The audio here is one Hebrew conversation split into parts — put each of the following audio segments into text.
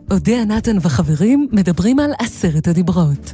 אודיה נתן וחברים מדברים על 10 הדיברות.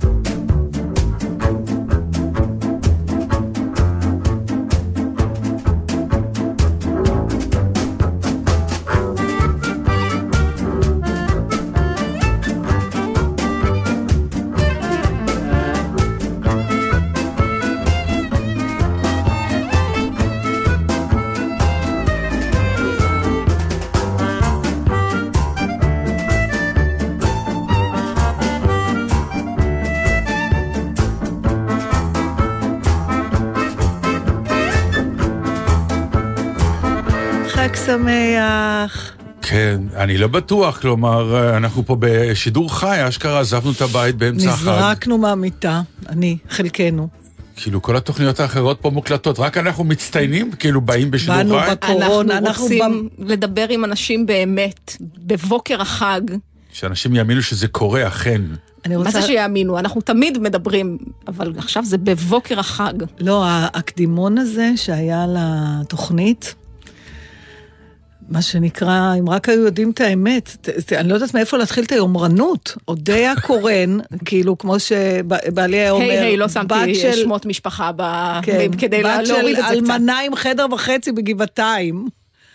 שמח. כן, אני לא בטוח, כלומר, אנחנו פה בשידור חי, אשכרה עזבנו את הבית באמצע החג. נזרקנו מהמיטה, חלקנו. כאילו כל התוכניות האחרות פה מוקלטות, רק אנחנו מצטיינים, כאילו באים בשידור חי. באנו בקורונה, אנחנו רוצים לדבר עם אנשים באמת, בבוקר החג. שאנשים יאמינו שזה קורה, אכן. מה זה שיאמינו? אנחנו תמיד מדברים, אבל עכשיו זה בבוקר החג. לא, הקדימון הזה שהיה לתוכנית, מה שנקרא, אם רק היו יודעים את האמת, אני לא יודעת מאיפה להתחיל את היומרנות, אודיה קורן, כאילו כמו שבעלי היה אומר, היי, לא שמתי שמות משפחה כדי להוריד את זה קצת. בת של אלמנה עם חדר וחצי בגבעתיים,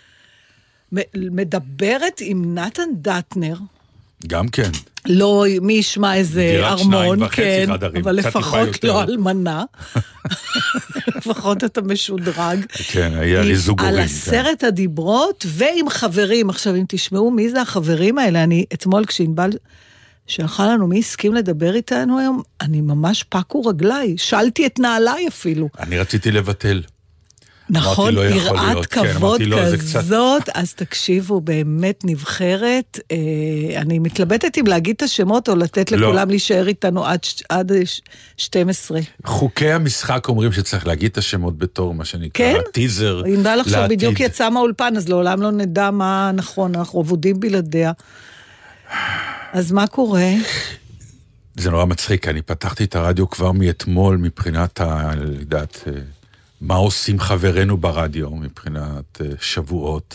מדברת עם נתן דטנר, גם כן. לא, מי ישמע איזה ארמון, כן, חדרים, אבל לפחות לא אלמנה. לפחות אתה משודרג. כן, היה לי זוגורים. על 10 הדיברות, ועם חברים. עכשיו, אם תשמעו מי זה החברים האלה, אני אתמול כשענבל שלחה לנו מי הסכים לדבר איתנו היום, אני ממש פקו רגליי, שאלתי את נעליי אפילו. אני רציתי לבטל. נכון, יראת כבוד כזאת, אז תקשיבו, באמת נבחרת, אני מתלבטת אם להגיד את השמות, או לתת לכולם להישאר איתנו עד 12. חוקי המשחק אומרים שצריך להגיד את השמות בתור, מה שנקרא, טיזר לעתיד. אם דל עכשיו בדיוק יצא מהאולפן, אז לעולם לא נדע מה נכון, אנחנו עבודים בלעדיה. אז מה קורה? זה נורא מצחיק, אני פתחתי את הרדיו כבר מאתמול, מבחינת לדעת... מה עושים חברינו ברדיו מבחינת שבועות,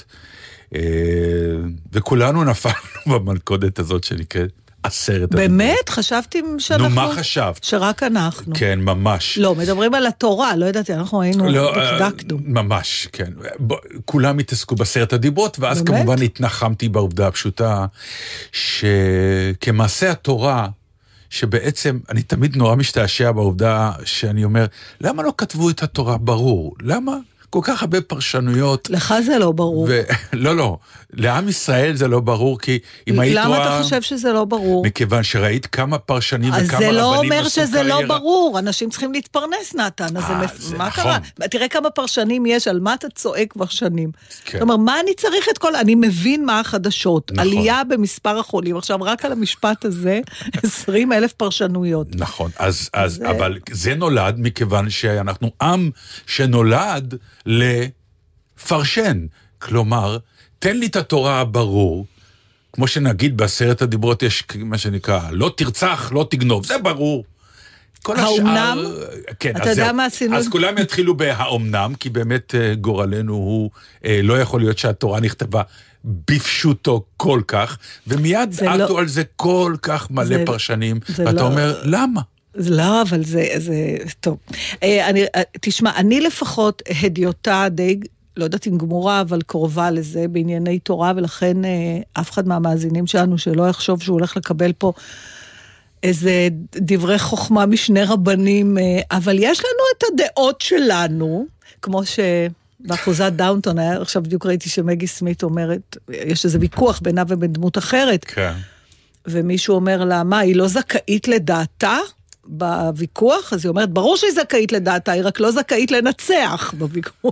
וכולנו נפלנו במלכודת הזאת שנקראת 10 באמת? חשבתי שאנחנו... נו, מה חשבת? שרק אנחנו. כן, ממש. לא, מדברים על התורה, לא ידעתי, אנחנו היינו דקדקנו. ממש, כן. כולם התעסקו ב10 הדיברות, ואז כמובן התנחמתי בעובדה הפשוטה, שכמעשה התורה... שבעצם אני תמיד נורא משתעשע בעובדה שאני אומר, למה לא כתבו את התורה ברור? למה כל כך הרבה פרשנויות? לך זה לא ברור. לא, לעם ישראל זה לא ברור, כי אם היית רואה... למה אתה חושב שזה לא ברור? מכיוון שראית כמה פרשנים וכמה רבנים... אז זה לא אומר שזה לא ברור, אנשים צריכים להתפרנס, נתן, אז מה קרה? תראה כמה פרשנים יש, על מה אתה צועק כבר שנים. זאת אומרת, מה אני צריך את כל... אני מבין מה החדשות, עלייה במספר החולים, עכשיו רק על המשפט הזה, 20,000 פרשנויות. נכון, אבל זה נולד מכיוון שאנחנו עם שנולד לפרשן, כלומר, תן לי את התורה הברור, כמו שנגיד ב10 הדיברות יש מה שנקרא, לא תרצח, לא תגנוב, זה ברור. כל האומנם? כן, אתה יודע מה עשינו? אז כולם יתחילו בהאומנם, כי באמת גורלנו הוא, לא יכול להיות שהתורה נכתבה בפשוטו כל כך, ומיד עטו על זה כל כך מלא פרשנים, ואתה אומר, למה? לא, אבל זה טוב. תשמע, אני לפחות הדיוטה די, לא יודעת אם גמורה, אבל קרובה לזה בענייני תורה, ולכן אף אחד מהמאזינים שלנו שלא יחשוב שהוא הולך לקבל פה איזה דברי חוכמה משני רבנים, אבל יש לנו את הדעות שלנו, כמו שבאחוזת דאונטון, עכשיו בדיוק ראיתי שמגי סמית אומרת, יש איזה ויכוח בינה ובין דמות אחרת, כן. ומישהו אומר לה, מה, היא לא זכאית לדעתה? בוויכוח, אז היא אומרת, ברור שהיא זכאית לדעתה, היא רק לא זכאית לנצח בוויכוח.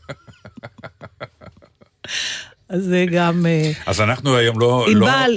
אז זה גם... אז אנחנו היום לא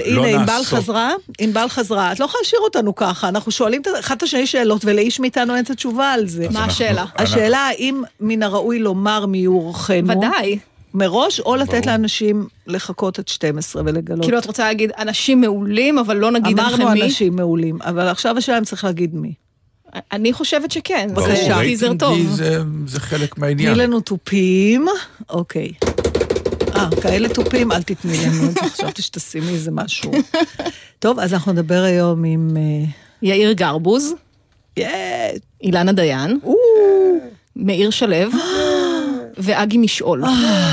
ענבל חזרה, את לא יכולה להשאיר אותנו ככה, אנחנו שואלים אחת השני שאלות, ולאיש מאיתנו אין את התשובה על זה. מה השאלה? השאלה, האם מן הראוי לומר מי הוא אורחנו? ודאי. מראש, או לתת לאנשים לחכות עד 12 ולגלות. כאילו את רוצה להגיד, אנשים מעולים, אבל לא נגיד לכם מי? אמרנו אנשים מעולים, אבל עכשיו השאלה אם צריך להגיד מי. אני חושבת שכן. בבקשה. טיזר טוב. זה חלק מהעניין. תני לנו טופים. אוקיי. כאלה טופים, אל תתני לנו, חשבתי שתשימי איזה משהו. טוב, אז אנחנו נדבר היום עם... יאיר גרבוז, אילנה דיין, מאיר שלו, ואגי משעול.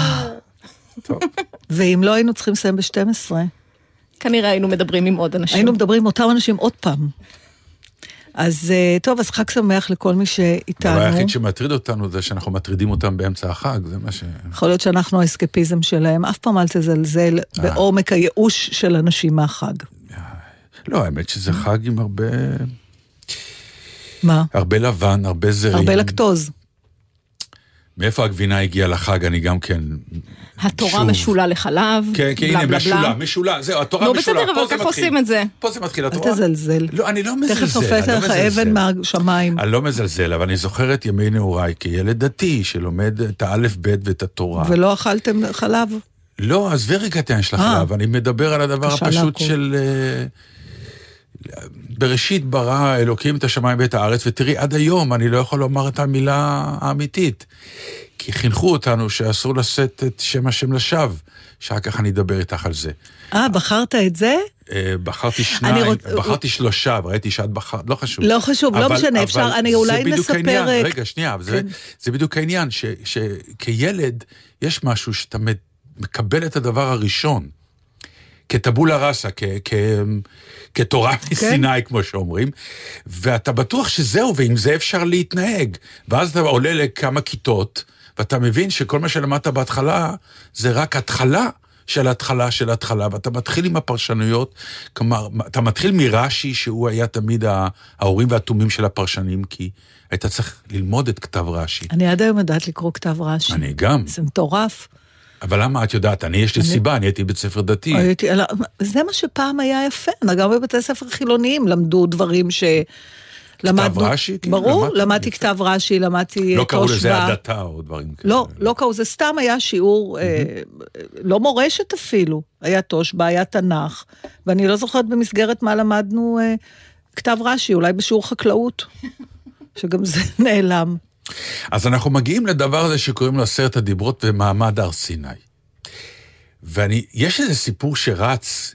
ואם לא היינו צריכים לסיים ב-12, כנראה היינו מדברים עם עוד אנשים. היינו מדברים עם אותם אנשים עוד פעם. אז טוב, אז חג שמח לכל מי שאיתנו. אבל היחיד שמטריד אותנו זה שאנחנו מטרידים אותם באמצע החג, זה מה ש... יכול להיות שאנחנו האסקפיזם שלהם, אף פעם אל תזלזל בעומק הייאוש של אנשים מהחג. לא, האמת שזה חג עם הרבה... מה? הרבה לבן, הרבה זרים. הרבה לקטוז. מאיפה הגבינה הגיעה לחג, אני גם כן... התורה משולה לחלב, כן, הנה, משולה, זהו, התורה משולה, בסדר, אבל כך עושים את זה. פה זה מתחיל התורה. אל תזלזל. לא, אני לא מזלזל. תכף הופעת לך האבן מהשמיים. אני לא מזלזל, אבל אני זוכר את ימי נעוריי כילד דתי, שלומד את האלף בית ואת התורה. ולא אכלתם חלב? לא, אז ורגע תן של החלב, אני מדבר על הדבר הפשוט של... בראשית ברא אלוקים את השמיים ואת הארץ, ותראי, עד היום אני לא יכול לומר את המילה האמיתית, כי חינכו אותנו שאסור לשאת את שם השם לשווא, שאחר כך אני אדבר איתך על זה. בחרת את זה? בחרתי שניים, בחרתי שלושה, ראיתי שאת בחרת, לא חשוב. לא חשוב, לא משנה, אפשר, אני אולי נספר... רגע, שנייה, זה בדיוק העניין, שכילד יש משהו שאתה מקבל את הדבר הראשון, כטבולה ראסה, כתורה מסיני, כמו שאומרים, ואתה בטוח שזהו, ועם זה אפשר להתנהג. ואז אתה עולה לכמה כיתות, ואתה מבין שכל מה שלמדת בהתחלה, זה רק התחלה של התחלה, ואתה מתחיל עם הפרשנויות, כלומר, אתה מתחיל מרש"י, שהוא היה תמיד ההורים והתומים של הפרשנים, כי היית צריך ללמוד את כתב רש"י. אני עד היום יודעת לקרוא כתב רש"י. אני גם. זה מטורף. אבל למה את יודעת? יש לי סיבה, אני הייתי בית ספר דתי. זה מה שפעם היה יפה, גם בבתי ספר חילוניים למדו דברים למדנו, כתב רש"י? ברור, למדתי כתב רש"י, למדתי תושבה. לא קראו לזה הדתה או דברים כאלה. לא קראו, זה סתם היה שיעור, לא מורשת אפילו, היה תושבה, היה תנ"ך, ואני לא זוכרת במסגרת מה למדנו כתב רש"י, אולי בשיעור חקלאות, שגם זה נעלם. אז אנחנו מגיעים לדבר הזה שקוראים לו 10 הדיברות ומעמד הר סיני. יש איזה סיפור שרץ,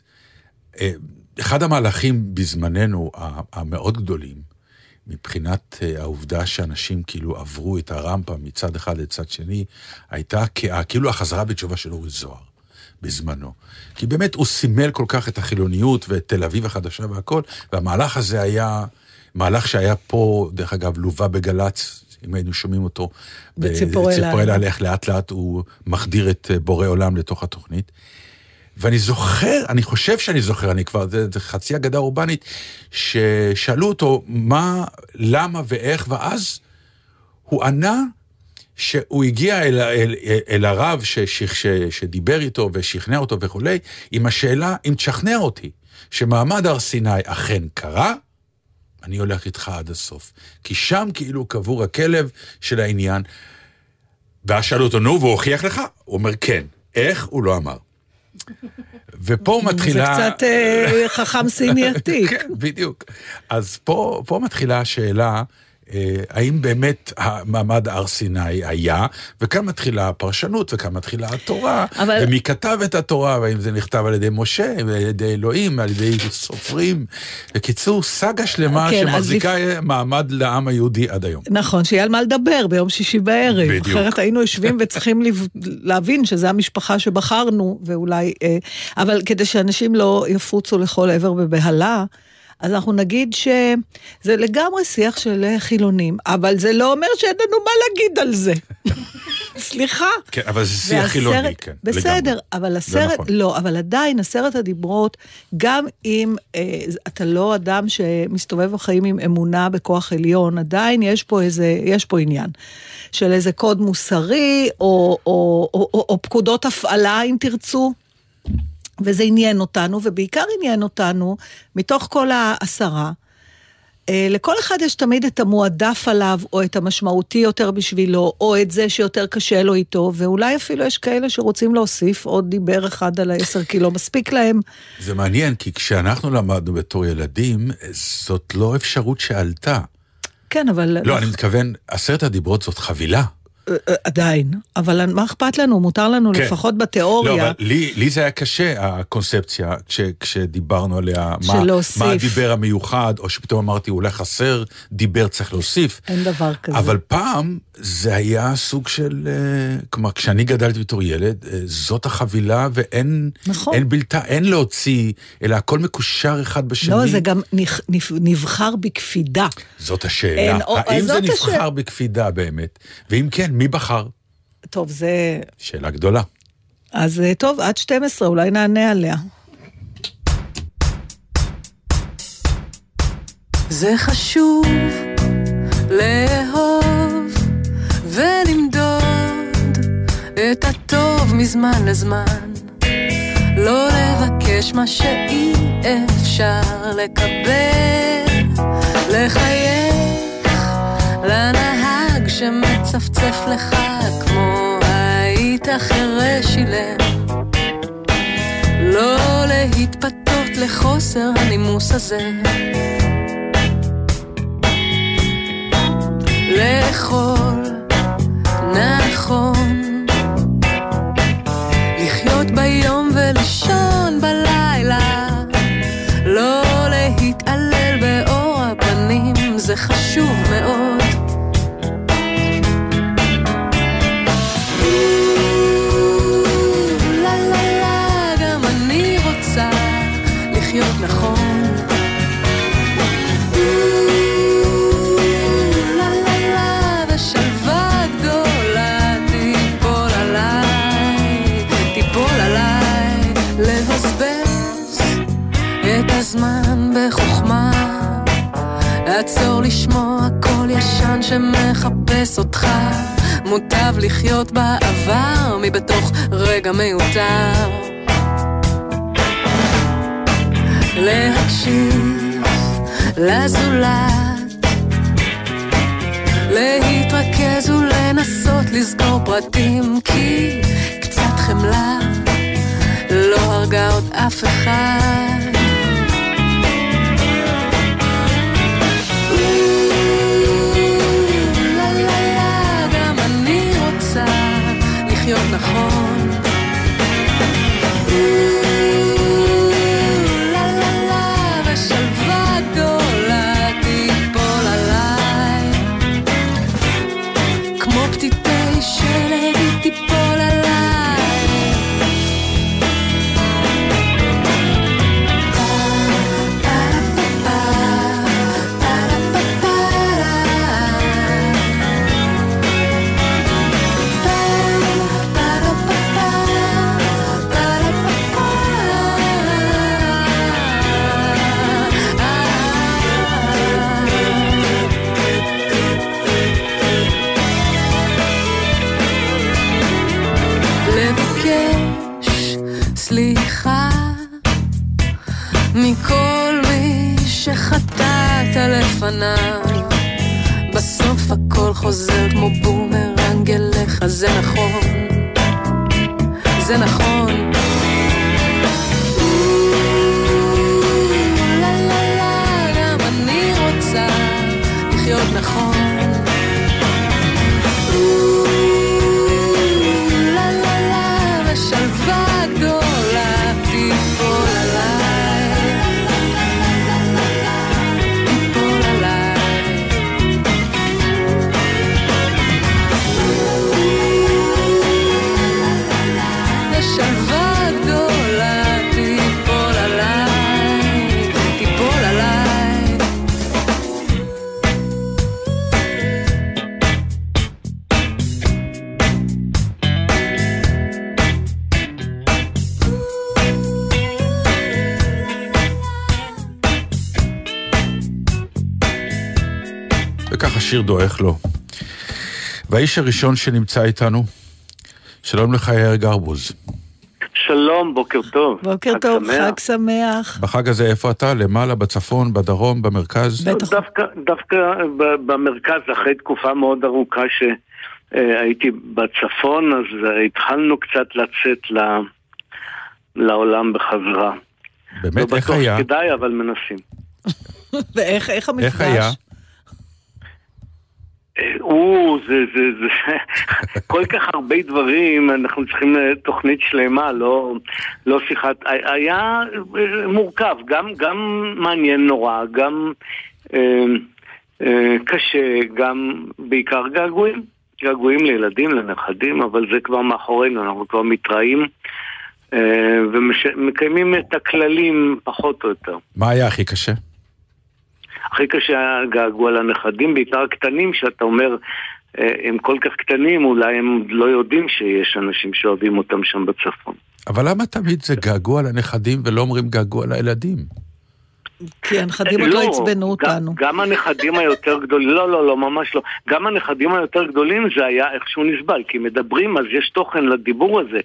אחד המהלכים בזמננו המאוד גדולים, מבחינת העובדה שאנשים כאילו עברו את הרמפה מצד אחד לצד שני, הייתה כאילו החזרה בתשובה של אורי זוהר בזמנו. כי באמת הוא סימל כל כך את החילוניות ואת תל אביב החדשה והכל, והמהלך הזה היה מהלך שהיה פה, דרך אגב, לובה בגלץ, אם היינו שומעים אותו, בציפורי להלך לאט לאט, הוא מחדיר את בורא עולם לתוך התוכנית. ואני זוכר, אני חושב שאני זוכר, אני כבר, זה חצי אגדה אורבנית, ששאלו אותו מה, למה ואיך, ואז הוא ענה שהוא הגיע אל הרב שדיבר איתו ושכנע אותו וכולי, עם השאלה, אם תשכנע אותי, שמעמד הר סיני אכן קרה, אני הולך איתך עד הסוף. כי שם כאילו קבור הכלב של העניין, ואז שאלו אותו, נו, והוא הוכיח לך? הוא אומר, כן. איך? הוא לא אמר. ופה מתחילה... זה קצת חכם סיני עתיק. כן, בדיוק. אז פה מתחילה השאלה, האם באמת המעמד הר סיני היה, וכאן מתחילה הפרשנות, וכאן מתחילה התורה, ומי כתב את התורה, והאם זה נכתב על ידי משה, ועל ידי אלוהים, ועל ידי סופרים. בקיצור, סגה שלמה שמחזיקה מעמד לעם היהודי עד היום. נכון, שיהיה על מה לדבר ביום שישי בערב. בדיוק. אחרת היינו יושבים וצריכים להבין שזה המשפחה שבחרנו, ואולי... אבל כדי שאנשים לא יפוצו לכל עבר בבהלה, אז אנחנו נגיד שזה לגמרי שיח של חילונים, אבל זה לא אומר שאין לנו מה להגיד על זה. סליחה. כן, אבל זה שיח חילוני, כן. בסדר, אבל הסרט, לא, אבל עדיין 10 הדיברות, גם אם אתה לא אדם שמסתובב בחיים עם אמונה בכוח עליון, עדיין יש פה עניין של איזה קוד מוסרי, או פקודות הפעלה, אם תרצו, וזה עניין אותנו, ובעיקר עניין אותנו, מתוך כל 10, לכל אחד יש תמיד את המועדף עליו, או את המשמעותי יותר בשבילו, או את זה שיותר קשה לו איתו, ואולי אפילו יש כאלה שרוצים להוסיף עוד דיבר אחד על 10 קילו, מספיק להם. זה מעניין, כי כשאנחנו למדנו בתור ילדים, זאת לא אפשרות שעלתה. כן, אבל... לא, אני מתכוון, 10 הדיברות זאת חבילה. עדיין, אבל מה אכפת לנו? מותר לנו לפחות בתיאוריה. לא, אבל לי זה היה קשה, הקונספציה, כשדיברנו עליה, מה הדיבר המיוחד, או שפתאום אמרתי, אולי חסר, דיבר צריך להוסיף. אין דבר כזה. אבל פעם זה היה סוג של, כלומר, כשאני גדלתי בתור ילד, זאת החבילה, ואין בלתה, אין להוציא, אלא הכל מקושר אחד בשני. לא, זה גם נבחר בקפידה. זאת השאלה. האם זה נבחר בקפידה באמת? ואם כן, מי בחר? טוב, זה... שאלה גדולה. אז טוב, עד 12, אולי נענה עליה. זה חשוב לאהוב ולמדוד את הטוב מזמן לזמן, לא לבקש מה שאי אפשר לקבל, לחייך לנהג שמצפצף לך כמו היית חירש אילם, לא להתפתות לחוסר הנימוס הזה, לאכול נכון, לחיות ביום ולישון בלילה, לא להתעלל באור הפנים, זה חשוב מאוד. לה לה לה, גם אני רוצה לחיות נכון, לה לה לה, ושלווה גדולה תיפול עליי, תיפול עליי, לבזבז את הזמן בחוכמה, לעצור לשמוע קול ישן שמחפש אותך, מוטב לחיות בעבר מבתוך רגע מיותר, להקשיב לזולת, להתרכז ולנסות לסגור פרטים, כי קצת חמלה לא הרגה עוד אף אחד. לחיות נכון, לה לה לה, ושלווה גדולה תיפול עליי, כמו פתיתי שלג תיפול עליי. סליחה מכל מי שחטאת לפניו, בסוף הכל חוזר כמו בומרנג אליך, זה נכון, זה נכון. לה לה לה, גם אני רוצה לחיות נכון, לה לה לה, ושלווה גדולה תיפול עליי, תיפול עליי, ושלווה גדולה תיפול עליי, תיפול עליי. וכך השיר דועך לו. והאיש הראשון שנמצא איתנו, שלום לך יאיר גרבוז. שלום, בוקר טוב. בוקר טוב, חג שמח. בחג הזה איפה אתה? למעלה, בצפון, בדרום, במרכז? דווקא במרכז, אחרי תקופה מאוד ארוכה שהייתי בצפון, אז התחלנו קצת לצאת לעולם בחזרה. באמת, איך היה? לא בטוח כדאי, אבל מנסים. ואיך המפגש? איך היה? זה כל כך הרבה דברים, אנחנו צריכים תוכנית שלמה, לא שיחת, היה מורכב, גם מעניין נורא, גם קשה, גם בעיקר געגועים לילדים, לנכדים, אבל זה כבר מאחורינו, אנחנו כבר מתראים ומקיימים את הכללים פחות או יותר. מה היה הכי קשה? הכי קשה געגוע לנכדים, בעיקר הקטנים, שאתה אומר, הם כל כך קטנים, אולי הם לא יודעים שיש אנשים שאוהבים אותם שם בצפון. אבל למה תמיד זה געגוע לנכדים ולא אומרים געגוע לילדים? כי הנכדים עוד לא הצבנו אותנו. גם הנכדים היותר גדולים, לא, ממש לא. גם הנכדים היותר גדולים זה היה איכשהו נסבל, כי מדברים, אז יש תוכן לדיבור הזה.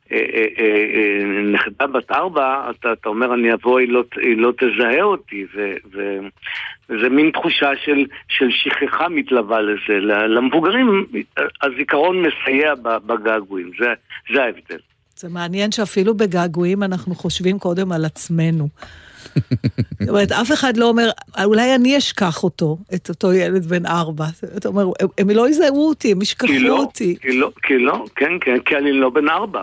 נכדה בת 4, אתה אומר, אני אבוא, היא לא תזהה אותי, וזה מין תחושה של שכחה מתלווה לזה. למבוגרים, הזיכרון מסייע בגעגועים, זה ההבדל. זה מעניין שאפילו בגעגועים אנחנו חושבים קודם על עצמנו. זאת אומרת, אף אחד לא אומר, אולי אני אשכח אותו, את אותו ילד בן 4. אתה אומר, הם לא יזהרו אותי, הם ישכחו אותי. כי לא, כן, כי אני לא בן 4.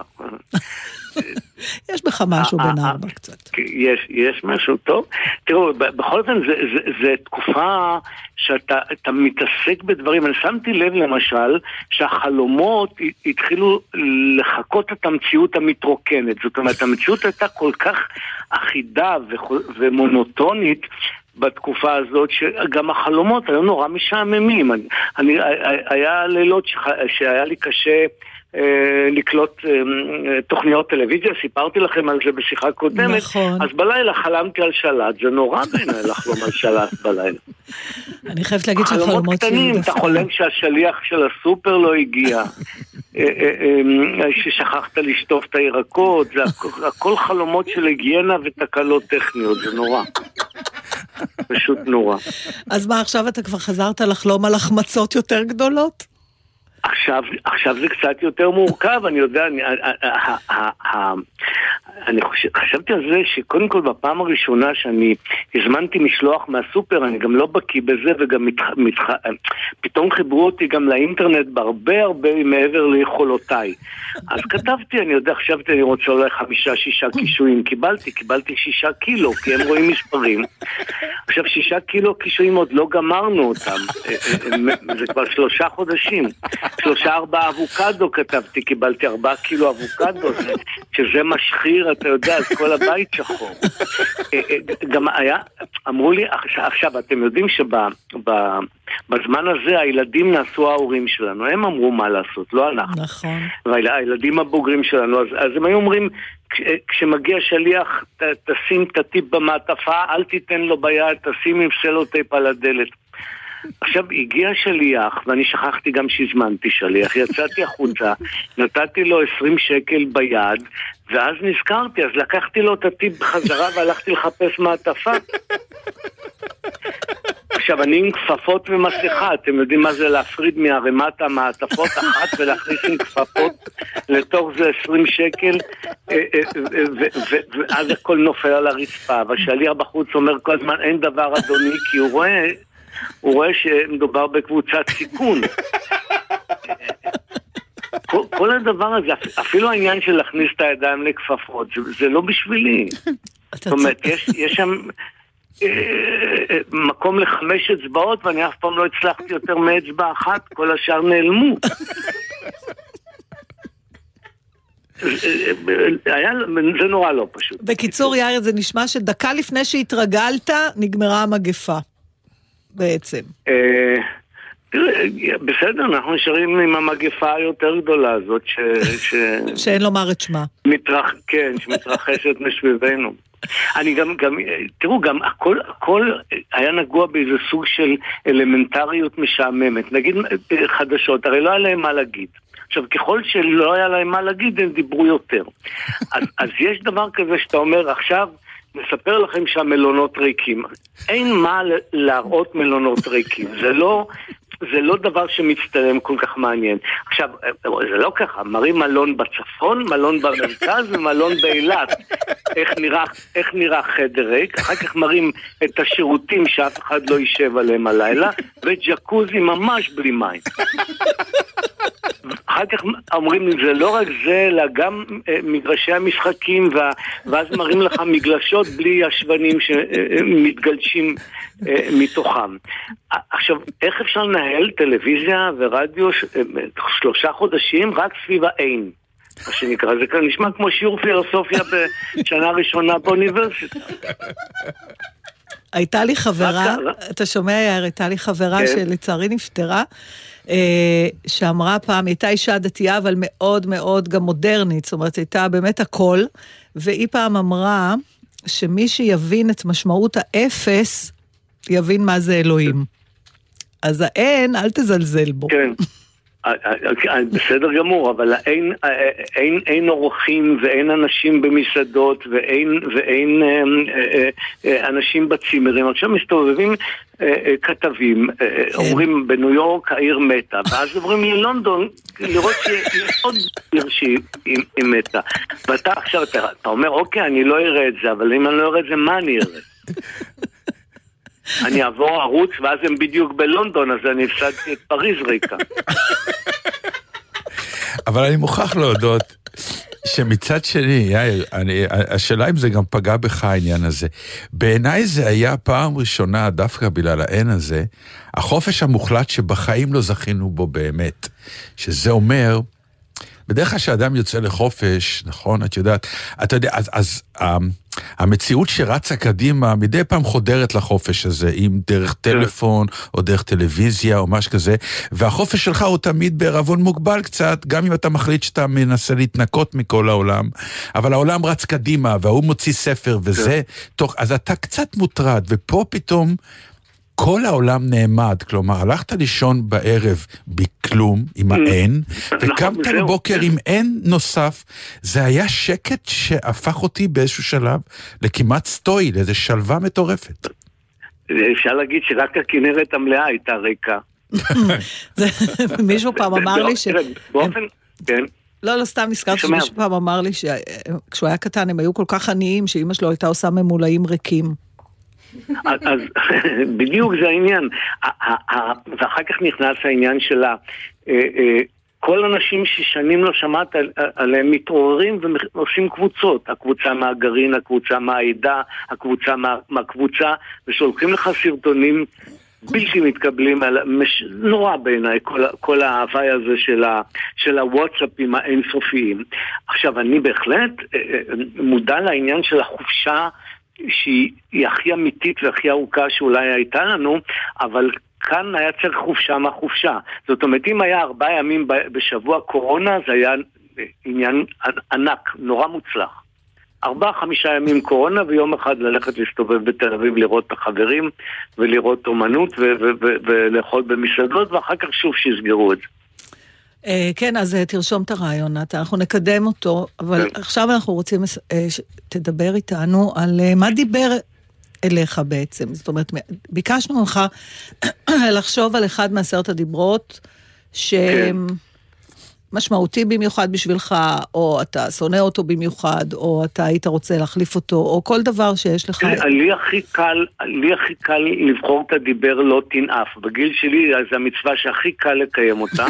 יש בך משהו בן 4 קצת. יש משהו טוב. תראו, בכל אופן, זה תקופה שאתה מתעסק בדברים. אני שמתי לב למשל, שהחלומות התחילו לחכות את המציאות המתרוקנת. זאת אומרת, המציאות הייתה כל כך אחידה ומונוטונית, בתקופה הזאת, שגם החלומות היו נורא משעממים. היה לילות שהיה לי קשה לקלוט תוכניות טלוויזיה, סיפרתי לכם על זה בשיחה קודמת, נכון. אז בלילה חלמתי על שלט, זה נורא בעיניי לחלום על שלט בלילה. אני חייבת להגיד שהחלומות חלומות קטנים, אתה חולם שהשליח של הסופר לא הגיע, ששכחת לשטוף את הירקות, זה הכל חלומות של היגיינה ותקלות טכניות, זה נורא. פשוט נורא. אז מה, עכשיו אתה כבר חזרת לחלום על החמצות יותר גדולות? עכשיו זה קצת יותר מורכב, אני יודע, אני חשבתי על זה שקודם כל בפעם הראשונה שאני הזמנתי משלוח מהסופר, אני גם לא בקיא בזה, וגם פתאום חיברו אותי גם לאינטרנט בהרבה מעבר ליכולותיי. אז כתבתי, אני יודע, חשבתי אני רוצה אולי 5-6 קישואים, קיבלתי 6 קילו, כי הם רואים מספרים. עכשיו 6 קילו קישואים עוד לא גמרנו אותם, זה כבר 3 חודשים. 3-4 אבוקדו כתבתי, קיבלתי 4 קילו אבוקדו, שזה משחיר, אתה יודע, אז כל הבית שחור. גם היה, אמרו לי, עכשיו, אתם יודעים שבזמן הזה הילדים נעשו ההורים שלנו, הם אמרו מה לעשות, לא אנחנו. נכון. והילדים הבוגרים שלנו, אז הם היו אומרים, כשמגיע שליח, תשים את הטיפ במעטפה, אל תיתן לו ביד, תשים עם סלוטייפ על הדלת. עכשיו הגיע שליח, ואני שכחתי גם שהזמנתי שליח, יצאתי החוצה, נתתי לו 20 שקל ביד, ואז נזכרתי, אז לקחתי לו את הטיפ בחזרה והלכתי לחפש מעטפה. עכשיו אני עם כפפות ומסכה, אתם יודעים מה זה להפריד מערימת המעטפות אחת ולהכניס עם כפפות לתוך זה 20 שקל, ואז הכל נופל על הרצפה, והשליח בחוץ אומר כל הזמן אין דבר אדוני, כי הוא רואה שמדובר בקבוצת סיכון. כל הדבר הזה, אפילו העניין של להכניס את הידיים לכפפות, זה לא בשבילי. זאת אומרת, יש שם מקום ל5 אצבעות, ואני אף פעם לא הצלחתי יותר מאצבע אחת, כל השאר נעלמו. זה נורא לא פשוט. בקיצור, יאיר, זה נשמע שדקה לפני שהתרגלת, נגמרה המגפה. בעצם. בסדר, אנחנו נשארים עם המגפה היותר גדולה הזאת שאין לומר את שמה. כן, שמתרחשת מסביבנו. אני גם, תראו, גם הכל היה נגוע באיזה סוג של אלמנטריות משעממת. נגיד חדשות, הרי לא היה להם מה להגיד. עכשיו, ככל שלא היה להם מה להגיד, הם דיברו יותר. אז יש דבר כזה שאתה אומר, עכשיו, נספר לכם שהמלונות ריקים. אין מה להראות מלונות ריקים. זה לא דבר שמצטלם כל כך מעניין. עכשיו, זה לא ככה. מראים מלון בצפון, מלון במרכז ומלון באילת. איך נראה חדר ריק, אחר כך מראים את השירותים שאף אחד לא יישב עליהם הלילה, וג'קוזי ממש בלי מים. אחר כך אומרים לי, זה לא רק זה, אלא גם מגרשי המשחקים, ואז מראים לך מגלשות בלי השבנים שמתגלשים מתוכם. עכשיו, איך אפשר לנהל טלוויזיה ורדיו 3 חודשים רק סביב העין? מה שנקרא, זה כאן נשמע כמו שיעור פילוסופיה בשנה ראשונה באוניברסיטה. הייתה לי חברה, אתה שומע יאיר, הייתה לי חברה שלצערי נפטרה, שאמרה פעם, הייתה אישה דתייה, אבל מאוד מאוד גם מודרנית, זאת אומרת, הייתה באמת הכל, והיא פעם אמרה, שמי שיבין את משמעות האפס, יבין מה זה אלוהים. אז האין, אל תזלזל בו. כן. בסדר גמור, אבל אין אורחים ואין אנשים במסעדות ואין אנשים בצימרים. עכשיו מסתובבים כתבים, אומרים בניו יורק העיר מתה, ואז עוברים ללונדון לראות שיש עוד עיר שהיא מתה. ואתה עכשיו, אתה אומר, אוקיי, אני לא אראה את זה, אבל אם אני לא אראה את זה, מה אני אראה? אני אעבור ערוץ, ואז הם בדיוק בלונדון, אז אני הפסדתי את פריז ריקה. אבל אני מוכרח להודות שמצד שני, יאיר, השאלה אם זה גם פגע בך העניין הזה. בעיניי זה היה פעם ראשונה, דווקא בגלל העין הזה, החופש המוחלט שבחיים לא זכינו בו באמת. שזה אומר, בדרך כלל שאדם יוצא לחופש, נכון, את יודעת, אתה יודע, אז המציאות שרצה קדימה, מדי פעם חודרת לחופש הזה, אם דרך טלפון, או דרך טלוויזיה, או משהו כזה, והחופש שלך הוא תמיד בערבון מוגבל קצת, גם אם אתה מחליט שאתה מנסה להתנקות מכל העולם, אבל העולם רץ קדימה, והוא מוציא ספר, וזה, אז אתה קצת מוטרד, ופה פתאום, כל העולם נעמד, כלומר, הלכת לישון בערב בכלום, עם האין, וקמת לבוקר עם אין נוסף, זה היה שקט שהפך אותי באיזשהו שלב לכמעט סטוי, לאיזו שלווה מטורפת. אפשר להגיד שרק הכנרת המלאה הייתה ריקה. מישהו פעם אמר לי ש... באופן, כן. לא, סתם נזכרת שמישהו פעם אמר לי שכשהוא היה קטן הם היו כל כך עניים שאמא שלו הייתה עושה ממולאים ריקים. אז בדיוק זה העניין, ואחר כך נכנס העניין שלה, כל אנשים ששנים לא שמעת עליהם מתעוררים ועושים קבוצות, הקבוצה מהגרעין, הקבוצה מהעדה, הקבוצה מהקבוצה, ושולחים לך סרטונים בלתי מתקבלים, נורא בעיניי, כל ההוואי הזה של הוואטסאפים האינסופיים. עכשיו, אני בהחלט מודע לעניין של החופשה, שהיא הכי אמיתית והכי ארוכה שאולי הייתה לנו, אבל כאן היה צריך חופשה מהחופשה. זאת אומרת, אם היה 4 ימים בשבוע קורונה, זה היה עניין ענק, נורא מוצלח. 4-5 ימים קורונה, ויום אחד ללכת להסתובב בתל אביב, לראות את החברים, ולראות אומנות, ולאכול במסעדות, ואחר כך שוב שיסגרו את זה. כן, אז תרשום את הרעיון, אנחנו נקדם אותו, אבל עכשיו אנחנו רוצים שתדבר איתנו על מה דיבר אליך בעצם. זאת אומרת, ביקשנו ממך לחשוב על אחד מ10 הדיברות משמעותי במיוחד בשבילך, או אתה שונא אותו במיוחד, או אתה היית רוצה להחליף אותו, או כל דבר שיש לך. לי הכי קל לבחור את הדיבר לא תנאף. בגיל שלי, אז המצווה שהכי קל לקיים אותה.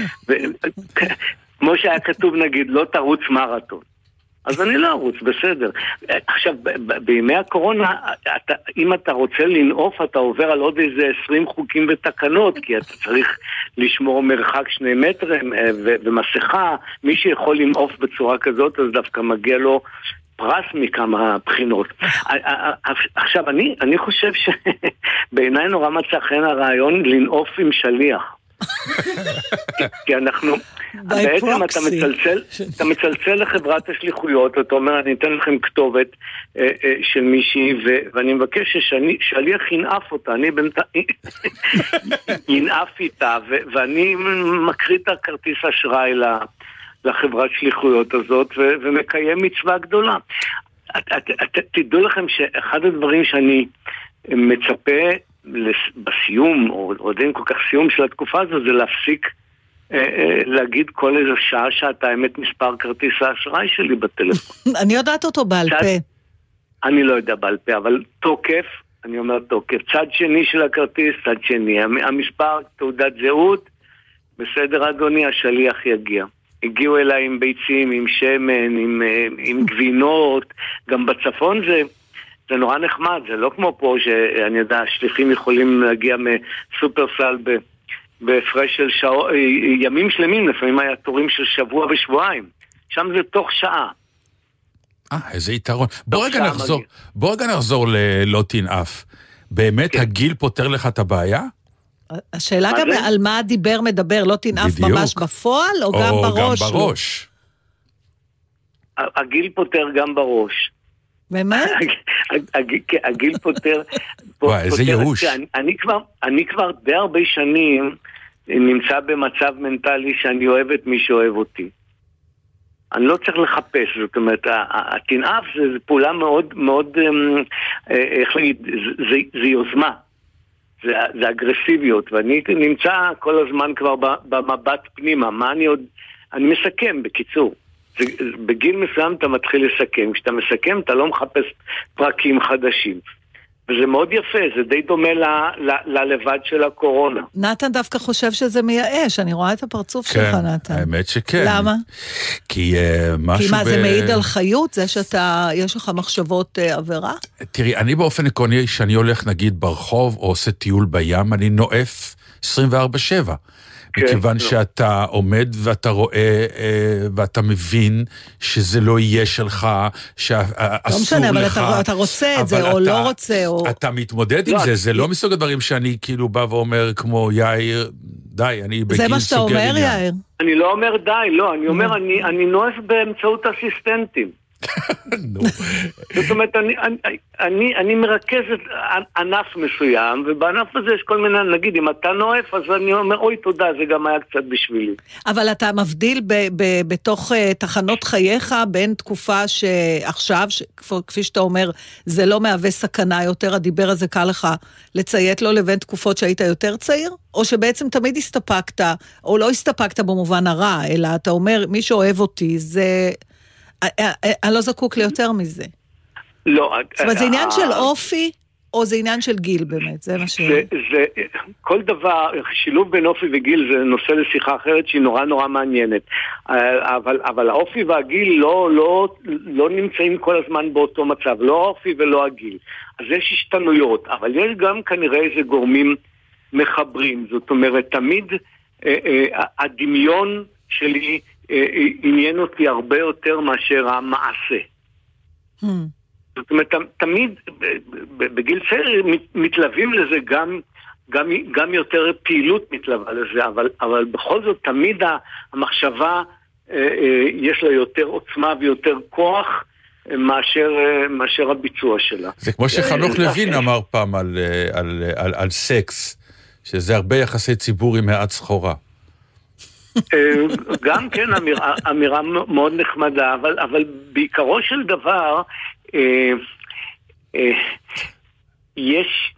כמו שהיה כתוב, נגיד, לא תרוץ מרתון. אז אני לא ארוץ, בסדר. עכשיו, בימי הקורונה, אם אתה רוצה לנעוף, אתה עובר על עוד איזה 20 חוקים ותקנות, כי אתה צריך לשמור מרחק 2 מטר ומסכה. מי שיכול לנעוף בצורה כזאת, אז דווקא מגיע לו פרס מכמה בחינות. עכשיו, אני חושב שבעיניי נורא מצא חן הרעיון לנעוף עם שליח. כי אנחנו בעצם אתה מצלצל לחברת השליחויות, אתה אומר אני אתן לכם כתובת של מישהי ואני מבקש ששליח ינעף אותה, אני ינעף איתה ואני מקריא את הכרטיס אשראי לחברת שליחויות הזאת ומקיים מצווה גדולה. תדעו לכם שאחד הדברים שאני מצפה בסיום, או עוד אין כל כך סיום של התקופה הזו, זה להפסיק להגיד כל איזה שעה, שעתיים את מספר כרטיס האשראי שלי בטלפון. אני יודעת אותו בעל פה. אני לא יודע בעל פה, אבל תוקף, אני אומר תוקף, צד שני של הכרטיס, צד שני, המספר, תעודת זהות, בסדר אדוני, השליח יגיע. הגיעו אליי עם ביצים, עם שמן, עם גבינות, גם בצפון זה נורא נחמד, זה לא כמו פה שאני יודע, השליחים יכולים להגיע מסופרסל בהפרש של ימים שלמים, לפעמים היה תורים של שבוע ושבועיים, שם זה תוך שעה. איזה יתרון. בוא רגע נחזור ללא תנאף. באמת הגיל פותר לך את הבעיה? השאלה גם על מה הדיבר מדבר, לא תנאף ממש בפועל או גם בראש? או גם בראש. הגיל פותר גם בראש. באמת? הגיל פותר... וואי, איזה ייאוש. אני כבר די הרבה שנים נמצא במצב מנטלי שאני אוהב את מי שאוהב אותי. אני לא צריך לחפש, זאת אומרת, התנאף זה פעולה מאוד, מאוד, איך להגיד, זה יוזמה, זה אגרסיביות, ואני נמצא כל הזמן כבר במבט פנימה, מה אני מסכם בקיצור. בגיל מסוים אתה מתחיל לסכם, כשאתה מסכם אתה לא מחפש פרקים חדשים. וזה מאוד יפה, זה די דומה ללבד של הקורונה. נתן דווקא חושב שזה מייאש, אני רואה את הפרצוף שלך, נתן. כן, האמת שכן. למה? כי משהו... כי מה, זה מעיד על חיות? זה שיש לך מחשבות עבירה? תראי, אני באופן עקרוני, שאני הולך נגיד ברחוב, או עושה טיול בים, אני נואף 24/7. מכיוון שאתה עומד ואתה רואה ואתה מבין שזה לא יהיה שלך, שאסור לך. לא משנה, אבל אתה רוצה את זה או לא רוצה. אתה מתמודד עם זה, זה לא מסוג הדברים שאני כאילו בא ואומר כמו יאיר, די, אני בגיל סוגר עניין. זה מה שאתה אומר, יאיר? אני לא אומר די, לא, אני אומר, אני נואף באמצעות אסיסטנטים. זאת אומרת, אני מרכז את ענף מסוים, ובענף הזה יש כל מיני, נגיד, אם אתה נואף, אז אני אומר, אוי תודה, זה גם היה קצת בשבילי. אבל אתה מבדיל בתוך תחנות חייך, בין תקופה שעכשיו, כפי שאתה אומר, זה לא מהווה סכנה יותר, הדיבר הזה קל לך לציית לו, לבין תקופות שהיית יותר צעיר? או שבעצם תמיד הסתפקת, או לא הסתפקת במובן הרע, אלא אתה אומר, מי שאוהב אותי, זה... אני לא זקוק ליותר מזה. לא. זאת אומרת, זה עניין של אופי, או זה עניין של גיל באמת? זה מה ש... כל דבר, שילוב בין אופי וגיל זה נושא לשיחה אחרת שהיא נורא נורא מעניינת. אבל האופי והגיל לא נמצאים כל הזמן באותו מצב. לא האופי ולא הגיל. אז יש השתנויות, אבל יש גם כנראה איזה גורמים מחברים. זאת אומרת, תמיד הדמיון שלי עניין אותי הרבה יותר מאשר המעשה. זאת אומרת, תמיד בגיל צעיר מתלווים לזה גם יותר פעילות מתלווה לזה, אבל בכל זאת תמיד המחשבה יש לה יותר עוצמה ויותר כוח מאשר הביצוע שלה. זה כמו שחנוך לוין אמר פעם על סקס, שזה הרבה יחסי ציבור עם מעט סחורה. גם כן אמירה מאוד נחמדה, אבל בעיקרו של דבר יש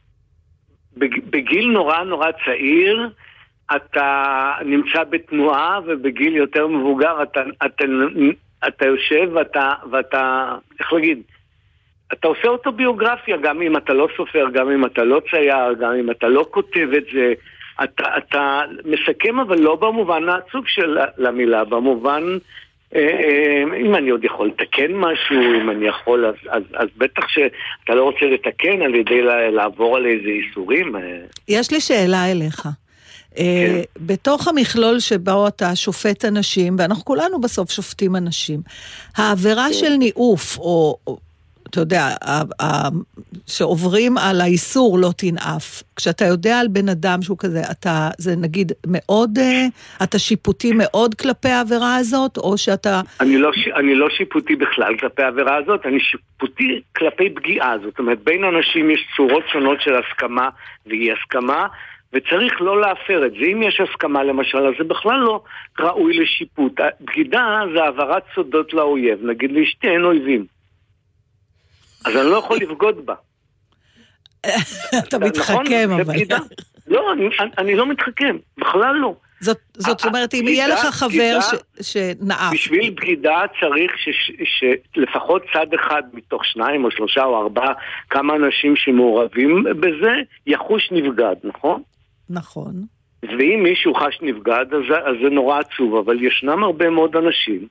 בגיל נורא נורא צעיר אתה נמצא בתנועה, ובגיל יותר מבוגר אתה יושב ואתה איך להגיד, אתה עושה אוטוביוגרפיה, גם אם אתה לא סופר, גם אם אתה לא צייר, גם אם אתה לא כותב את זה, אתה מסכם, אבל לא במובן העצוב של המילה, במובן, אם אני עוד יכול לתקן משהו, אם אני יכול, אז בטח שאתה לא רוצה לתקן על ידי לעבור על איזה איסורים. יש לי שאלה אליך. בתוך המכלול שבו אתה שופט אנשים, ואנחנו כולנו בסוף שופטים אנשים, העבירה של ניאוף, או אתה יודע, שעוברים על האיסור לא תנאף, כשאתה יודע על בן אדם שהוא כזה, זה נגיד מאוד, אתה שיפוטי מאוד כלפי העבירה הזאת, או שאתה... אני לא שיפוטי בכלל כלפי העבירה הזאת, אני שיפוטי כלפי פגיעה, זאת אומרת, בין אנשים יש צורות שונות של הסכמה ואי הסכמה, וצריך לא להפר את זה. אם יש הסכמה למשל, אז זה בכלל לא ראוי לשיפוט. בגידה זה העברת סודות לאויב, נגיד לאשתי אין אויבים. אז אני לא יכול לבגוד בה. אתה מתחכם, אבל... לא, אני לא מתחכם, בכלל לא. זאת אומרת, אם יהיה לך חבר שנעף. בשביל בגידה צריך שלפחות צד אחד מתוך 2 או 3 או 4, כמה אנשים שמעורבים בזה, יחוש נבגד, נכון? נכון. ואם מישהו חש נבגד, אז זה נורא עצוב, אבל ישנם הרבה מאוד אנשים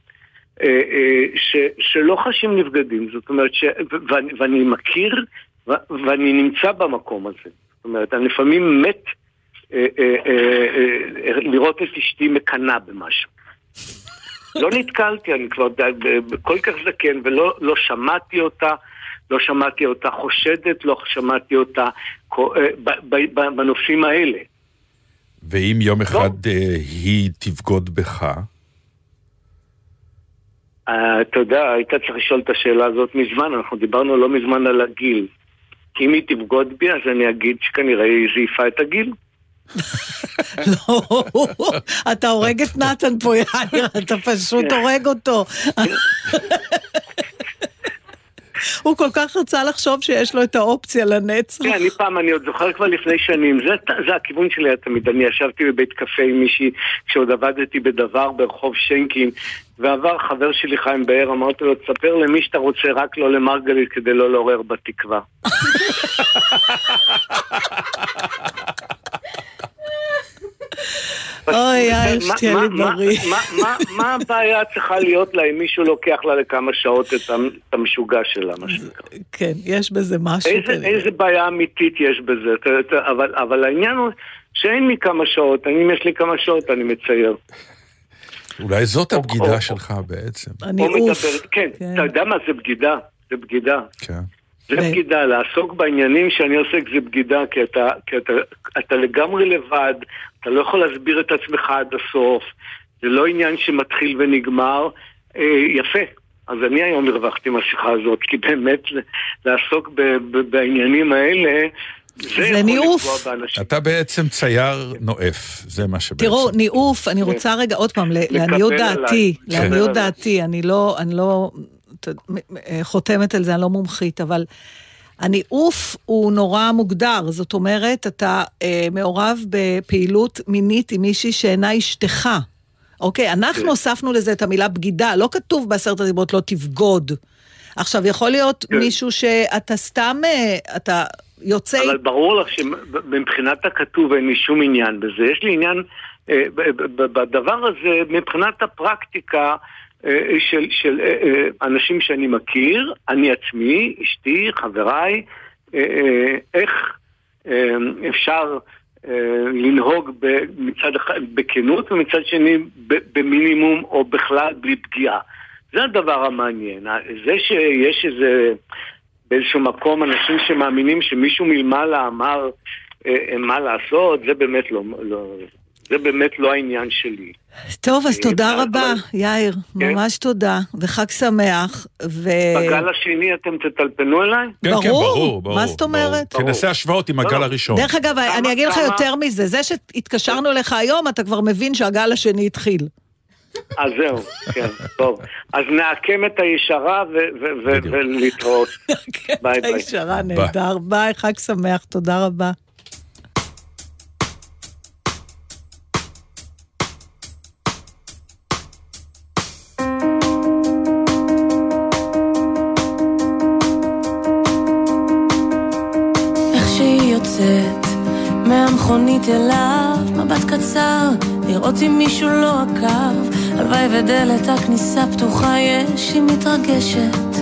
שלא חשים נבגדים, זאת אומרת, ואני מכיר, ואני נמצא במקום הזה. זאת אומרת, אני לפעמים מת לראות את אשתי מקנה במשהו. לא נתקלתי, אני כבר כל כך זקן, ולא שמעתי אותה, לא שמעתי אותה חושדת, לא שמעתי אותה בנושאים האלה. ואם יום אחד היא תבגוד בך? אתה יודע, היית צריך לשאול את השאלה הזאת מזמן, אנחנו דיברנו לא מזמן על הגיל. כי אם היא תבגוד בי, אז אני אגיד שכנראה היא זייפה את הגיל. לא, אתה הורג את נתן פה, יאיר, אתה פשוט הורג אותו. הוא כל כך רצה לחשוב שיש לו את האופציה לנצח. כן, אני עוד זוכר כבר לפני שנים, זה הכיוון שלי תמיד. אני ישבתי בבית קפה עם מישהי, כשעוד עבדתי בדבר ברחוב שנקין, ועבר חבר שלי חיים באר, אמרתי לו, תספר למי שאתה רוצה, רק לא למרגלית, כדי לא לעורר בתקווה. אוי, יאיר, שתהיה לי בריא. מה הבעיה צריכה להיות לה אם מישהו לוקח לה לכמה שעות את המשוגע שלה? כן, יש בזה משהו. איזה בעיה אמיתית יש בזה? אבל העניין הוא שאין לי כמה שעות, אם יש לי כמה שעות אני מצייר. אולי זאת הבגידה שלך בעצם. אני אוף. כן, אתה יודע מה זה בגידה? זה בגידה. כן. זה בגידה, לעסוק בעניינים שאני עוסק זה בגידה, כי אתה לגמרי לבד, אתה לא יכול להסביר את עצמך עד הסוף, זה לא עניין שמתחיל ונגמר, יפה. אז אני היום הרווחתי מהשיחה הזאת, כי באמת לעסוק בעניינים האלה, זה ניאוף. אתה בעצם צייר נואף, זה מה שבעצם. תראו, ניאוף, אני רוצה רגע עוד פעם, לעניות דעתי, אני לא חותמת על זה, אני לא מומחית, אבל הניאוף הוא נורא מוגדר, זאת אומרת, אתה מעורב בפעילות מינית עם מישהי שאינה אשתך. אוקיי, אנחנו הוספנו לזה את המילה בגידה, לא כתוב ב10 הדיברות לא תבגוד. עכשיו, יכול להיות מישהו שאתה סתם, אתה יוצא... אבל ברור לך שמבחינת הכתוב אין לי שום עניין בזה. יש לי עניין בדבר הזה, מבחינת הפרקטיקה של אנשים שאני מכיר, אני עצמי, אשתי, חבריי, איך אפשר לנהוג מצד אחד בכנות ומצד שני במינימום או בכלל בלי פגיעה. זה הדבר המעניין. זה שיש איזה באיזשהו מקום אנשים שמאמינים שמישהו מלמעלה אמר מה לעשות, זה באמת לא העניין שלי. טוב, אז תודה רבה, יאיר, ממש תודה, וחג שמח. בגל השני אתם תטלפנו אליי? ברור, מה זאת אומרת? תנסה השוואות עם הגל הראשון. דרך אגב, אני אגיד לך יותר מזה, זה שהתקשרנו לך היום, אתה כבר מבין שהגל השני התחיל. אז זהו, כן, טוב. אז נעקם את הישרה ולהתראות. נעקם את הישרה, נהדר. ביי, חג שמח, תודה רבה. מהמכונית אליו, מבט קצר, לראות אם מישהו לא עקב, הלוואי ודלת הכניסה פתוחה יש, היא מתרגשת,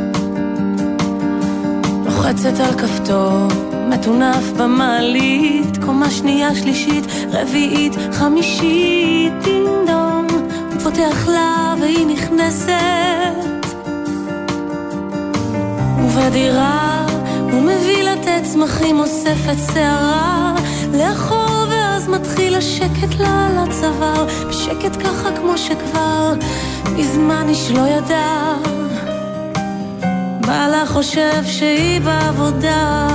לוחצת על כפתור, מטונף במעלית, קומה שנייה, שלישית, רביעית, חמישית, דינדום, הוא פותח לה והיא נכנסת, ובדירה הוא מביא לתת צמחים, אוספת שערה לאחור, ואז מתחיל השקט לה על הצוואר, בשקט ככה כמו שכבר מזמן איש לא ידע, בעלה חושב שהיא בעבודה,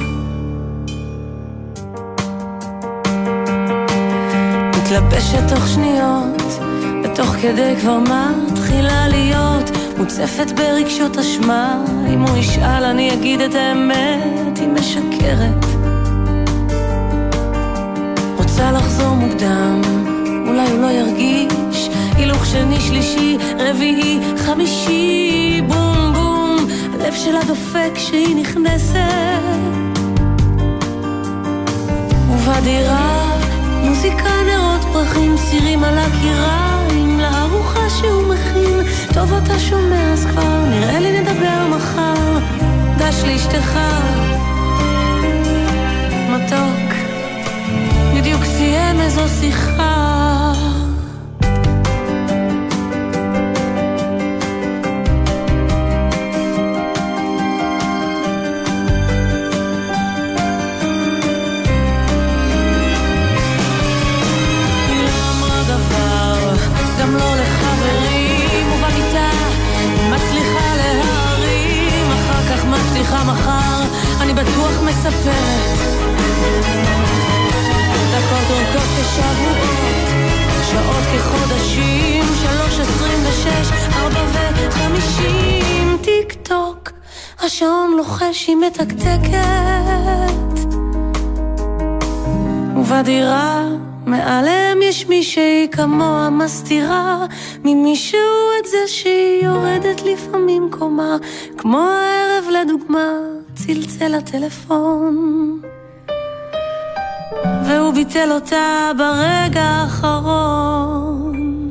מתלבשת תוך שניות, ותוך כדי כבר מתחילה להיות מוצפת ברגשות אשמה, אם הוא ישאל אני אגיד את האמת, היא משקרת, רוצה לחזור מוקדם, שלישי, רביעי, חמישי, בום בום, הלב שלה דופק כשהיא נכנסת. ובדירה מוזיקה, נרות, פרחים, סירים על הקירה, עם לארוחה שהוא מכין. טוב אתה שומע אז כבר, נראה לי נדבר מחר. דש לאשתך מתוק, בדיוק סיים איזו שיחה. גם לא לחברים, ובמיטה מצליחה להרים, אחר כך מבטיחה מחר, אני בטוח מספרת. דקות אורכות כשבועות, שעות כחודשים, 3:26, 4:50, טיק טוק, השעון לוחש היא מתקתקת. ובדירה מעליהם יש מישהי כמוה מסתירה ממישהו את זה שהיא יורדת לפעמים קומה, כמו הערב לדוגמה צלצל הטלפון והוא ביטל אותה ברגע האחרון.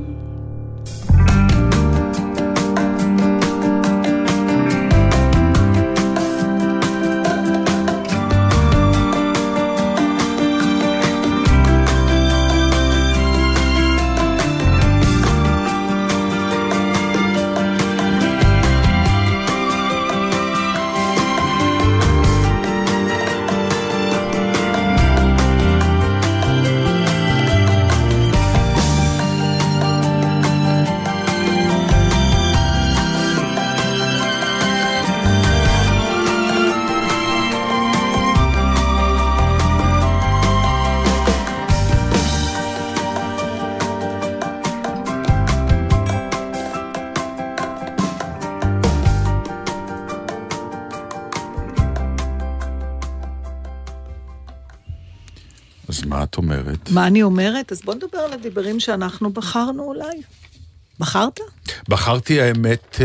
אז מה את אומרת? מה אני אומרת? אז בוא נדבר על הדיברים שאנחנו בחרנו אולי. בחרת? בחרתי האמת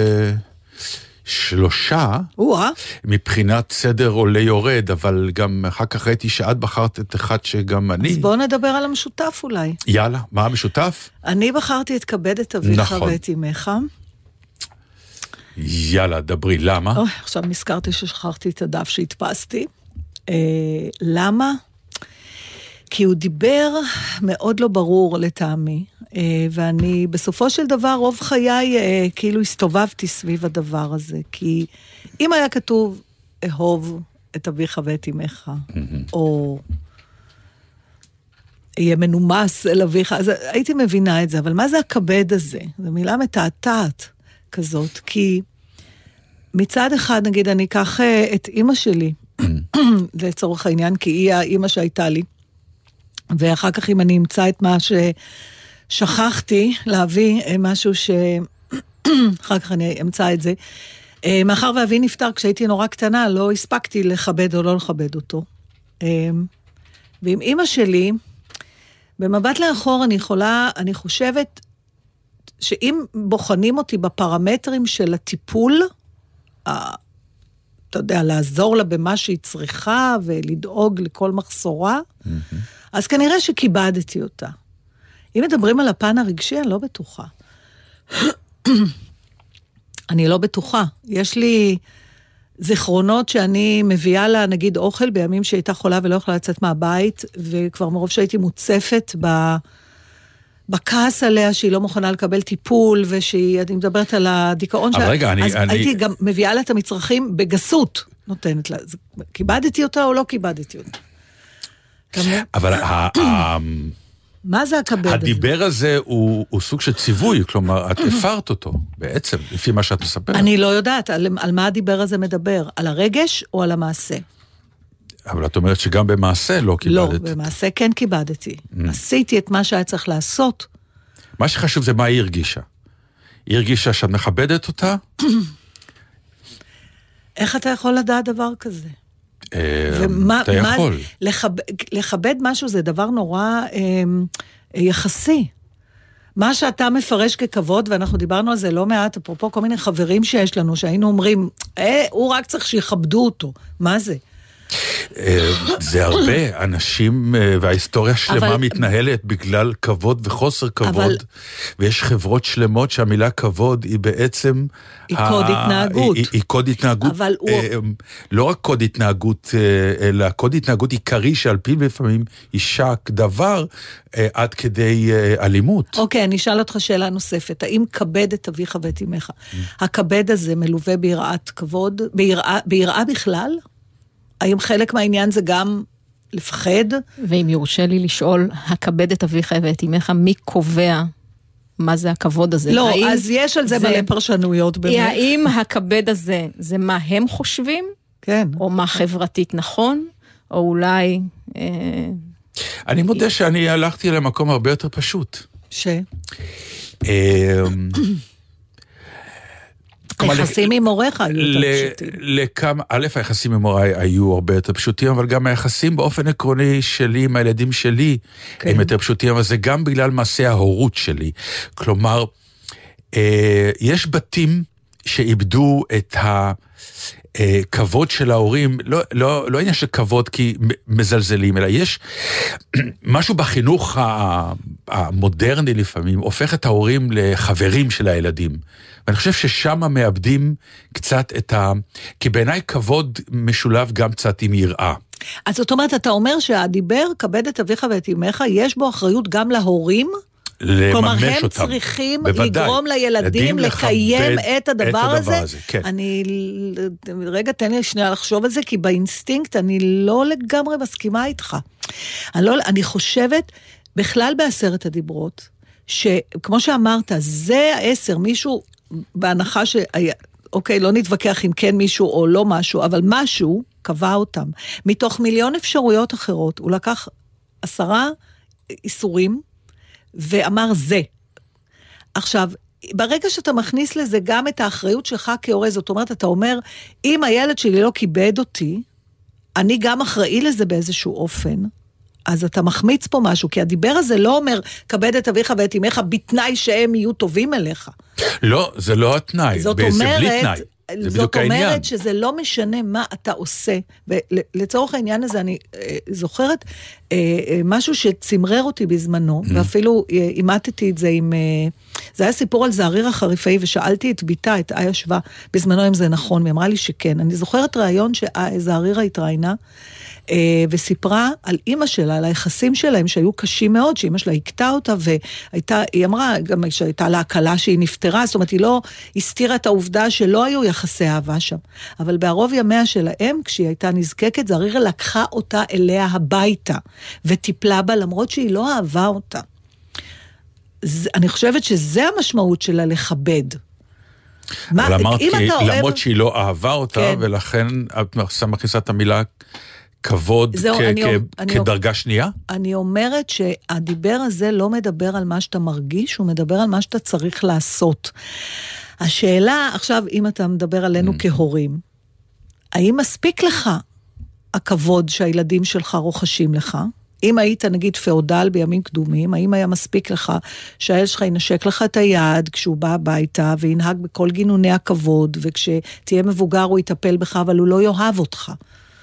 3, מבחינת סדר עולה יורד, אבל גם אחר כך ראיתי שאת בחרת את אחד שגם אני. אז בוא נדבר על המשותף אולי. יאללה, מה המשותף? אני בחרתי את כבד את אביך ואת אמך. יאללה, דברי, למה? עכשיו נזכרתי ששכחתי את הדף שהדפסתי. למה? כי הוא דיבר מאוד לא ברור לטעמי, ואני בסופו של דבר רוב חיי כאילו הסתובבתי סביב הדבר הזה, כי אם היה כתוב אהוב את אביך ואת אמך, או יהיה מנומס אל אביך, אז הייתי מבינה את זה, אבל מה זה הכבד הזה? זו מילה מתעתעת כזאת, כי מצד אחד נגיד אני אקח את אמא שלי, לצורך העניין, כי היא האמא שהייתה לי, ואחר כך אם אני אמצא את מה ששכחתי להביא, משהו אחר כך אני אמצא את זה. מאחר ואבי נפטר כשהייתי נורא קטנה, לא הספקתי לכבד או לא לכבד אותו. ועם אמא שלי, במבט לאחור אני חושבת שאם בוחנים אותי בפרמטרים של הטיפול, אתה יודע, לעזור לה במה שהיא צריכה ולדאוג לכל מחסורה, אז כנראה שכיבדתי אותה. אם מדברים על הפן הרגשי, אני לא בטוחה. אני לא בטוחה. יש לי זיכרונות שאני מביאה לה, נגיד, אוכל בימים שהייתה חולה ולא יכולה לצאת מהבית, וכבר מרוב שהייתי מוצפת בכעס עליה שהיא לא מוכנה לקבל טיפול, אני מדברת על הדיכאון שלה. רגע, אז הייתי גם מביאה לה את המצרכים בגסות, נותנת לה. כיבדתי אותה או לא כיבדתי אותה? אבל מה זה הכבד הזה? הדיבר הזה הוא סוג של ציווי, כלומר, את הפרת אותו, בעצם, לפי מה שאת מספרת. אני לא יודעת על מה הדיבר הזה מדבר, על הרגש או על המעשה? אבל את אומרת שגם במעשה לא כיבדת. לא, במעשה כן כיבדתי. עשיתי את מה שהיה צריך לעשות. מה שחשוב זה מה היא הרגישה. היא הרגישה שאת מכבדת אותה? איך אתה יכול לדעת דבר כזה? אתה יכול. לכבד משהו זה דבר נורא יחסי. מה שאתה מפרש ככבוד, ואנחנו דיברנו על זה לא מעט, אפרופו כל מיני חברים שיש לנו, שהיינו אומרים, הוא רק צריך שיכבדו אותו. מה זה? זה הרבה אנשים, וההיסטוריה שלמה מתנהלת בגלל כבוד וחוסר כבוד, ויש חברות שלמות שהמילה כבוד היא בעצם... היא קוד התנהגות. היא קוד התנהגות, לא רק קוד התנהגות, אלא קוד התנהגות עיקרי שעל פיו לפעמים יישק דבר עד כדי אלימות. אוקיי, אני אשאל אותך שאלה נוספת, האם כבד את אביך ואת אמך? הכבד הזה מלווה ביראת כבוד, ביראה בכלל? האם חלק מהעניין זה גם לפחד? ואם יורשה לי לשאול, הכבד את אביך ואת אמך, מי קובע מה זה הכבוד הזה? לא, אז יש על זה מלא פרשנויות באמת. האם הכבד הזה, זה מה הם חושבים? כן. או מה חברתית נכון? או אולי... אני מודה שאני הלכתי למקום הרבה יותר פשוט. היחסים עם הוריך היו יותר פשוטים. א', היחסים עם הוריי היו הרבה יותר פשוטים, אבל גם היחסים באופן עקרוני שלי עם הילדים שלי הם יותר פשוטים, אבל זה גם בגלל מעשה ההורות שלי. כלומר, יש בתים שאיבדו את הכבוד של ההורים, לא עניין של כבוד כי מזלזלים, אלא יש משהו בחינוך המודרני לפעמים, הופך את ההורים לחברים של הילדים. ואני חושב ששם מאבדים קצת כי בעיניי כבוד משולב גם קצת עם יראה. אז זאת אומרת, אתה אומר שהדיבר, כבד את אביך ואת אמך, יש בו אחריות גם להורים? כלומר, הם צריכים לגרום לילדים לקיים את הדבר הזה? כן. רגע, תן לי שנייה לחשוב על זה, כי באינסטינקט אני לא לגמרי מסכימה איתך. אני חושבת, בכלל בעשרת הדיברות, שכמו שאמרת, זה 10, מישהו, בהנחה אוקיי, לא נתווכח אם כן מישהו או לא משהו, אבל משהו קבע אותם. מתוך מיליון אפשרויות אחרות, הוא לקח 10 איסורים, ואמר זה. עכשיו, ברגע שאתה מכניס לזה גם את האחריות שלך כהורה, זאת אומרת, אתה אומר, אם הילד שלי לא כיבד אותי, אני גם אחראי לזה באיזשהו אופן, אז אתה מחמיץ פה משהו, כי הדיבר הזה לא אומר, כבד את אביך ואת אמך, בתנאי שהם יהיו טובים אליך. לא, זה לא התנאי, זה בלי תנאי. זאת אומרת שזה לא משנה מה אתה עושה, ולצורך העניין הזה אני זוכרת משהו שצמרר אותי בזמנו, ואפילו אימתתי את זה עם, זה היה סיפור על זעריר החריפאי, ושאלתי את ביתה, את איה שווה, בזמנו אם זה נכון, והיא אמרה לי שכן. אני זוכרת רעיון שזערירה התראיינה, וסיפרה על אמא שלה, על היחסים שלהם שהיו קשים מאוד, שאמא שלה הכתה אותה, והיא אמרה גם שהייתה לה הקלה שהיא נפטרה, זאת אומרת היא לא הסתירה את העובדה שלא היו יחסי אהבה שם, אבל בערוב ימיה שלהם, כשהיא הייתה נזקקת, זערירה לקחה אותה אליה הביתה, וטיפלה בה למרות שהיא לא אהבה אותה. אני חושבת שזה המשמעות שלה לכבד. אבל אמרת, למרות שהיא לא אהבה אותה, ולכן את מכניסה את המילה כבוד כדרגה שנייה? אני אומרת שהדיבר הזה לא מדבר על מה שאתה מרגיש, הוא מדבר על מה שאתה צריך לעשות. השאלה, עכשיו, אם אתה מדבר עלינו כהורים, האם מספיק לך הכבוד שהילדים שלך רוחשים לך? אם היית נגיד פאודל בימים קדומים, האם היה מספיק לך שהילד שלך ינשק לך את היד כשהוא בא הביתה, וינהג בכל גינוני הכבוד, וכשתהיה מבוגר הוא יטפל בך, אבל הוא לא יאהב אותך?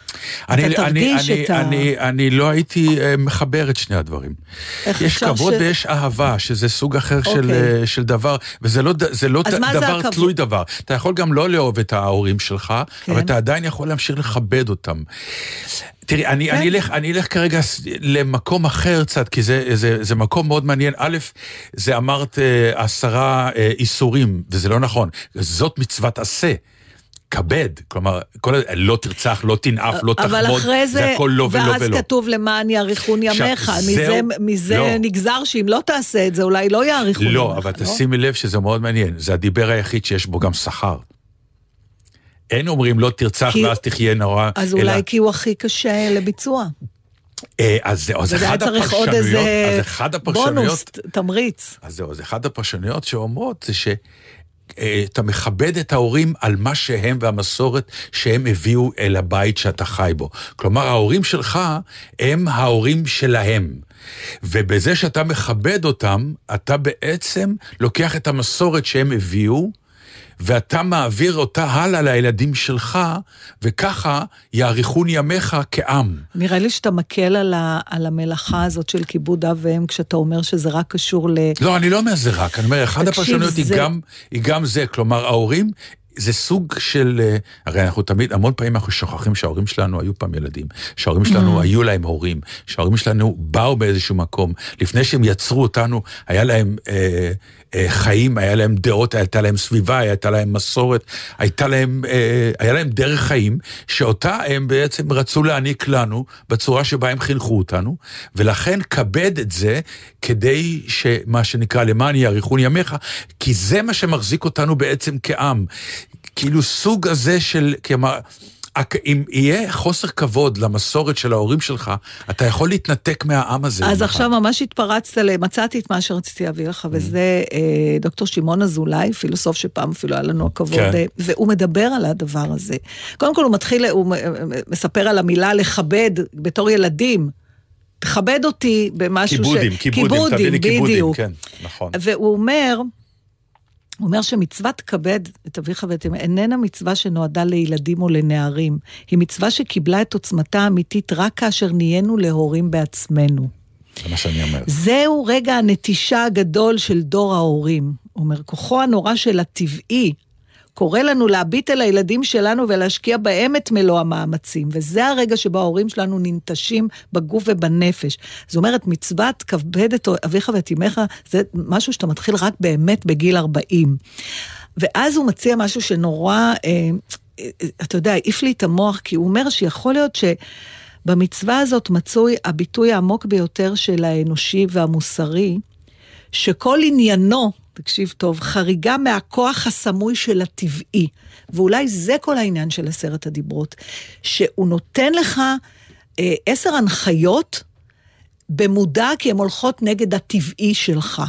אני לא הייתי מחבר את שני הדברים. יש כבוד ויש אהבה, שזה סוג אחר של דבר, וזה לא דבר תלוי דבר. אתה יכול גם לא לאהוב את ההורים שלך, אבל אתה עדיין יכול להמשיך לכבד אותם. תראי, אני אלך כרגע למקום אחר קצת, כי זה מקום מאוד מעניין. א', זה אמרת 10 איסורים, וזה לא נכון. זאת מצוות עשה. כבד, כלומר, לא תרצח, לא תנאף, לא תחמוד, זה הכל לא ולא ולא. ואז כתוב למען יאריכון ימיך, מזה נגזר שאם לא תעשה את זה, אולי לא יאריכון ימיך. לא, אבל תשימי לב שזה מאוד מעניין, זה הדיבר היחיד שיש בו גם שכר. אין אומרים לא תרצח ואז תחיה נורא. אז אולי כי הוא הכי קשה לביצוע. אז אחד הפרשנויות, בונוס, תמריץ. אז אחד הפרשנויות שאומרות זה אתה מכבד את ההורים על מה שהם והמסורת שהם הביאו אל הבית שאתה חי בו. כלומר, ההורים שלך הם ההורים שלהם. ובזה שאתה מכבד אותם, אתה בעצם לוקח את המסורת שהם הביאו, ואתה מעביר אותה הלאה לילדים שלך, וככה יאריכון ימיך כעם. נראה לי שאתה מקל על המלאכה הזאת של כיבוד אב ואם, כשאתה אומר שזה רק קשור לא, אני לא אומר זה רק, אני אומר, אחד הפרשנויות היא גם זה, כלומר, ההורים, זה סוג של, הרי אנחנו תמיד, המון פעמים אנחנו שוכחים שההורים שלנו היו פעם ילדים, שההורים שלנו היו להם הורים, שההורים שלנו באו באיזשהו מקום, לפני שהם יצרו אותנו, היה להם חיים, היה להם דעות, הייתה להם סביבה, הייתה להם מסורת, היה להם דרך חיים, שאותה הם בעצם רצו להעניק לנו, בצורה שבה הם חינכו אותנו, ולכן כבד את זה, כדי שמה שנקרא למען יאריכון ימיך, כי זה מה שמחזיק אותנו בעצם כעם. כאילו סוג הזה של, אם יהיה חוסר כבוד למסורת של ההורים שלך, אתה יכול להתנתק מהעם הזה. אז עכשיו ממש התפרצת, מצאתי את מה שרציתי להביא לך, וזה דוקטור שמעון אזולאי, פילוסוף שפעם אפילו היה לנו הכבוד, והוא מדבר על הדבר הזה. קודם כל הוא מספר על המילה לכבד בתור ילדים, תכבד אותי במשהו כיבודים, בדיוק. כן, נכון. והוא אומר שמצוות כבד את אביך ואת אמך איננה מצווה שנועדה לילדים או לנערים, היא מצווה שקיבלה את עוצמתה האמיתית רק כאשר נהיינו להורים בעצמנו. זה מה שאני אומר. זהו רגע הנטישה הגדול של דור ההורים. הוא אומר, כוחו הנורא של הטבעי, קורא לנו להביט אל הילדים שלנו ולהשקיע בהם את מלוא המאמצים, וזה הרגע שבו ההורים שלנו ננטשים בגוף ובנפש. זאת אומרת, מצוות כבד את אביך ואת אמך, זה משהו שאתה מתחיל רק באמת בגיל 40. ואז הוא מציע משהו שנורא, אתה יודע, העיף לי את המוח, כי הוא אומר שיכול להיות שבמצווה הזאת מצוי הביטוי העמוק ביותר של האנושי והמוסרי, שכל עניינו, תקשיב טוב, חריגה מהכוח הסמוי של הטבעי, ואולי זה כל העניין של 10 הדיברות, שהוא נותן לך 10 הנחיות במודע, כי הן הולכות נגד הטבעי שלך.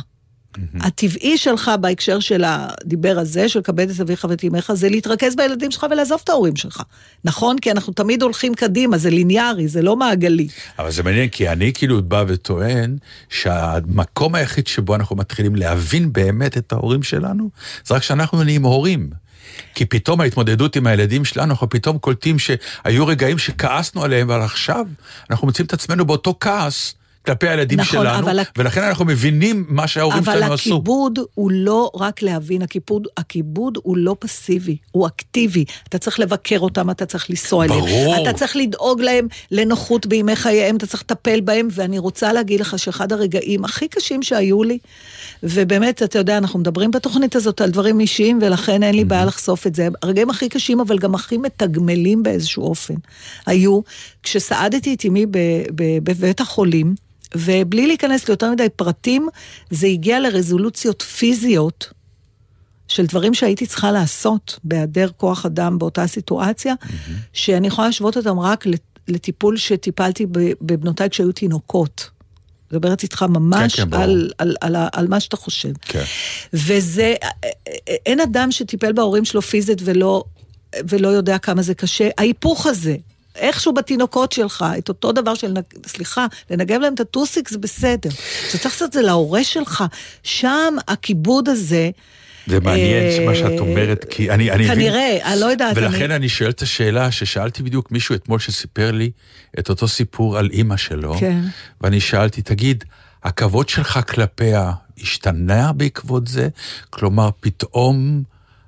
הטבעי שלך בהקשר של הדיבר הזה, של כבד את אביך ואת אמך, זה להתרכז בילדים שלך ולעזוב את ההורים שלך. נכון? כי אנחנו תמיד הולכים קדימה, זה ליניארי, זה לא מעגלי. אבל זה מעניין, כי אני כאילו בא וטוען, שהמקום היחיד שבו אנחנו מתחילים להבין באמת את ההורים שלנו, זה רק שאנחנו נהיים הורים. כי פתאום ההתמודדות עם הילדים שלנו, אנחנו פתאום קולטים שהיו רגעים שכעסנו עליהם, אבל עכשיו אנחנו מוצאים את עצמנו באותו כעס, כלפי הילדים נכון, שלנו, ולכן אנחנו מבינים מה שההורים שלנו עשו. אבל הכיבוד הוא לא רק להבין, הכיבוד הוא לא פסיבי, הוא אקטיבי. אתה צריך לבקר אותם, אתה צריך לנסוע אליהם. ברור. אתה צריך לדאוג להם לנוחות בימי חייהם, אתה צריך לטפל בהם, ואני רוצה להגיד לך שאחד הרגעים הכי קשים שהיו לי, ובאמת, אתה יודע, אנחנו מדברים בתוכנית הזאת על דברים אישיים, ולכן אין לי בעיה לחשוף את זה. הרגעים הכי קשים, אבל גם הכי מתגמלים באיזשהו אופן. היו, כשסעדתי את אמי בבית החולים, ובלי להיכנס ליותר מדי פרטים, זה הגיע לרזולוציות פיזיות, של דברים שהייתי צריכה לעשות, בהיעדר כוח אדם באותה סיטואציה, שאני יכולה לשוות אותם רק לטיפול שטיפלתי בבנותיי כשהיו תינוקות. מדברת איתך ממש על מה שאתה חושב. וזה, אין אדם שטיפל בהורים שלו פיזית ולא יודע כמה זה קשה. ההיפוך הזה, איכשהו בתינוקות שלך, את אותו דבר של, לנגב להם את הטוסיק, זה בסדר. שצריך לעשות זה להורה שלך, שם הכיבוד הזה, זה מעניין מה שאת אומרת, כי אני כנראה, אני לא יודעת. ולכן אני שואל את השאלה, ששאלתי בדיוק מישהו אתמול שסיפר לי את אותו סיפור על אמא שלו, ואני שאלתי, תגיד, הכבוד שלך כלפיה השתנה בעקבות זה? כלומר, פתאום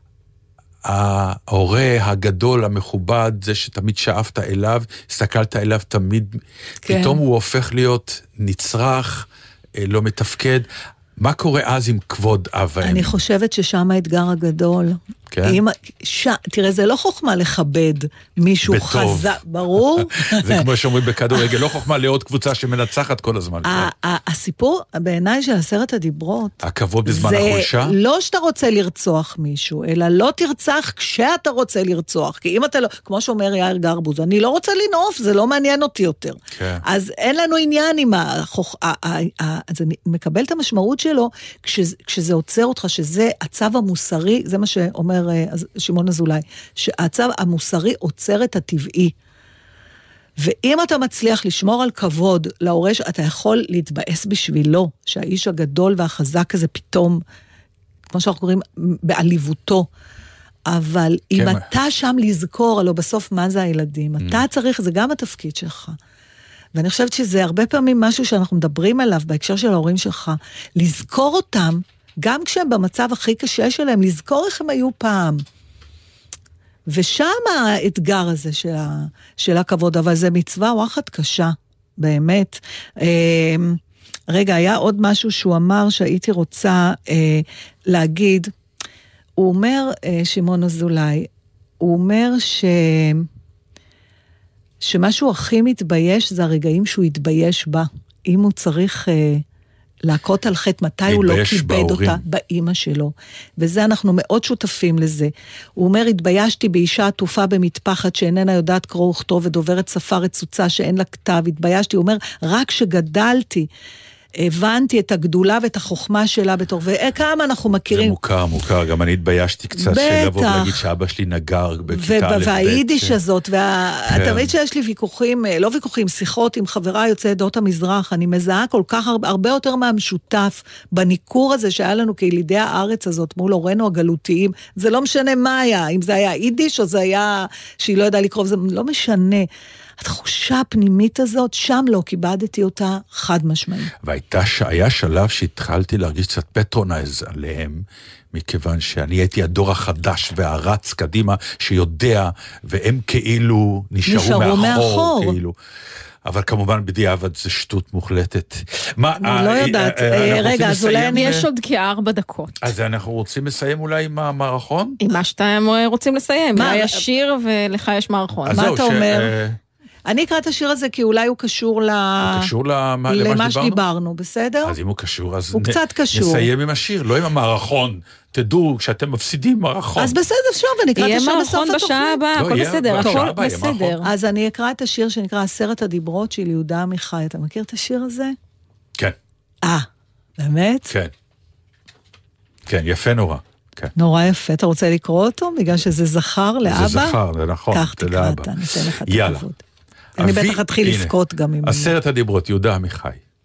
ההורה הגדול, המכובד, זה שתמיד שאפת אליו, הסתכלת אליו תמיד, פתאום הוא הופך להיות נצרך, לא מתפקד. מה קורה אז עם כבוד אב ואם? אני חושבת ששם האתגר הגדול, כן? תראה, זה לא חוכמה לכבד מישהו חזק, ברור. זה כמו שאומרים בכדורגל, לא חוכמה לעוד קבוצה שמנצחת כל הזמן. הסיפור בעיניי של 10 הדיברות, הכבוד בזמן החולשה? זה לא שאתה רוצה לרצוח מישהו, אלא לא תרצח כשאתה רוצה לרצוח, כי אם אתה לא, כמו שאומר יאיר גרבוז, אני לא רוצה לנעוף, זה לא מעניין אותי יותר. כן. אז אין לנו עניין עם זה מקבל את המשמעות שלו, כשזה עוצר אותך, שזה הצו המוסרי, זה מה שאומר שמעון אזולאי, שהצו המוסרי עוצר את הטבעי. ואם אתה מצליח לשמור על כבוד להורש, אתה יכול להתבאס בשבילו, שהאיש הגדול והחזק הזה פתאום, כמו שאנחנו קוראים, בעליבותו. אבל אם אתה שם לזכור, הלוא בסוף מה זה הילדים, אתה צריך, זה גם התפקיד שלך. ואני חושבת שזה הרבה פעמים משהו שאנחנו מדברים עליו, בהקשר של ההורים שלך, לזכור אותם, גם כשהם במצב הכי קשה שלהם, לזכור איך הם היו פעם. ושם האתגר הזה של הכבוד, אבל זה מצווה וואחד קשה, באמת. רגע, היה עוד משהו שהוא אמר שהייתי רוצה להגיד, הוא אומר, שמעון אזולאי, הוא אומר שמשהו הכי מתבייש זה הרגעים שהוא התבייש בה, אם הוא צריך להכות על חטא, מתי הוא לא כיבד אותה באמא שלו. וזה אנחנו מאוד שותפים לזה. הוא אומר, התביישתי באישה עטופה במטפחת שאיננה יודעת קרוא וכתוב ודוברת שפה רצוצה שאין לה כתב. התביישתי, הוא אומר, רק שגדלתי, הבנתי את הגדולה ואת החוכמה שלה בתור, וכמה אנחנו מכירים. זה מוכר, גם אני התביישתי קצת שלבוא להגיד שאבא שלי נגר בכיתה א' ב'. והיידיש הזאת, תמיד שיש לי ויכוחים, לא ויכוחים, שיחות עם חברה יוצאי עדות המזרח, אני מזהה כל כך הרבה יותר מהמשותף, בניקור הזה שהיה לנו כילידי הארץ הזאת, מול הורינו הגלותיים, זה לא משנה מה היה, אם זה היה יידיש או זה היה שהיא לא ידעה לקרוא, זה לא משנה. התחושה הפנימית הזאת, שם לא כיבדתי אותה חד משמעית. והיה שלב שהתחלתי להרגיש קצת פטרונייז עליהם, מכיוון שאני הייתי הדור החדש והרץ קדימה, שיודע, והם כאילו נשארו מאחור. כאילו. אבל כמובן בדיעבד זה שטות מוחלטת. אני לא יודעת. רגע, אז אולי יש עוד כ4 דקות. אז אנחנו רוצים לסיים אולי עם המערכון? עם מה שאתם רוצים לסיים. מה יש שיר ולך יש מערכון. מה אתה אומר? אני אקרא את השיר הזה כי אולי הוא קשור למה שדיברנו, בסדר? אז אם הוא קשור, אז הוא קצת קשור. נסיים עם השיר, לא עם המערכון. תדעו, כשאתם מפסידים מערכון. אז בסדר, שוב, אני אקרא את השיר בסוף התוכנית. יהיה מערכון בשעה הבאה, הכל בסדר, הכל בסדר. אז אני אקרא את השיר שנקרא 10 הדיברות של יהודה עמיחי. אתה מכיר את השיר הזה? כן. באמת? כן. כן, יפה נורא. נורא יפה. אתה רוצה לקרוא אותו? בגלל שזה זכר לאבא? זה זכר, זה נכון. כך תקרא אתה, ניתן לך את הכבוד. אני בטח אתחיל לבכות גם עם... 10 הדיברות, יהודה עמיחי.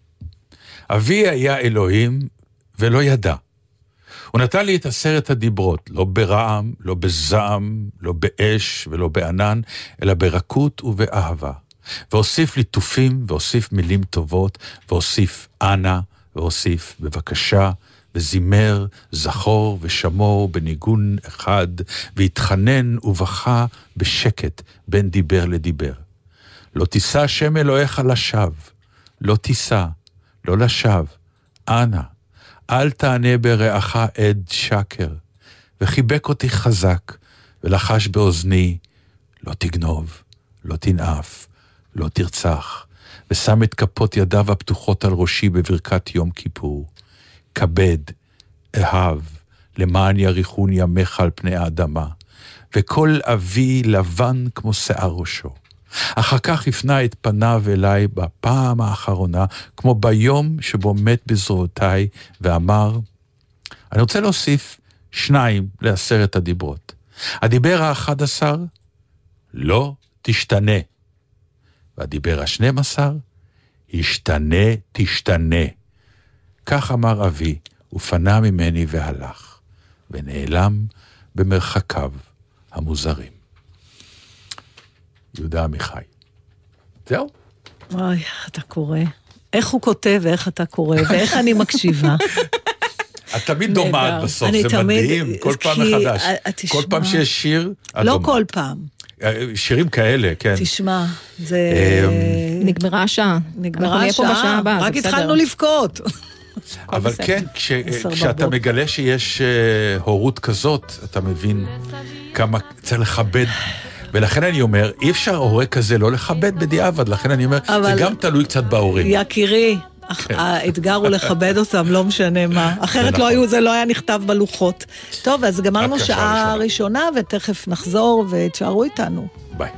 אבי היה אלוהים ולא ידע. הוא נתן לי את 10 הדיברות, לא ברעם, לא בזעם, לא באש ולא בענן, אלא ברכות ובאהבה. והוסיף ליטופים, והוסיף מילים טובות, והוסיף אנא, והוסיף בבקשה, וזימר, זכור ושמור בניגון אחד, והתחנן ובכה בשקט בין דיבר לדיבר. לא תישא שם אלוהיך לשווא, לא תישא, לא לשווא, אנא, אל תענה ברעך עד שקר, וחיבק אותי חזק, ולחש באוזני, לא תגנוב, לא תנאף, לא תרצח, ושם את כפות ידיו הפתוחות על ראשי בברכת יום כיפור. כבד, אהב, למען יריחון ימיך על פני האדמה, וכל אבי לבן כמו שיער ראשו. אחר כך הפנה את פניו אליי בפעם האחרונה, כמו ביום שבו מת בזרועותיי, ואמר, אני רוצה להוסיף 2 ל10 הדיברות. הדיבר ה11, לא תשתנה. והדיבר ה12, ישתנה, תשתנה. כך אמר אבי, ופנה ממני והלך, ונעלם במרחקיו המוזרים. יהודה עמיחי. זהו? אוי, איך אתה קורא. איך הוא כותב ואיך אתה קורא, ואיך אני מקשיבה. את תמיד דומעת בסוף, זה מדהים, כל פעם מחדש. כל פעם שיש שיר, לא כל פעם. שירים כאלה, כן. תשמע, זה... נגמרה השעה. נגמרה השעה, רק התחלנו לבכות. אבל כן, כשאתה מגלה שיש הורות כזאת, אתה מבין כמה צריך לכבד. ולכן אני אומר, אי אפשר הורה כזה לא לכבד בדיעבד, לכן אני אומר, זה גם תלוי קצת בהורים. יקירי, האתגר הוא לכבד אותם, לא משנה מה. אחרת זה לא היה נכתב בלוחות. טוב, אז גמרנו שעה ראשונה, ותכף נחזור ותשארו איתנו. ביי.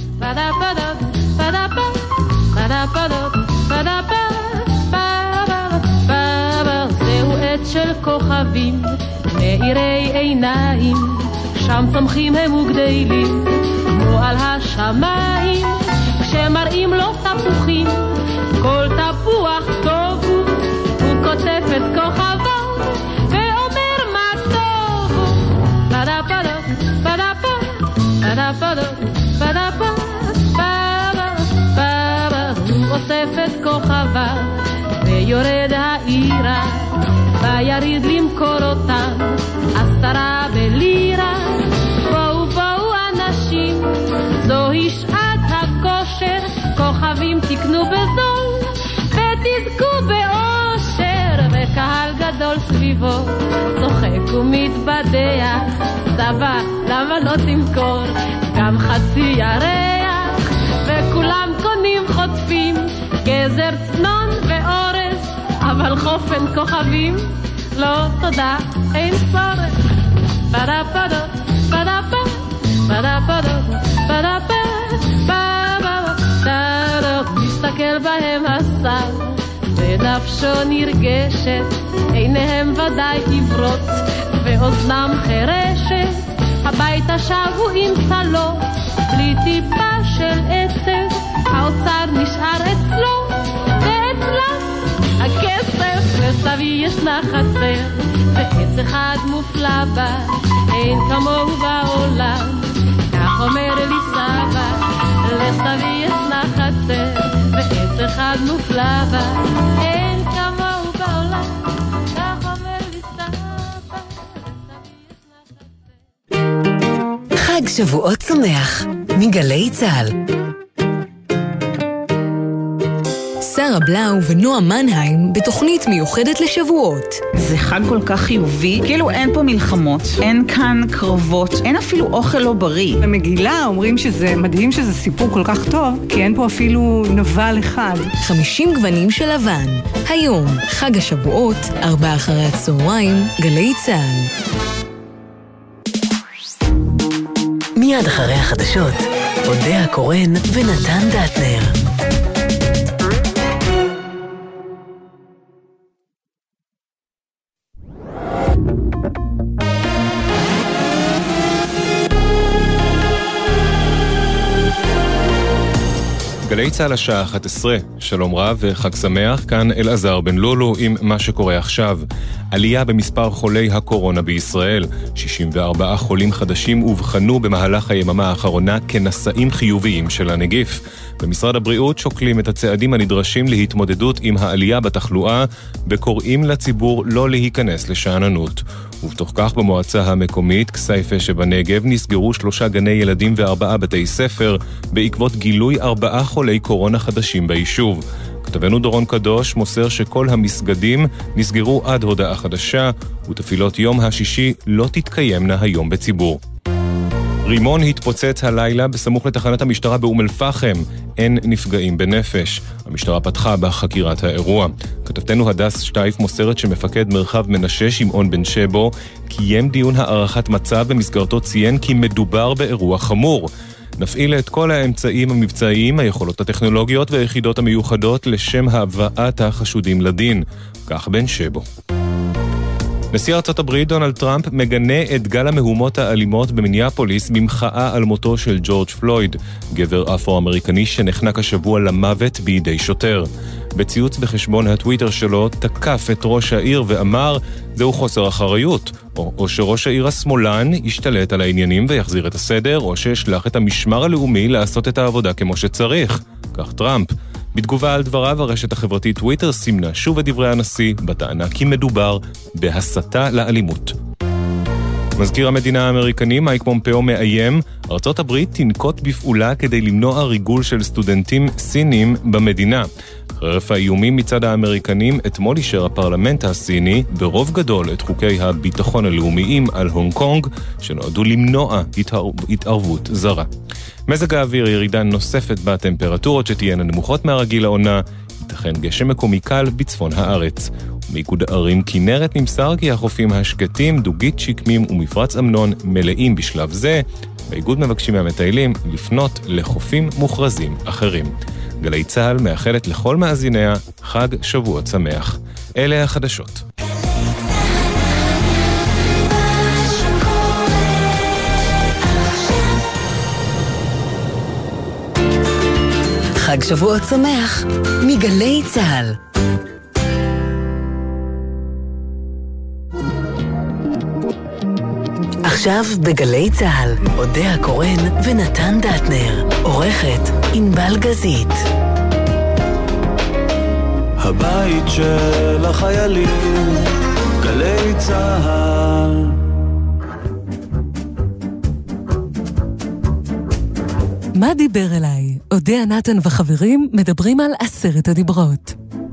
זהו עת של כוכבים, מאירי עיניים, שם צומחים הם וגדלים, כמו על השמיים, כשמראים לו תפוחים, כל תפוח טוב הוא כותב את כוכבו ואומר מה טוב. פדפדו, פדפה, פדפדו, פדפה, הוא אוסף את כוכבה ויורד העירה, ויריד למכור אותם 10 בלירה. בואו בואו אנשים, זוהי שעת הכושר, כוכבים תקנו בזול ותזכו באושר. וקהל גדול סביבו צוחק ומתבדח, סבא למה לא תמכור גם חצי ירח. וכולם קונים חוטפים גזר צנון ואורז, אבל חופן כוכבים לא תודה, אין צורך. פדפדו, פדפה, פדפדו, פדפה, מסתכל בהם השר ונפשו נרגשת, עיניהם ודאי עברות ואוזנם חרשת. הביתה שבו עם צלו בלי טיפה של עצב, האוצר נשאר אצלו ואצלה הכסף. לסבי ישנה חצר ועץ אחד מופלא בה, אין כמוהו בעולם, כך אומר לי סבא. לסבי ישנה חצר ועץ אחד מופלא בה, אין כמוהו בעולם, כך אומר לי סבא. חג שבועות שמח מגלי צהל. שרה בלאו ונועה מנהיים בתוכנית מיוחדת לשבועות. זה חג כל כך חיובי, כאילו אין פה מלחמות, אין כאן קרבות, אין אפילו אוכל לא בריא. במגילה אומרים שזה מדהים שזה סיפור כל כך טוב, כי אין פה אפילו נבל אחד. 50 גוונים של לבן. היום, חג השבועות, 16:00, גלי צהל. מיד אחרי החדשות, אודיה קורן ונתן דטנר. גלי צהל השעה 11, שלום רב וחג שמח, כאן אלעזר בן לולו עם מה שקורה עכשיו. עלייה במספר חולי הקורונה בישראל, 64 חולים חדשים אובחנו במהלך היממה האחרונה כנשאים חיוביים של הנגיף. במשרד הבריאות שוקלים את הצעדים הנדרשים להתמודדות עם העלייה בתחלואה, וקוראים לציבור לא להיכנס לשאננות. ובתוך כך במועצה המקומית כסייפה שבנגב נסגרו 3 גני ילדים ו4 בתי ספר בעקבות גילוי 4 חולי קורונה חדשים ביישוב. כתבנו דורון קדוש מוסר שכל המסגדים נסגרו עד הודעה חדשה, ותפילות יום השישי לא תתקיימנה היום בציבור. רימון התפוצץ הלילה בסמוך לתחנת המשטרה באום אל-פחם. אין נפגעים בנפש. המשטרה פתחה בחקירת האירוע. כתבתנו הדס שטייף מוסרת שמפקד מרחב מנשה שמעון בן שבו קיים דיון הערכת מצב במסגרתו ציין כי מדובר באירוע חמור. נפעיל את כל האמצעים המבצעיים, היכולות הטכנולוגיות והיחידות המיוחדות לשם הבאת החשודים לדין. כך בן שבו. נשיא ארצות הברית דונלד טראמפ מגנה את גל המהומות האלימות במיניאפוליס במחאה על מותו של ג'ורג' פלויד, גבר אפרו-אמריקני שנחנק השבוע למוות בידי שוטר. בציוץ בחשבון הטוויטר שלו תקף את ראש העיר ואמר, זהו חוסר אחריות, או שראש העיר השמאלן ישתלט על העניינים ויחזיר את הסדר, או שישלח את המשמר הלאומי לעשות את העבודה כמו שצריך. כך טראמפ. בתגובה על דבריו, הרשת החברתית טוויטר סימנה שוב את דברי הנשיא, בטענה כי מדובר בהסתה לאלימות. מזכיר המדינה האמריקני מייק פומפאו מאיים, ארצות הברית תנקוט בפעולה כדי למנוע ריגול של סטודנטים סינים במדינה. חרף האיומים מצד האמריקנים, אתמול אישר הפרלמנט הסיני ברוב גדול את חוקי הביטחון הלאומיים על הונג קונג, שנועדו למנוע התערבות זרה. מזג האוויר, ירידה נוספת בטמפרטורות שתהיינה נמוכות מהרגיל לעונה, ייתכן גשם מקומי קל בצפון הארץ. מאיגוד הערים כנרת נמסר כי החופים השקטים, דוגית, שקמים ומפרץ אמנון מלאים בשלב זה. באיגוד מבקשים מהמטיילים לפנות לחופים מוכרזים אחרים. גלי צהל מאחלת לכל מאזיניה חג שבועות שמח. אלה החדשות. חג שבועות שמח מגלי צהל. עכשיו בגלי צהל, אודיה קורן ונתן דטנר, עורכת ענבל גזית. הבית של החיילים, גלי צהל. מה דיבר אליי? אודיה נתן וחברים מדברים על 10 הדיברות.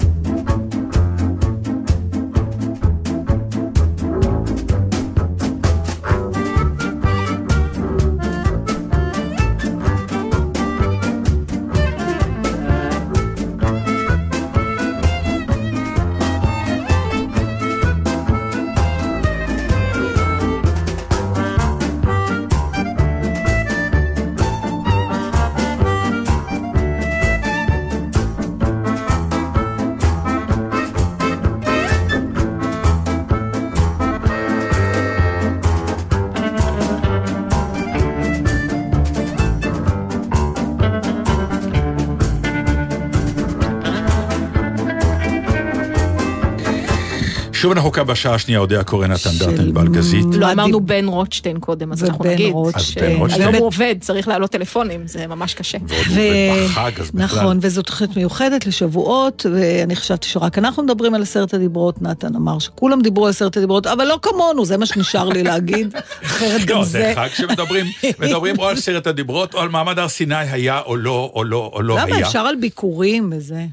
שוב אנחנו כאן בשעה השנייה, אודיה קורן, נתן דטנר בלגזית. לא אמרנו בן רוטשטיין קודם, אז אנחנו נגיד שהיום הוא עובד, צריך לעלות טלפונים, זה ממש קשה. נכון, וזו תוכנית מיוחדת לשבועות, ואני חשבתי שרק אנחנו מדברים על 10 הדיברות, נתן אמר שכולם דיברו על 10 הדיברות, אבל לא כמונו, זה מה שנשאר לי להגיד, אחרת גם זה. זה חג שמדברים או על 10 הדיברות, או על מעמד הר סיני היה או לא היה. למה אפשר על ביקורים וזה?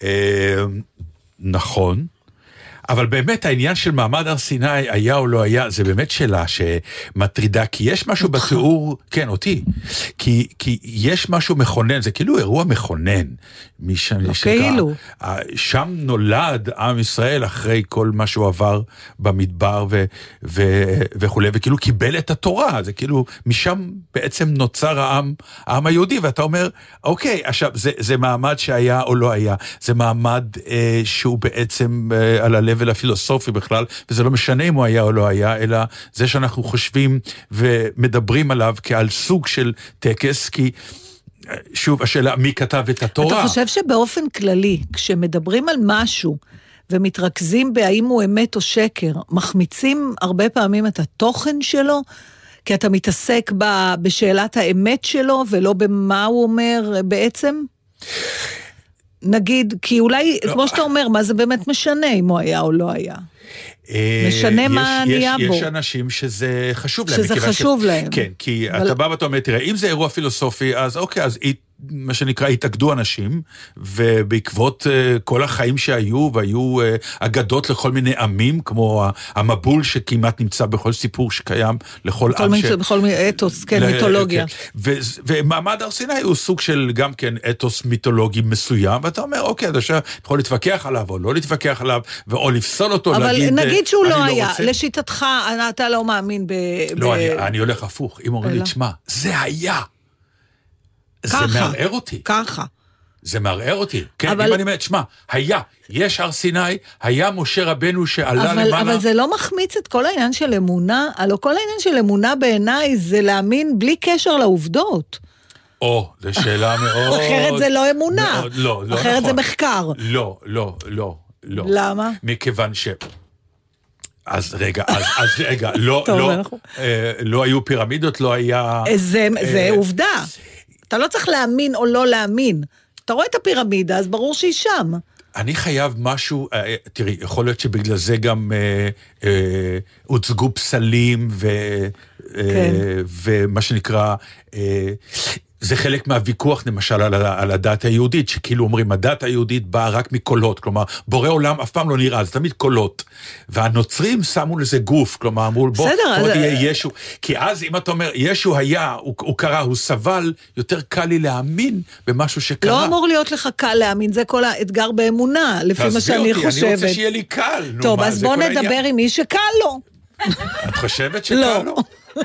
נכון. אבל באמת העניין של מעמד הר סיני היה או לא היה, זה באמת שאלה שמטרידה, כי יש משהו בתיאור, כן, אותי, כי יש משהו מכונן, זה כאילו אירוע מכונן, כאילו. שם נולד עם ישראל אחרי כל מה שהוא עבר במדבר וכו', וכאילו קיבל את התורה, זה כאילו משם בעצם נוצר העם היהודי, ואתה אומר, אוקיי, עכשיו, זה מעמד שהיה או לא היה, זה מעמד שהוא בעצם על הלב ולפילוסופי בכלל, וזה לא משנה אם הוא היה או לא היה, אלא זה שאנחנו חושבים ומדברים עליו כעל סוג של טקס, כי שוב השאלה מי כתב את התורה. אתה חושב שבאופן כללי, כשמדברים על משהו ומתרכזים בהאם הוא אמת או שקר, מחמיצים הרבה פעמים את התוכן שלו, כי אתה מתעסק בשאלת האמת שלו ולא במה הוא אומר בעצם? נגיד, כי אולי, כמו שאתה אומר, מה זה באמת משנה אם הוא היה או לא היה? משנה מה נהיה בו. יש אנשים שזה חשוב להם. שזה חשוב להם. כן, כי אתה בא ואתה אומר, תראה, אם זה אירוע פילוסופי, אז אוקיי, אז מה שנקרא, התאגדו אנשים, ובעקבות כל החיים שהיו, והיו אגדות לכל מיני עמים, כמו המבול שכמעט נמצא בכל סיפור שקיים, לכל עם בכל מיני אתוס, כן, מיתולוגיה. ומעמד הר סיני הוא סוג של גם כן אתוס מיתולוגי מסוים, ואתה אומר, אוקיי, אתה יכול להתווכח עליו, או לא להתווכח עליו, או לפסול אותו, אבל נגיד שהוא לא היה, לשיטתך, אתה לא מאמין לא, אני הולך הפוך, אם אומרים לי, תשמע, זה היה. זה מערער אותי. ככה. זה מערער אותי. כן, אם אני אומר, תשמע, יש הר סיני, היה משה רבנו שעלה למעלה. אבל זה לא מחמיץ את כל העניין של אמונה, הלוא כל העניין של אמונה בעיניי זה להאמין בלי קשר לעובדות. זו שאלה מאוד... אחרת זה לא אמונה. לא נכון. אחרת זה מחקר. לא. למה? מכיוון ש... אז רגע, לא היו פירמידות, לא היה... זה עובדה. אתה לא צריך להאמין או לא להאמין. אתה רואה את הפירמידה, אז ברור שהיא שם. אני חייב משהו, תראי, יכול להיות שבגלל זה גם הוצגו פסלים ומה שנקרא, זה חלק מהוויכוח, למשל, על הדת היהודית, שכאילו אומרים, הדת היהודית באה רק מקולות, כלומר, בורא עולם אף פעם לא נראה, זה תמיד קולות. והנוצרים שמו לזה גוף, כלומר, אמרו, בוא תהיה ישו. כי אז, אם אתה אומר, ישו היה, הוא קרא, הוא סבל, יותר קל לי להאמין במשהו שקרה. לא אמור להיות לך קל להאמין, זה כל האתגר באמונה, לפי מה שאני חושבת. אני רוצה שיהיה לי קל. טוב, אז בוא נדבר עם מי שקל לו. את חושבת שקל לו?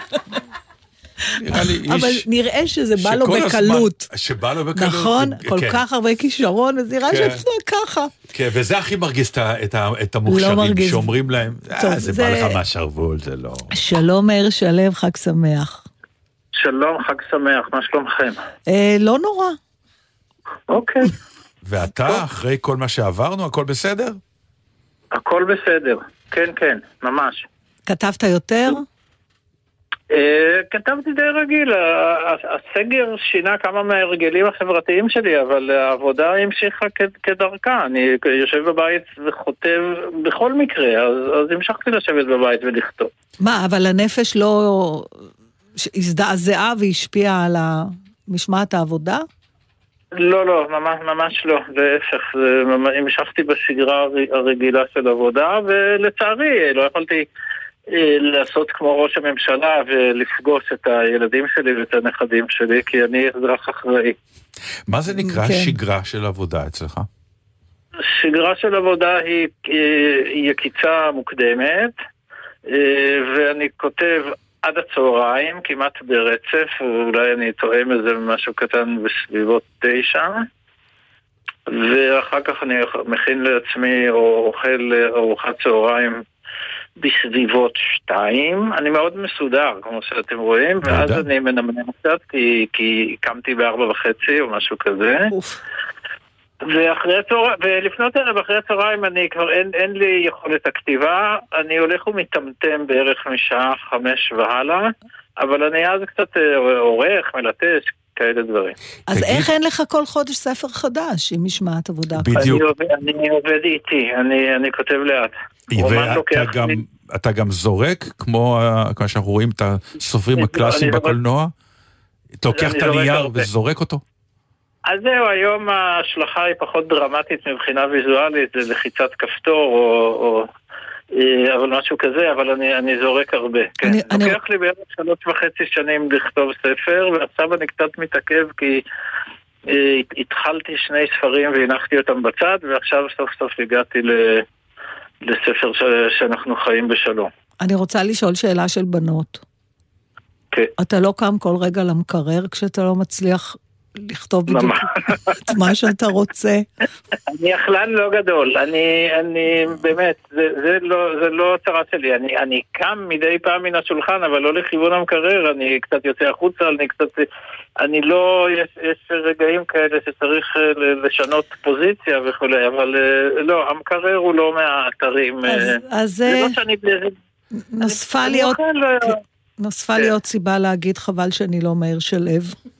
אבל נראה שזה בא לו בקלות. שבא לו בקלות. נכון, כל כך הרבה כישרון, אז נראה שזה ככה. כן, וזה הכי מרגיז את המוכשרים, שאומרים להם, זה בא לך מהשרוול, זה לא... שלום מאיר שלו, חג שמח. שלום, חג שמח, מה שלומכם? לא נורא. אוקיי. ואתה, אחרי כל מה שעברנו, הכל בסדר? הכל בסדר, כן, כן, ממש. כתבת יותר? כתבתי די רגיל, הסגר שינה כמה מההרגלים החברתיים שלי, אבל העבודה המשיכה כדרכה, אני יושב בבית וחוטב בכל מקרה, אז המשכתי לשבת בבית ולכתוב. מה, אבל הנפש לא הזדעזעה והשפיעה על משמעת העבודה? לא, ממש לא, להפך, המשכתי בשגרה הרגילה של עבודה, ולצערי לא יכולתי לעשות כמו ראש הממשלה ולפגוש את הילדים שלי ואת הנכדים שלי, כי אני אזרח אחראי. מה זה נקרא שגרה של עבודה אצלך? שגרה של עבודה היא יקיצה מוקדמת, ואני כותב עד הצהריים, כמעט ברצף, ואולי אני תואם איזה משהו קטן בסביבות 9, ואחר כך אני מכין לעצמי או אוכל ארוחת צהריים בסביבות 2, אני מאוד מסודר, כמו שאתם רואים, ואז אני מנמנם קצת, כי קמתי ב4:30 או משהו כזה. ולפנות ערב אחרי הצהריים אני כבר אין לי יכולת הכתיבה, אני הולך ומתמתם בערך משעה 5 והלאה, אבל אני אז קצת עורך, מלטש, כאלה דברים. אז איך אין לך כל חודש ספר חדש עם משמעת עבודה? בדיוק. אני עובד איתי, אני כותב לאט. ואתה גם זורק, כמו שאנחנו רואים את הסופרים הקלאסיים בקולנוע? אתה לוקח את הנייר וזורק אותו? אז זהו, היום ההשלכה היא פחות דרמטית מבחינה ויזואלית, זה לחיצת כפתור אבל משהו כזה, אבל אני זורק הרבה. כן. לוקח לי בערך 3.5 שנים לכתוב ספר, ועכשיו אני קצת מתעכב כי התחלתי 2 ספרים והנחתי אותם בצד, ועכשיו סוף סוף הגעתי לספר שאנחנו חיים בשלום. אני רוצה לשאול שאלה של בנות. כן. אתה לא קם כל רגע למקרר כשאתה לא מצליח לכתוב בדיוק את מה שאתה רוצה? אני אכלן לא גדול, אני באמת, זה לא צרה שלי, אני קם מדי פעם מן השולחן, אבל לא לכיוון המקרר, אני קצת יוצא החוצה, אני לא, יש רגעים כאלה שצריך לשנות פוזיציה וכו', אבל לא, המקרר הוא לא מהאתרים, זה לא שאני נוספה לי עוד סיבה להגיד חבל שאני לא מאיר שלו.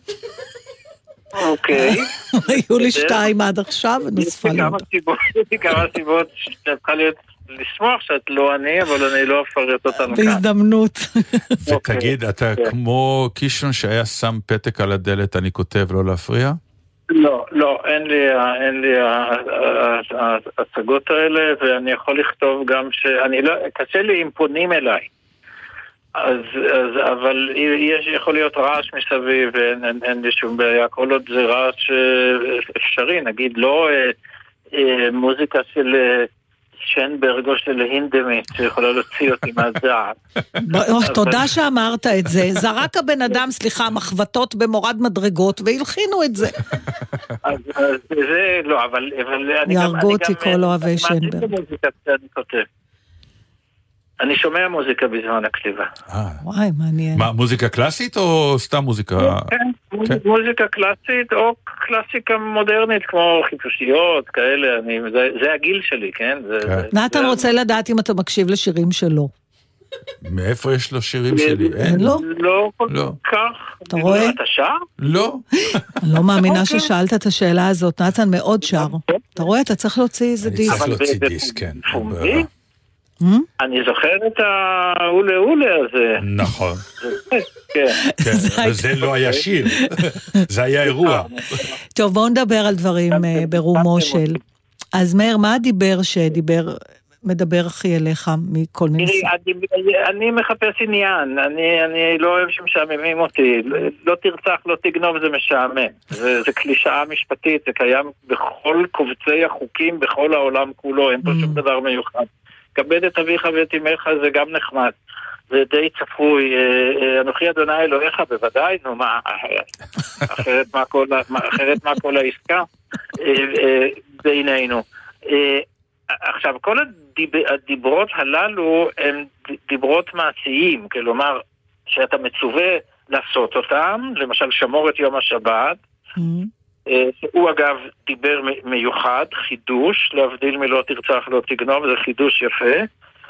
אוקיי. היו לי 2 עד עכשיו, ונוספה לי עוד. יש לי כמה סיבות שאת צריכה לשמוח שאת לא אני, אבל אני לא אפרט אותנו כאן. בהזדמנות. ותגיד, אתה כמו קישון שהיה שם פתק על הדלת, אני כותב לא להפריע? לא, אין לי ההצגות האלה, ואני יכול לכתוב גם קשה לי אם פונים אליי. אבל יכול להיות רעש מסביב, ואין לי שום בעיה, כל עוד זה רעש אפשרי, נגיד לא מוזיקה של שנברג או של הינדמית, שיכולה להוציא אותי מהזעק. תודה שאמרת את זה, זרק הבן אדם, סליחה, מחבטות במורד מדרגות, והלחינו את זה. אז זה לא, אבל יהרגו אותי כל אוהבי שנברג. אני שומע מוזיקה בזמן הכתיבה. וואי, מעניין. מה, מוזיקה קלאסית או סתם מוזיקה? כן, מוזיקה קלאסית או קלאסיקה מודרנית, כמו חיפושיות, כאלה, זה הגיל שלי, כן? נתן רוצה לדעת אם אתה מקשיב לשירים שלו. מאיפה יש לו שירים שלי? אין לו? לא כל כך. אתה רואה? אתה שר? לא. אני לא מאמינה ששאלת את השאלה הזאת, נתן מאוד שר. אתה רואה, אתה צריך להוציא איזה דיסק. אני צריך להוציא דיסק, כן. אני זוכר את האולה הזה. נכון. זה לא היה שיר, זה היה אירוע. טוב, בואו נדבר על דברים ברומו של... אז מאיר, מה הדיבר מדבר הכי אליך מכל מיני... אני מחפש עניין, אני לא אוהב שמשעממים אותי, לא תרצח, לא תגנוב, זה משעמם. זה קלישאה משפטית, זה קיים בכל קובצי החוקים, בכל העולם כולו, אין פה שום דבר מיוחד. כבד את אביך ואת אמך, זה גם נחמד. זה די צפוי, אנוכי אדוני אלוהיך, בוודאי, נו מה, אחרת מה כל העסקה בינינו. עכשיו, כל הדיברות הללו הם דיברות מעשיים, כלומר, שאתה מצווה לעשות אותם, למשל שמור את יום השבת, הוא אגב דיבר מיוחד, חידוש, להבדיל מלא תרצח לא תגנוב, זה חידוש יפה,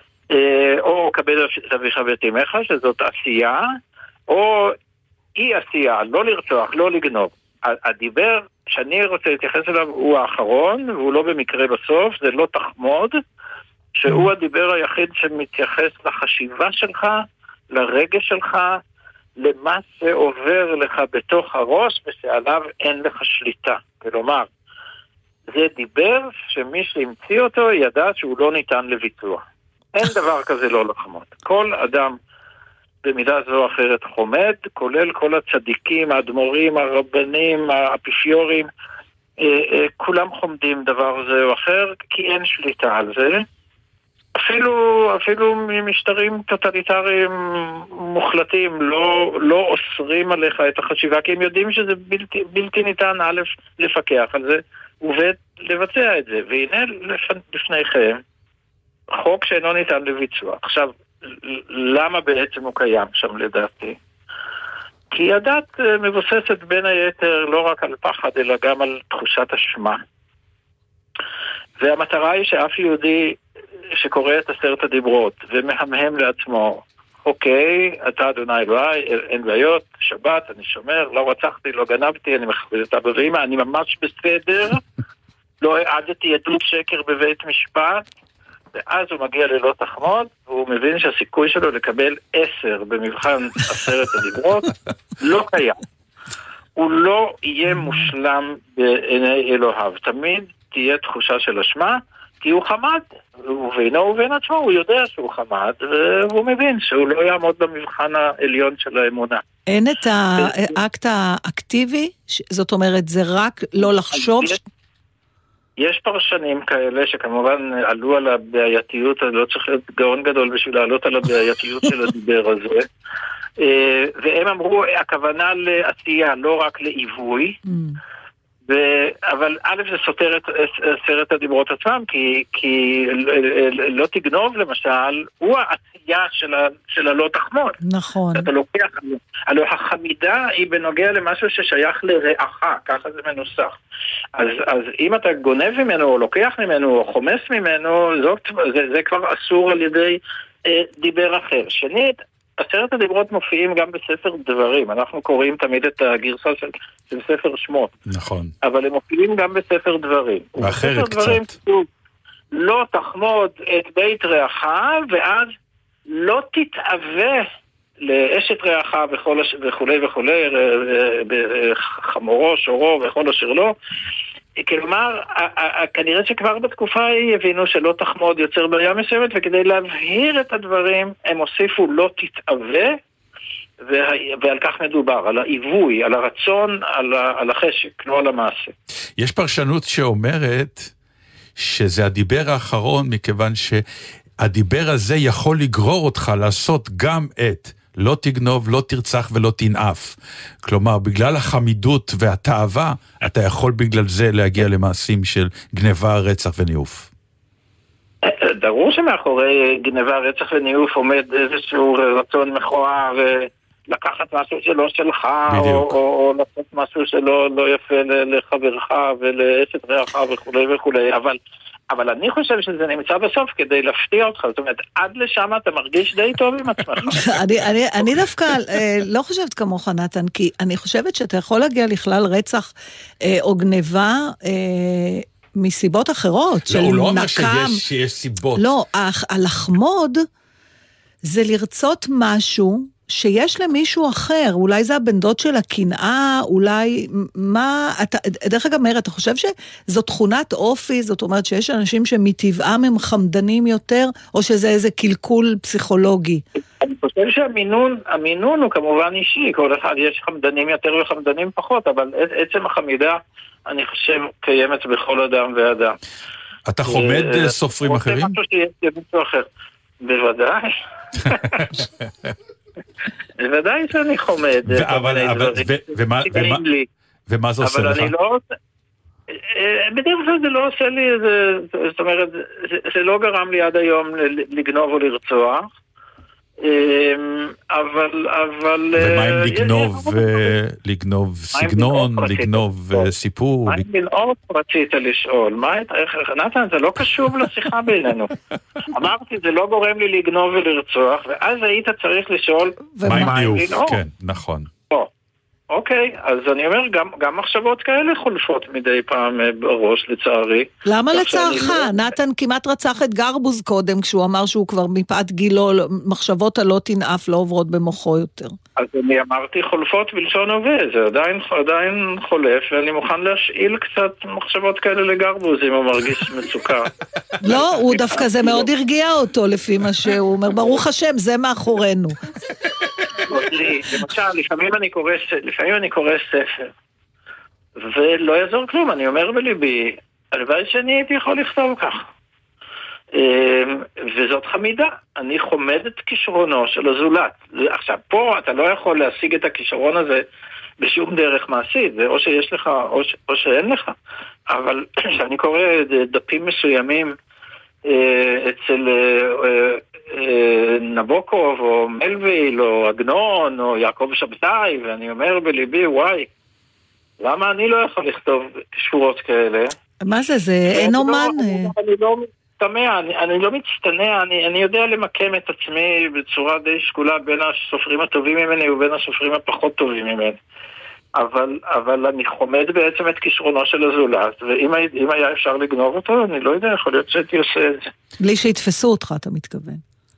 או כבד את אביך ואת אמך, שזאת עשייה, או אי עשייה, לא לרצוח, לא לגנוב. הדיבר שאני רוצה להתייחס אליו הוא האחרון, והוא לא במקרה בסוף, זה לא תחמוד, שהוא הדיבר היחיד שמתייחס לחשיבה שלך, לרגש שלך, למה שעובר לך בתוך הראש, ושעליו אין לך שליטה. כלומר, זה דיבר שמי שהמציא אותו ידע שהוא לא ניתן לביצוע. אין דבר כזה לא לחמוד. כל אדם במידה זו או אחרת חומד, כולל כל הצדיקים, האדמו"רים, הרבנים, האפיפיורים, כולם חומדים דבר זה או אחר, כי אין שליטה על זה. אפילו ממשטרים טוטליטריים מוחלטים לא אוסרים עליך את החשיבה, כי הם יודעים שזה בלתי ניתן א' לפקח על זה, ולבצע את זה. והנה לפניכם, חוק שאינו ניתן לביצוע. עכשיו, למה בעצם הוא קיים שם לדעתי? כי הדת מבוססת בין היתר לא רק על פחד, אלא גם על תחושת אשמה. והמטרה היא שאף יהודי שקורא את 10 הדיברות ומהמהם לעצמו, אוקיי, אתה אדוני אלוהי, אין בעיות, שבת, אני שומר, לא רצחתי, לא גנבתי, אני מכבד את אבא ואמא, אני ממש בסדר, לא העדתי עדות שקר בבית משפט, ואז הוא מגיע ללא תחמוד, והוא מבין שהסיכוי שלו לקבל 10 במבחן 10 הדיברות לא קיים. הוא לא יהיה מושלם בעיני אלוהיו. תמיד תהיה תחושה של אשמה, כי הוא חמד, ובינו ובין עצמו הוא יודע שהוא חמד, והוא מבין שהוא לא יעמוד במבחן העליון של האמונה. אין את האקט האקטיבי? זאת אומרת, זה רק לא לחשוב... יש פרשנים כאלה שכמובן עלו על הבעייתיות, לא צריך להיות גאון גדול בשביל לעלות על הבעייתיות של הדיבר הזה, והם אמרו, הכוונה לעשייה, לא רק לעיווי, אבל א' זה סותר את 10 הדיברות עצמם, כי לא תגנוב למשל, הוא העשייה של הלא תחמוד. נכון. אתה לוקח, הלוא החמידה היא בנוגע למשהו ששייך לרעך, ככה זה מנוסח. אז אם אתה גונב ממנו, או לוקח ממנו, או חומס ממנו, זה כבר אסור על ידי דיבר אחר. שנית, 10 הדיברות מופיעים גם בספר דברים. אנחנו קוראים תמיד את הגרסה של ספר שמות. נכון. אבל הם מופיעים גם בספר דברים. ואחרת קצת. דברים, לא תחמוד את בית רעך, ואז לא תתאווה לאשת רעך וכולי וכולי, חמורו, שורו וכל אשר לא. כלומר, כנראה שכבר בתקופה היא הבינו שלא תחמוד יוצר בעיה מסוימת, וכדי להבהיר את הדברים הם הוסיפו לא תתאווה, ועל כך מדובר, על העיווי, על הרצון, על החשק, לא על המעשה. יש פרשנות שאומרת שזה הדיבר האחרון, מכיוון שהדיבר הזה יכול לגרור אותך לעשות גם את לא תגנוב, לא תרצח ולא תנאף. כלומר, בגלל החמידות והתאווה, אתה יכול בגלל זה להגיע למעשים של גניבה, רצח וניאוף. ברור שמאחורי גניבה, רצח וניאוף עומד איזשהו רצון מכוער, לקחת משהו שלא שלך, או לעשות משהו שלא יפה לחברך ולאשת רעך וכולי וכולי, אבל אני חושב שזה נמצא בסוף כדי להפתיע אותך, זאת אומרת, עד לשם אתה מרגיש די טוב עם עצמך. אני דווקא לא חושבת כמוך, נתן, כי אני חושבת שאתה יכול להגיע לכלל רצח או גניבה מסיבות אחרות, של נקם. הוא לא אומר שיש סיבות. לא, הלחמוד זה לרצות משהו שיש למישהו אחר, אולי זה הבן דוד של הקנאה, אולי מה, דרך אגב מאיר, אתה חושב שזו תכונת אופי, זאת אומרת שיש אנשים שמטבעם הם חמדנים יותר, או שזה איזה קלקול פסיכולוגי? אני חושב שהמינון הוא כמובן אישי, כל אחד יש חמדנים יותר וחמדנים פחות, אבל עצם החמידה, אני חושב, קיימת בכל אדם ואדם. אתה חומד סופרים אחרים? משהו שיש מישהו אחר. בוודאי. בוודאי שאני חומד. ומה זה עושה לך? בדרך כלל זה לא עושה לי, זאת אומרת, זה לא גרם לי עד היום לגנוב או לרצוח. אבל... ומה אם לגנוב סגנון, לגנוב סיפור? מה אם לנעוד רצית לשאול? נתן, זה לא קשור לשיחה בינינו. אמרתי, זה לא גורם לי לגנוב ולרצוח, ואז היית צריך לשאול מה אם לנעוד? כן, נכון. אוקיי, אז אני אומר, גם מחשבות כאלה חולפות מדי פעם בראש, לצערי. למה לצערך? נתן כמעט רצח את גרבוז קודם, כשהוא אמר שהוא כבר מפאת גילו, מחשבות הלא תנאף לא עוברות במוחו יותר. אז אני אמרתי חולפות בלשון הווה, זה עדיין חולף, ואני מוכן להשאיל קצת מחשבות כאלה לגרבוז, אם הוא מרגיש מצוקה. לא, הוא דווקא זה מאוד הרגיע אותו, לפי מה שהוא אומר, ברוך השם, זה מאחורינו. למשל, לפעמים אני קורא ספר, ולא יעזור כלום, אני אומר בליבי, הלוואי שאני הייתי יכול לכתוב כך. וזאת חמידה, אני חומד את כישרונו של הזולת. עכשיו, פה אתה לא יכול להשיג את הכישרון הזה בשום דרך מעשית, זה או שיש לך או שאין לך. אבל כשאני קורא דפים מסוימים אצל נבוקוב או מלוויל או עגנון או יעקב שבתאי, ואני אומר בליבי, וואי, למה אני לא יכול לכתוב שורות כאלה? מה זה אין אומן? אני לא מצטנע, אני יודע למקם את עצמי בצורה די שקולה בין הסופרים הטובים ממני ובין הסופרים הפחות טובים ממני. אבל אני חומד בעצם את כישרונו של הזולת, ואם היה אפשר לגנוב אותו, אני לא יודע, יכול להיות שהייתי עושה את זה. בלי שיתפסו אותך, אתה מתכוון.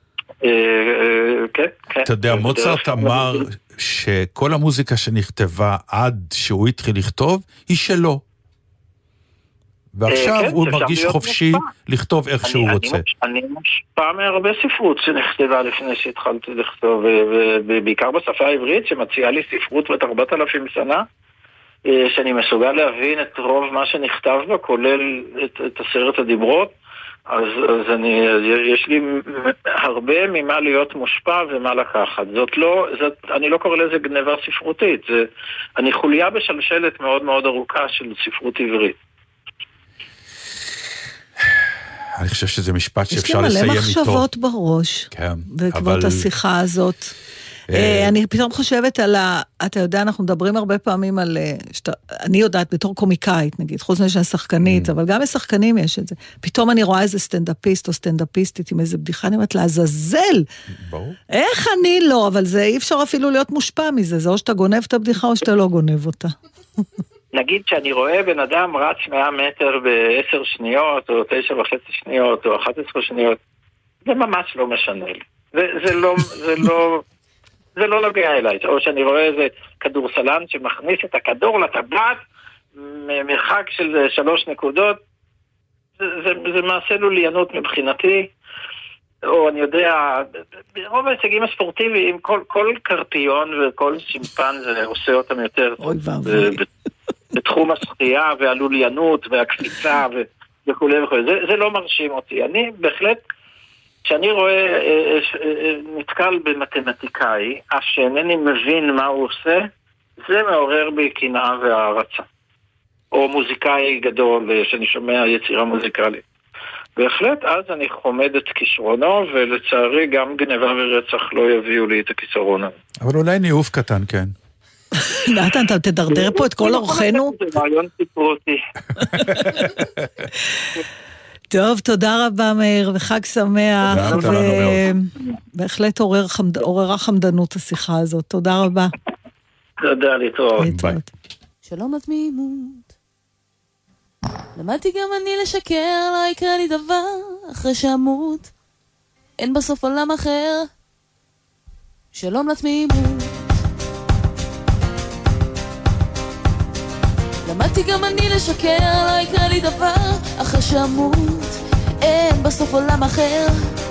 כן, כן. אתה יודע, מוצרט אמר שכל המוזיקה שנכתבה עד שהוא התחיל לכתוב, היא שלו. ועכשיו הוא מרגיש חופשי לכתוב איך שהוא רוצה. אני מושפע מהרבה ספרות שנכתבה לפני שהתחלתי לכתוב, ובעיקר בשפה העברית שמציעה לי ספרות בת 4,000 שנה, שאני מסוגל להבין את רוב מה שנכתב בה, כולל את 10 הדיברות, אז יש לי הרבה ממה להיות מושפע ומה לקחת. אני לא קורא לזה גניבה ספרותית, אני חוליה בשלשלת מאוד מאוד ארוכה של ספרות עברית. אני חושב שזה משפט שאפשר לסיים איתו. יש לי מלא מחשבות בראש, בעקבות השיחה הזאת. אני פתאום חושבת על אתה יודע, אנחנו מדברים הרבה פעמים על, אני יודעת בתור קומיקאית נגיד, חוץ משנה שחקנית, אבל גם לשחקנים יש את זה. פתאום אני רואה איזה סטנדאפיסט או סטנדאפיסטית עם איזה בדיחה, אני אומרת לעזאזל. איך אני לא, אבל זה אי אפשר אפילו להיות מושפע מזה, זה או שאתה גונב את הבדיחה או שאתה לא גונב אותה. נגיד שאני רואה בן אדם רץ 100 מטר ב10 שניות, או 9.5 שניות, או 11 שניות, זה ממש לא משנה לי. זה לא נוגע אליי. או שאני רואה איזה כדורסלן שמכניס את הכדור לטבעת, מרחק של 3 נקודות, זה מעשה לוליינות מבחינתי, או אני יודע, ברוב ההישגים הספורטיביים, כל קרפיון וכל שימפנזה עושה אותם יותר בתחום השחייה והלוליינות והקפיצה וכו' וכו'. זה לא מרשים אותי. אני בהחלט, כשאני רואה, נתקל במתמטיקאי, אף שאינני מבין מה הוא עושה, זה מעורר בי קנאה והערצה. או מוזיקאי גדול שאני שומע יצירה מוזיקלית. בהחלט, אז אני חומד את כישרונו, ולצערי גם גניבה ורצח לא יביאו לי את הכישרון הזה. אבל אולי ניאוף קטן, כן. נתן, אתה תדרדר פה את כל אורחנו? זה רעיון סיפרותי. טוב, תודה רבה מאיר, וחג שמח. בהחלט עוררה חמדנות השיחה הזאת. תודה רבה. תודה, להתראות. שלום לתמימות. למדתי גם אני לשקר, לא יקרה לי דבר אחרי שאמות. אין בסוף עולם אחר. שלום לתמימות. למדתי גם אני לשקר, לא יקרה לי דבר אחרי שאמות, אין בסוף עולם אחר.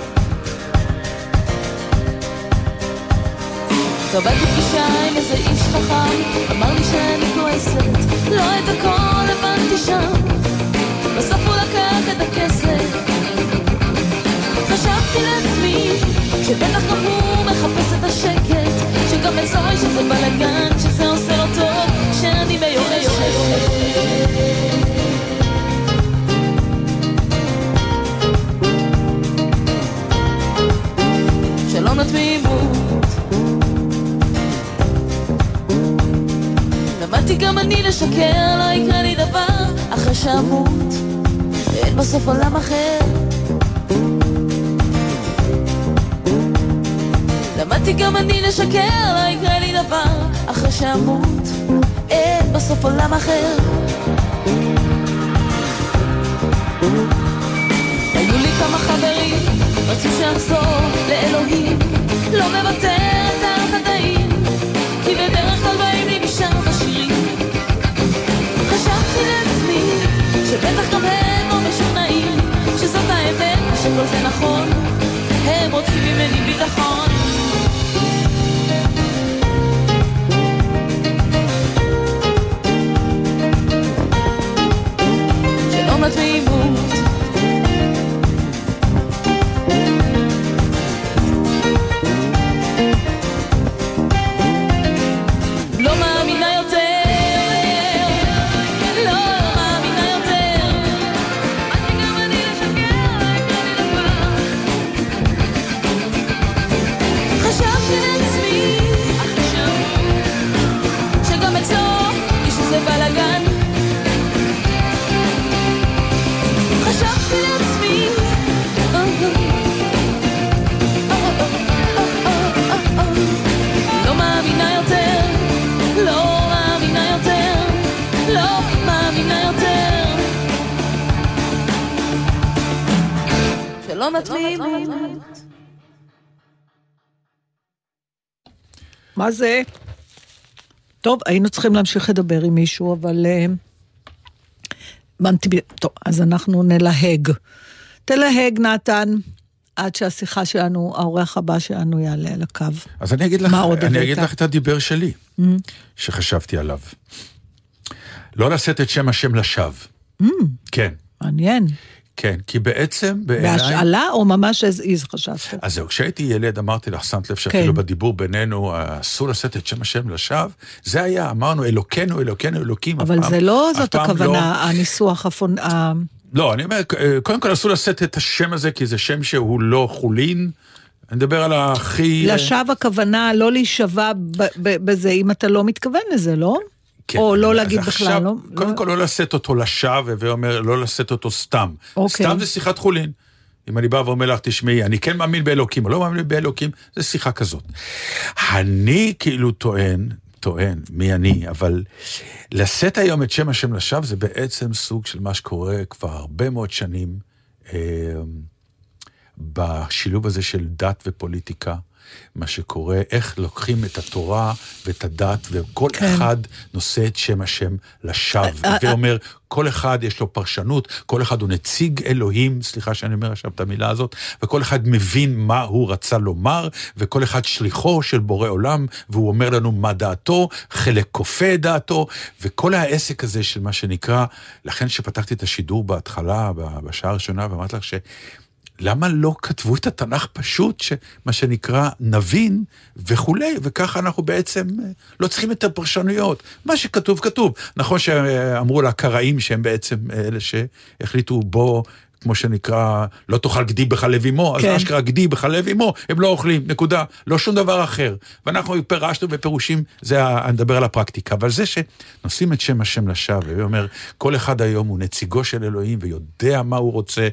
קבלתי פגישה עם איזה איש חכם, אמר לי שאני כועסת, לא את הכל הבנתי שם, בסוף הוא לקח את הכסף. חשבתי לעצמי שבטח גם הוא מחפש את השקט, שגם אצלוי שזה בלגן, שזה עושה לו טוב, שאני מיואשת. שלום לתמימות. למדתי גם אני לשקר, לא יקרה לי דבר אחרי שאמות, אין בסוף עולם אחר. למדתי גם אני לשקר, לא יקרה לי דבר אחרי שאמות, אין בסוף עולם אחר. היו לי כמה חברים, רצו שאחזור לאלוהים, לא מוותרת על חטאים, כי בדרך כלל באים לי משם בשירים. חשבתי לעצמי שבטח גם הם לא משוכנעים שזאת האמת, שכל זה נכון, הם רוצים ממני ביטחון. שלום לתמימות. לא מאמינה יותר, לא מאמינה יותר, אמרתי גם אני לשקר, לא יקרה לי דבר. חשבתי לעצמי אחרי שגם אצלו יש איזה בלגן. חשבתי לעצמי לא מאמינה יותר, לא מאמינה יותר, לא מאמינה יותר. שלום לתמימות. מה זה? טוב, היינו צריכים להמשיך לדבר עם מישהו, אבל טוב, אז אנחנו נלהג. תלהג, נתן, עד שהשיחה שלנו, האורח הבא שלנו יעלה על הקו. אז אני אגיד לך את הדיבר שלי, שחשבתי עליו. לא לשאת את שם השם לשווא. כן. מעניין. כן, כי בעצם... בהשאלה או ממש איז חשבת? אז זהו, כשהייתי ילד אמרתי לך, שמת לב שאפילו בדיבור בינינו, אסור לשאת את שם השם לשווא, זה היה, אמרנו, אלוקינו, אלוקינו, אלוקים. אבל זה לא זאת הכוונה, הניסוח לא, אני אומר, קודם כל אסור לשאת את השם הזה, כי זה שם שהוא לא חולין, אני מדבר על הכי... לשווא הכוונה, לא להישבע בזה, אם אתה לא מתכוון לזה, לא? כן, או לא להגיד בכלל, לא? קודם כל לא לשאת אותו לשווא, ואומר לא לשאת אותו סתם. סתם זה שיחת חולין. אם אני בא ואומר לך, תשמעי, אני כן מאמין באלוקים, או לא מאמין באלוקים, זה שיחה כזאת. אני כאילו טוען, מי אני, אבל לשאת היום את שם השם לשווא, זה בעצם סוג של מה שקורה כבר הרבה מאוד שנים, בשילוב הזה של דת ופוליטיקה, מה שקורה, איך לוקחים את התורה ואת הדת, וכל אחד נושא את שם השם לשווא, ואומר, כל אחד יש לו פרשנות, כל אחד הוא נציג אלוהים, סליחה שאני אומר עכשיו את המילה הזאת, וכל אחד מבין מה הוא רצה לומר, וכל אחד שליחו של בורא עולם, והוא אומר לנו מה דעתו, חלק כופה דעתו, וכל העסק הזה של מה שנקרא, לכן שפתחתי את השידור בהתחלה, בשעה הראשונה, ואמרתי לך למה לא כתבו את התנ"ך פשוט, שמה שנקרא נבין וכולי, וככה אנחנו בעצם לא צריכים את הפרשנויות. מה שכתוב, כתוב. נכון שאמרו לה קראים שהם בעצם אלה שהחליטו בו, כמו שנקרא, לא תאכל גדי בחלב אמו, אז אשכרה גדי בחלב אמו, הם לא אוכלים, נקודה, לא שום דבר אחר. ואנחנו פירשנו בפירושים, אני מדבר על הפרקטיקה, אבל זה שנושאים את שם השם לשווא, ואומר, כל אחד היום הוא נציגו של אלוהים, ויודע מה הוא רוצה,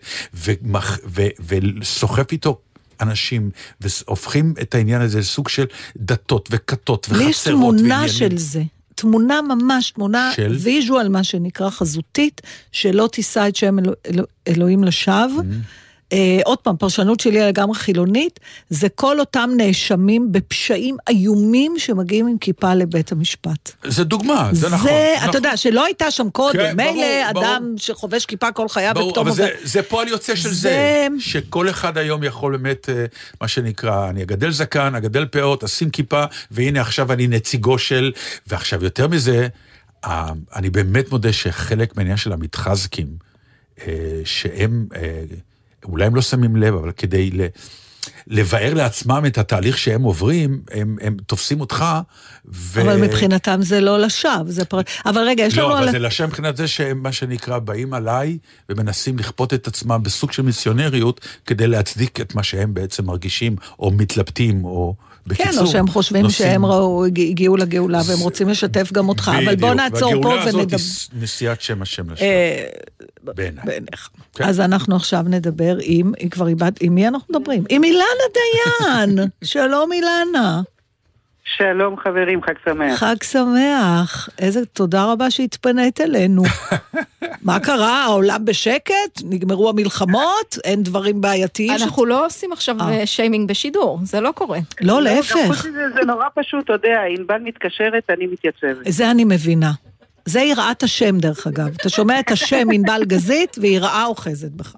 וסוחף איתו אנשים, והופכים את העניין הזה לסוג של דתות וכתות וחצרות. יש תמונה של זה. תמונה ממש, תמונה ויז'ואל, מה שנקרא חזותית, שלא תישא את שם אלוהים לשווא, עוד פעם, פרשנות שלי לגמרי חילונית, זה כל אותם נאשמים בפשעים איומים שמגיעים עם כיפה לבית המשפט. זה דוגמה, זה נכון. אתה יודע, שלא הייתה שם קודם, מילא אדם שחובש כיפה כל חייו ופתאום אבל זה פועל יוצא של זה, שכל אחד היום יכול באמת, מה שנקרא, אני אגדל זקן, אגדל פאות, אשים כיפה, והנה עכשיו אני נציגו של, ועכשיו יותר מזה, אני באמת מודה שחלק מהעניין של המתחזקים, שהם, אולי הם לא שמים לב, אבל כדי לבאר לעצמם את התהליך שהם עוברים, הם תופסים אותך, אבל מבחינתם זה לא לשווא, אבל רגע, יש לנו... לא, אבל זה לשווא מבחינת זה שהם, מה שנקרא, באים עליי, ומנסים לכפות את עצמם בסוג של מיסיונריות, כדי להצדיק את מה שהם בעצם מרגישים, או מתלבטים, או... כן, או שהם חושבים שהם הגיעו לגאולה, והם רוצים לשתף גם אותך, אבל בוא נעצור פה ונדבר. והגאולה הזאת היא נשיאת שם השם לשם. בעיניך. אז אנחנו עכשיו נדבר עם מי אנחנו מדברים? עם אילנה דיין. שלום אילנה. שלום חברים, חג שמח. חג שמח. תודה רבה שהתפנית אלינו. מה קרה? העולם בשקט? נגמרו המלחמות? אין דברים בעייתיים? אנחנו לא עושים עכשיו שיימינג בשידור, זה לא קורה. לא, להפך. זה נורא פשוט, אתה יודע, אם בל מתקשרת, אני מתייצבת. זה אני מבינה. זה יראת השם דרך אגב. אתה שומע את השם ענבל גזית, ויראה אוחזת בך.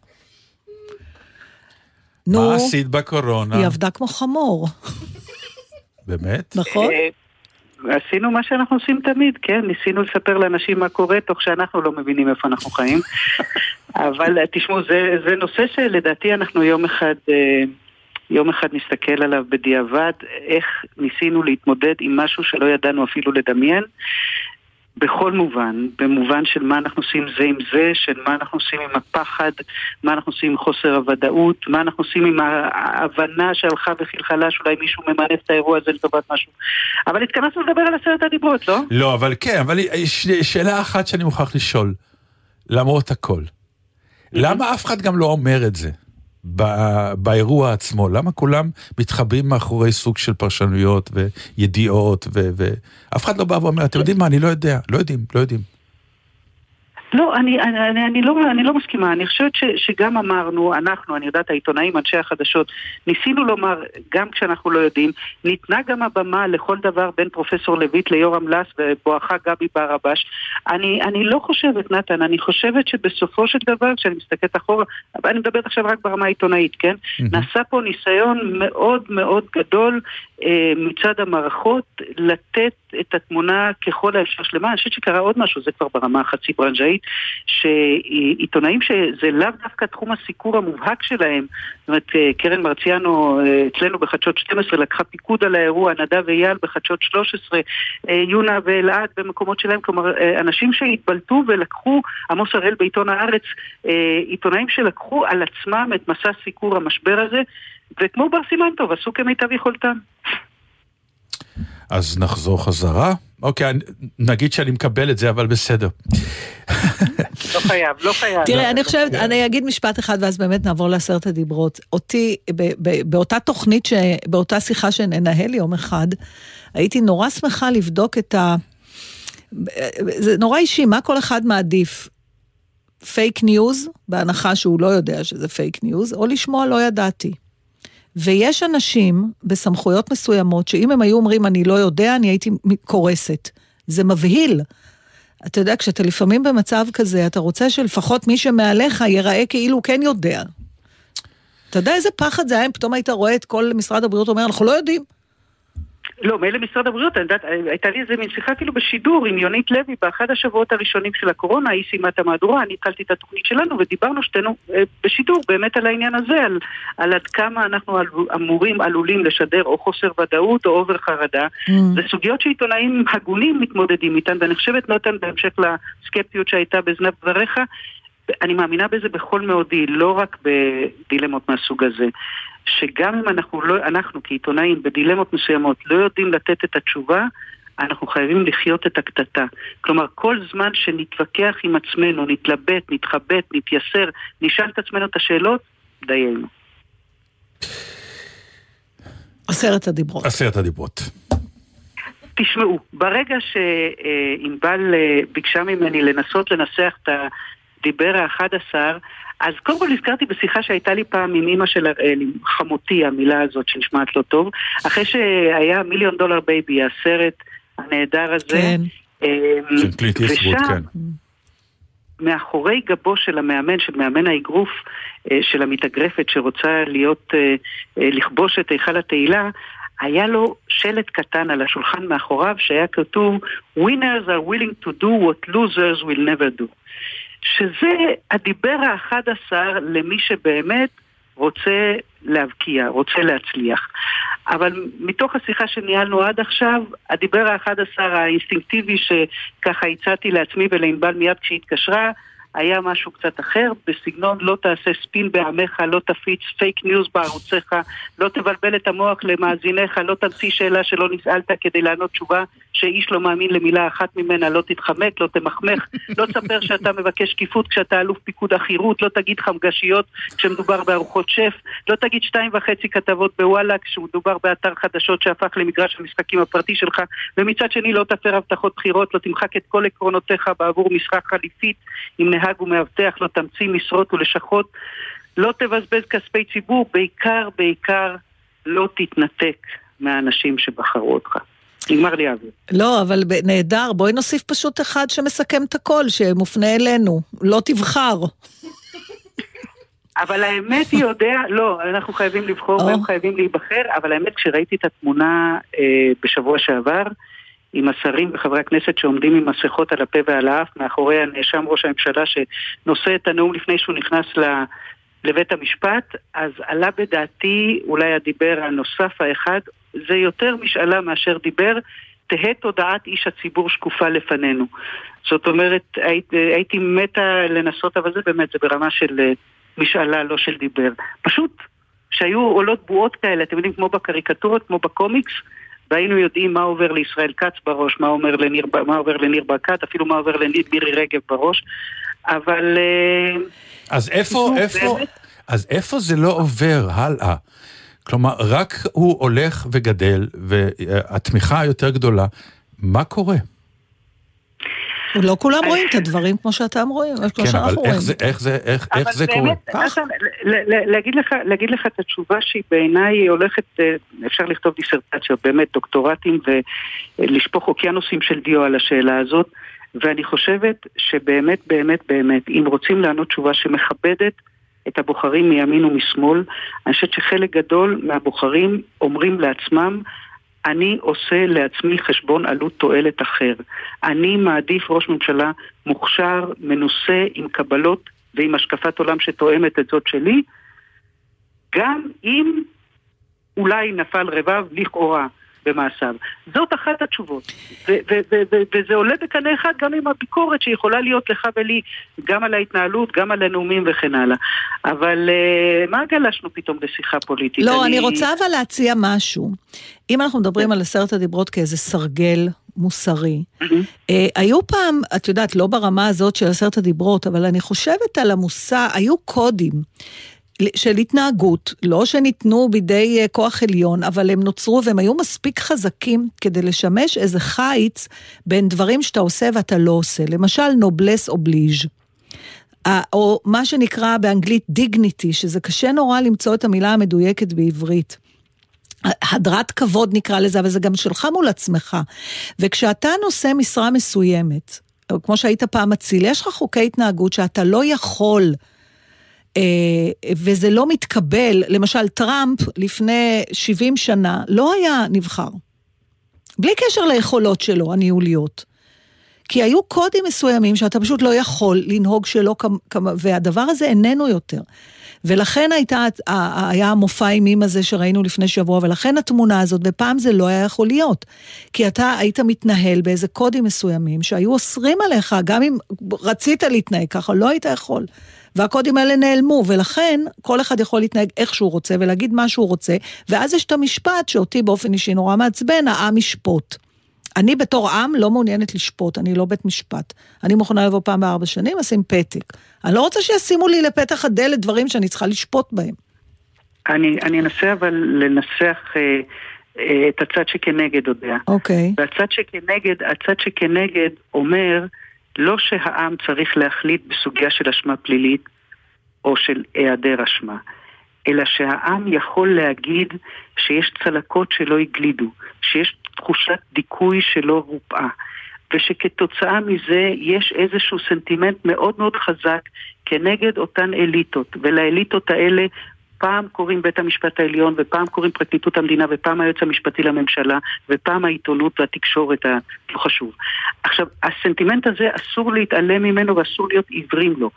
מה עשית בקורונה? היא עבדה כמו חמור. באמת? נכון? עשינו מה שאנחנו עושים תמיד, כן? ניסינו לספר לאנשים מה קורה, תוך שאנחנו לא מבינים איפה אנחנו חיים. אבל תשמעו, זה נושא שלדעתי אנחנו יום אחד נסתכל עליו בדיעבד, איך ניסינו להתמודד עם משהו שלא ידענו אפילו לדמיין, בכל מובן, במובן של מה אנחנו עושים זה עם זה, של מה אנחנו עושים עם הפחד, מה אנחנו עושים עם חוסר הוודאות, מה אנחנו עושים עם ההבנה שהלכה וחלחלה, שאולי מישהו ממנף את האירוע הזה לטובת משהו. אבל התכנסנו לדבר על 10 הדיברות, לא? לא, אבל כן, אבל שאלה אחת שאני מוכרח לשאול, למרות הכל. למה אף אחד גם לא אומר את זה באירוע עצמו? למה כולם מתחברים מאחורי סוג של פרשנויות וידיעות ואף אחד לא בא ואומר, אתם יודעים מה, אני לא יודע, לא יודעים. לא, אני לא מסכימה. אני חושבת שגם אמרנו, אני יודעת, העיתונאים, אנשי החדשות, ניסינו לומר, גם כשאנחנו לא יודעים, ניתנה גם הבמה לכל דבר בין פרופסור לויט ליורם לס ובואכה גבי ברבש. אני לא חושבת, נתן, אני חושבת שבסופו של דבר, כשאני מסתכלת אחורה, אני מדברת עכשיו רק ברמה העיתונאית, כן? נעשה פה ניסיון מאוד מאוד גדול מצד המערכות לתת את התמונה ככל האפשר שלמה. אני חושבת שקרה עוד משהו, זה כבר ברמה החצי ברנג'אית, שעיתונאים שזה לאו דווקא תחום הסיקור המובהק שלהם, זאת אומרת, קרן מרציאנו אצלנו בחדשות 12 לקחה פיקוד על האירוע, נדב ואייל בחדשות 13, יונה ואלעד במקומות שלהם, כלומר, אנשים שהתבלטו ולקחו, עמוס הראל בעיתון הארץ, עיתונאים שלקחו על עצמם את מסע סיקור המשבר הזה, וכמו בר סימן טוב, עשו כמיטב יכולתם. אז נחזור חזרה. אוקיי, נגיד שאני מקבל את זה, אבל בסדר. לא חייב. תראה, אני חושבת, אני אגיד משפט אחד, ואז באמת נעבור ל10 הדיברות. אותי, באותה תוכנית, באותה שיחה שננהל יום אחד, הייתי נורא שמחה לבדוק את זה נורא אישי, מה כל אחד מעדיף? פייק ניוז, בהנחה שהוא לא יודע שזה פייק ניוז, או לשמוע לא ידעתי. ויש אנשים בסמכויות מסוימות, שאם הם היו אומרים אני לא יודע, אני הייתי קורסת. זה מבהיל. אתה יודע, כשאתה לפעמים במצב כזה, אתה רוצה שלפחות מי שמעליך ייראה כאילו הוא כן יודע. אתה יודע איזה פחד זה היה, אם פתאום היית רואה את כל משרד הבריאות אומר, אנחנו לא יודעים. לא, מאלה משרד הבריאות, הייתה לי איזה מין שיחה כאילו בשידור עם יונית לוי, באחד השבועות הראשונים של הקורונה, היא סיימה את המהדורה, אני התחלתי את התוכנית שלנו, ודיברנו שתינו בשידור באמת על העניין הזה, על עד כמה אנחנו עלולים לשדר או חוסר ודאות או אובר חרדה, זה סוגיות שעיתונאים הגונים מתמודדים איתן, ואני חושבת נותן בהמשך לסקפטיות שהייתה בזנב דבריך, אני מאמינה בזה בכל מאודי, לא רק בדילמות מהסוג הזה, שגם אם אנחנו כעיתונאים בדילמות מסוימות לא יודעים לתת את התשובה, אנחנו חייבים לחיות את הקטטה. כלומר, כל זמן שנתווכח עם עצמנו, נתלבט, נתחבט, נתייסר, נשאל את עצמנו את השאלות, דיינו. 10 הדיברות. 10 הדיברות. תשמעו, ברגע שענבל ביקשה ממני לנסות לנסח את דיבר ה-11, אז קודם כל הזכרתי בשיחה שהייתה לי פעם עם אמא של הראל, עם חמותי, המילה הזאת שנשמעת לא טוב, אחרי שהיה $1 מיליון בייבי, הסרט הנהדר הזה, כן. ושם, מאחורי גבו של המאמן, של מאמן האגרוף, של המתאגרפת שרוצה לכבוש את היכל התהילה, היה לו שלט קטן על השולחן מאחוריו שהיה כתוב Winners are willing to do what losers will never do. שזה הדיבר ה-11 למי שבאמת רוצה להבקיע, רוצה להצליח. אבל מתוך השיחה שניהלנו עד עכשיו, הדיבר ה-11 האינסטינקטיבי שככה הצעתי לעצמי ולענבל מיד כשהתקשרה, היה משהו קצת אחר, בסגנון לא תעשה ספין בעמך, לא תפיץ פייק ניוז בערוצך, לא תבלבל את המוח למאזיניך, לא תמציא שאלה שלא נשאלת כדי לענות תשובה שאיש לא מאמין למילה אחת ממנה, לא תתחמק, לא תמחמך, לא תספר שאתה מבקש שקיפות כשאתה אלוף פיקוד החירות, לא תגיד חמגשיות כשמדובר בארוחות שף, לא תגיד 2.5 כתבות בוואלה כשמדובר באתר חדשות שהפך למגרש המשחקים הפרטי שלך, ומצד שני לא תפר הבטחות בחירות, לא תמחק את כל עקרונותיך בעבור משחק חליפית עם נהג ומאבטח, לא תמציא משרות ולשכות, לא תבזבז כספי ציבור, בעיקר לא תתנתק מהאנשים שבחרו אותך. נגמר לי אבי. לא, אבל נהדר, בואי נוסיף פשוט אחד שמסכם את הכל, שמופנה אלינו. לא תבחר. אבל האמת היא לא, אנחנו חייבים לבחור והם חייבים להיבחר, אבל האמת כשראיתי את התמונה בשבוע שעבר, עם השרים וחברי הכנסת שעומדים עם מסכות על הפה ועל האף, מאחורי הנאשם ראש הממשלה שנושא את הנאום לפני שהוא נכנס לבית המשפט, אז עלה בדעתי אולי הדיבר הנוסף האחד, זה יותר משאלה מאשר דיבר, תהה תודעת איש הציבור שקופה לפנינו. זאת אומרת, הייתי מתה לנסות, אבל זה באמת, זה ברמה של משאלה, לא של דיבר. פשוט, שהיו עולות בועות כאלה, אתם יודעים, כמו בקריקטורות, כמו בקומיקס, והיינו יודעים מה עובר לישראל קץ בראש, מה עובר לניר ברקת, אפילו מה עובר למירי רגב בראש, אבל... אז איפה זה לא עובר הלאה? כלומר, רק הוא הולך וגדל, והתמיכה היותר גדולה, מה קורה? לא כולם רואים את הדברים כמו שאתם רואים, כמו שאנחנו רואים. איך זה קורה? להגיד לך את התשובה שהיא בעיניי הולכת, אפשר לכתוב דיסרטציה, באמת דוקטורטים ולשפוך אוקיינוסים של דיו על השאלה הזאת, ואני חושבת שבאמת, באמת, באמת, אם רוצים לענות תשובה שמכבדת את הבוחרים מימין ומשמאל, אני חושבת שחלק גדול מהבוחרים אומרים לעצמם, אני עושה לעצמי חשבון עלות תועלת אחר. אני מעדיף ראש ממשלה מוכשר, מנוסה, עם קבלות ועם השקפת עולם שתואמת את זאת שלי, גם אם אולי נפל רבב לכאורה במעשיו. זאת אחת התשובות. וזה עולה בקנה אחד גם עם הביקורת שיכולה להיות לך ולי, גם על ההתנהלות, גם על הנאומים וכן הלאה. אבל מה גלשנו פתאום בשיחה פוליטית? לא, אני רוצה אבל להציע משהו. אם אנחנו מדברים על 10 הדיברות כאיזה סרגל מוסרי, היו פעם, את יודעת, לא ברמה הזאת של 10 הדיברות, אבל אני חושבת על המושא, היו קודים, של התנהגות, לא שניתנו בידי כוח עליון, אבל הם נוצרו והם היו מספיק חזקים כדי לשמש איזה חיץ בין דברים שאתה עושה ואתה לא עושה. למשל, נובלס אובליז', או מה שנקרא באנגלית דיגניטי, שזה קשה נורא למצוא את המילה המדויקת בעברית. הדרת כבוד נקרא לזה, אבל זה גם שלך מול עצמך. וכשאתה נושא משרה מסוימת, כמו שהיית פעם מציל, יש לך חוקי התנהגות שאתה לא יכול וזה לא מתקבל, למשל טראמפ לפני 70 שנה לא היה נבחר, בלי קשר ליכולות שלו הניהוליות, כי היו קודים מסוימים שאתה פשוט לא יכול לנהוג שלו, והדבר הזה איננו יותר, ולכן היה המופע אימים הזה שראינו לפני שבוע, ולכן התמונה הזאת, בפעם זה לא היה יכול להיות, כי אתה היית מתנהל באיזה קודים מסוימים, שהיו אוסרים עליך, גם אם רצית להתנהג ככה, לא היית יכול, והקודים האלה נעלמו, ולכן כל אחד יכול להתנהג איך שהוא רוצה, ולהגיד מה שהוא רוצה, ואז יש את המשפט שאותי באופן אישי נורא מעצבן, העם ישפוט. אני בתור עם לא מעוניינת לשפוט, אני לא בית משפט. אני מוכנה לבוא פעם ב4 שנים, אשים פתק. אני לא רוצה שישימו לי לפתח הדלת דברים שאני צריכה לשפוט בהם. אני אנסה אבל לנסח את הצד שכנגד, יודע. אוקיי. והצד שכנגד אומר לא שהעם צריך להחליט בסוגיה של אשמה פלילית או של היעדר אשמה, אלא שהעם יכול להגיד שיש צלקות שלא הגלידו, שיש תחושת דיכוי שלא רופאה, ושכתוצאה מזה יש איזשהו סנטימנט מאוד מאוד חזק כנגד אותן אליטות, ולאליטות האלה פעם קוראים בית המשפט העליון, ופעם קוראים פרקליטות המדינה, ופעם היועץ המשפטי לממשלה, ופעם העיתונות והתקשורת החשוב. עכשיו, הסנטימנט הזה אסור להתעלם ממנו ואסור להיות עיוורים לו.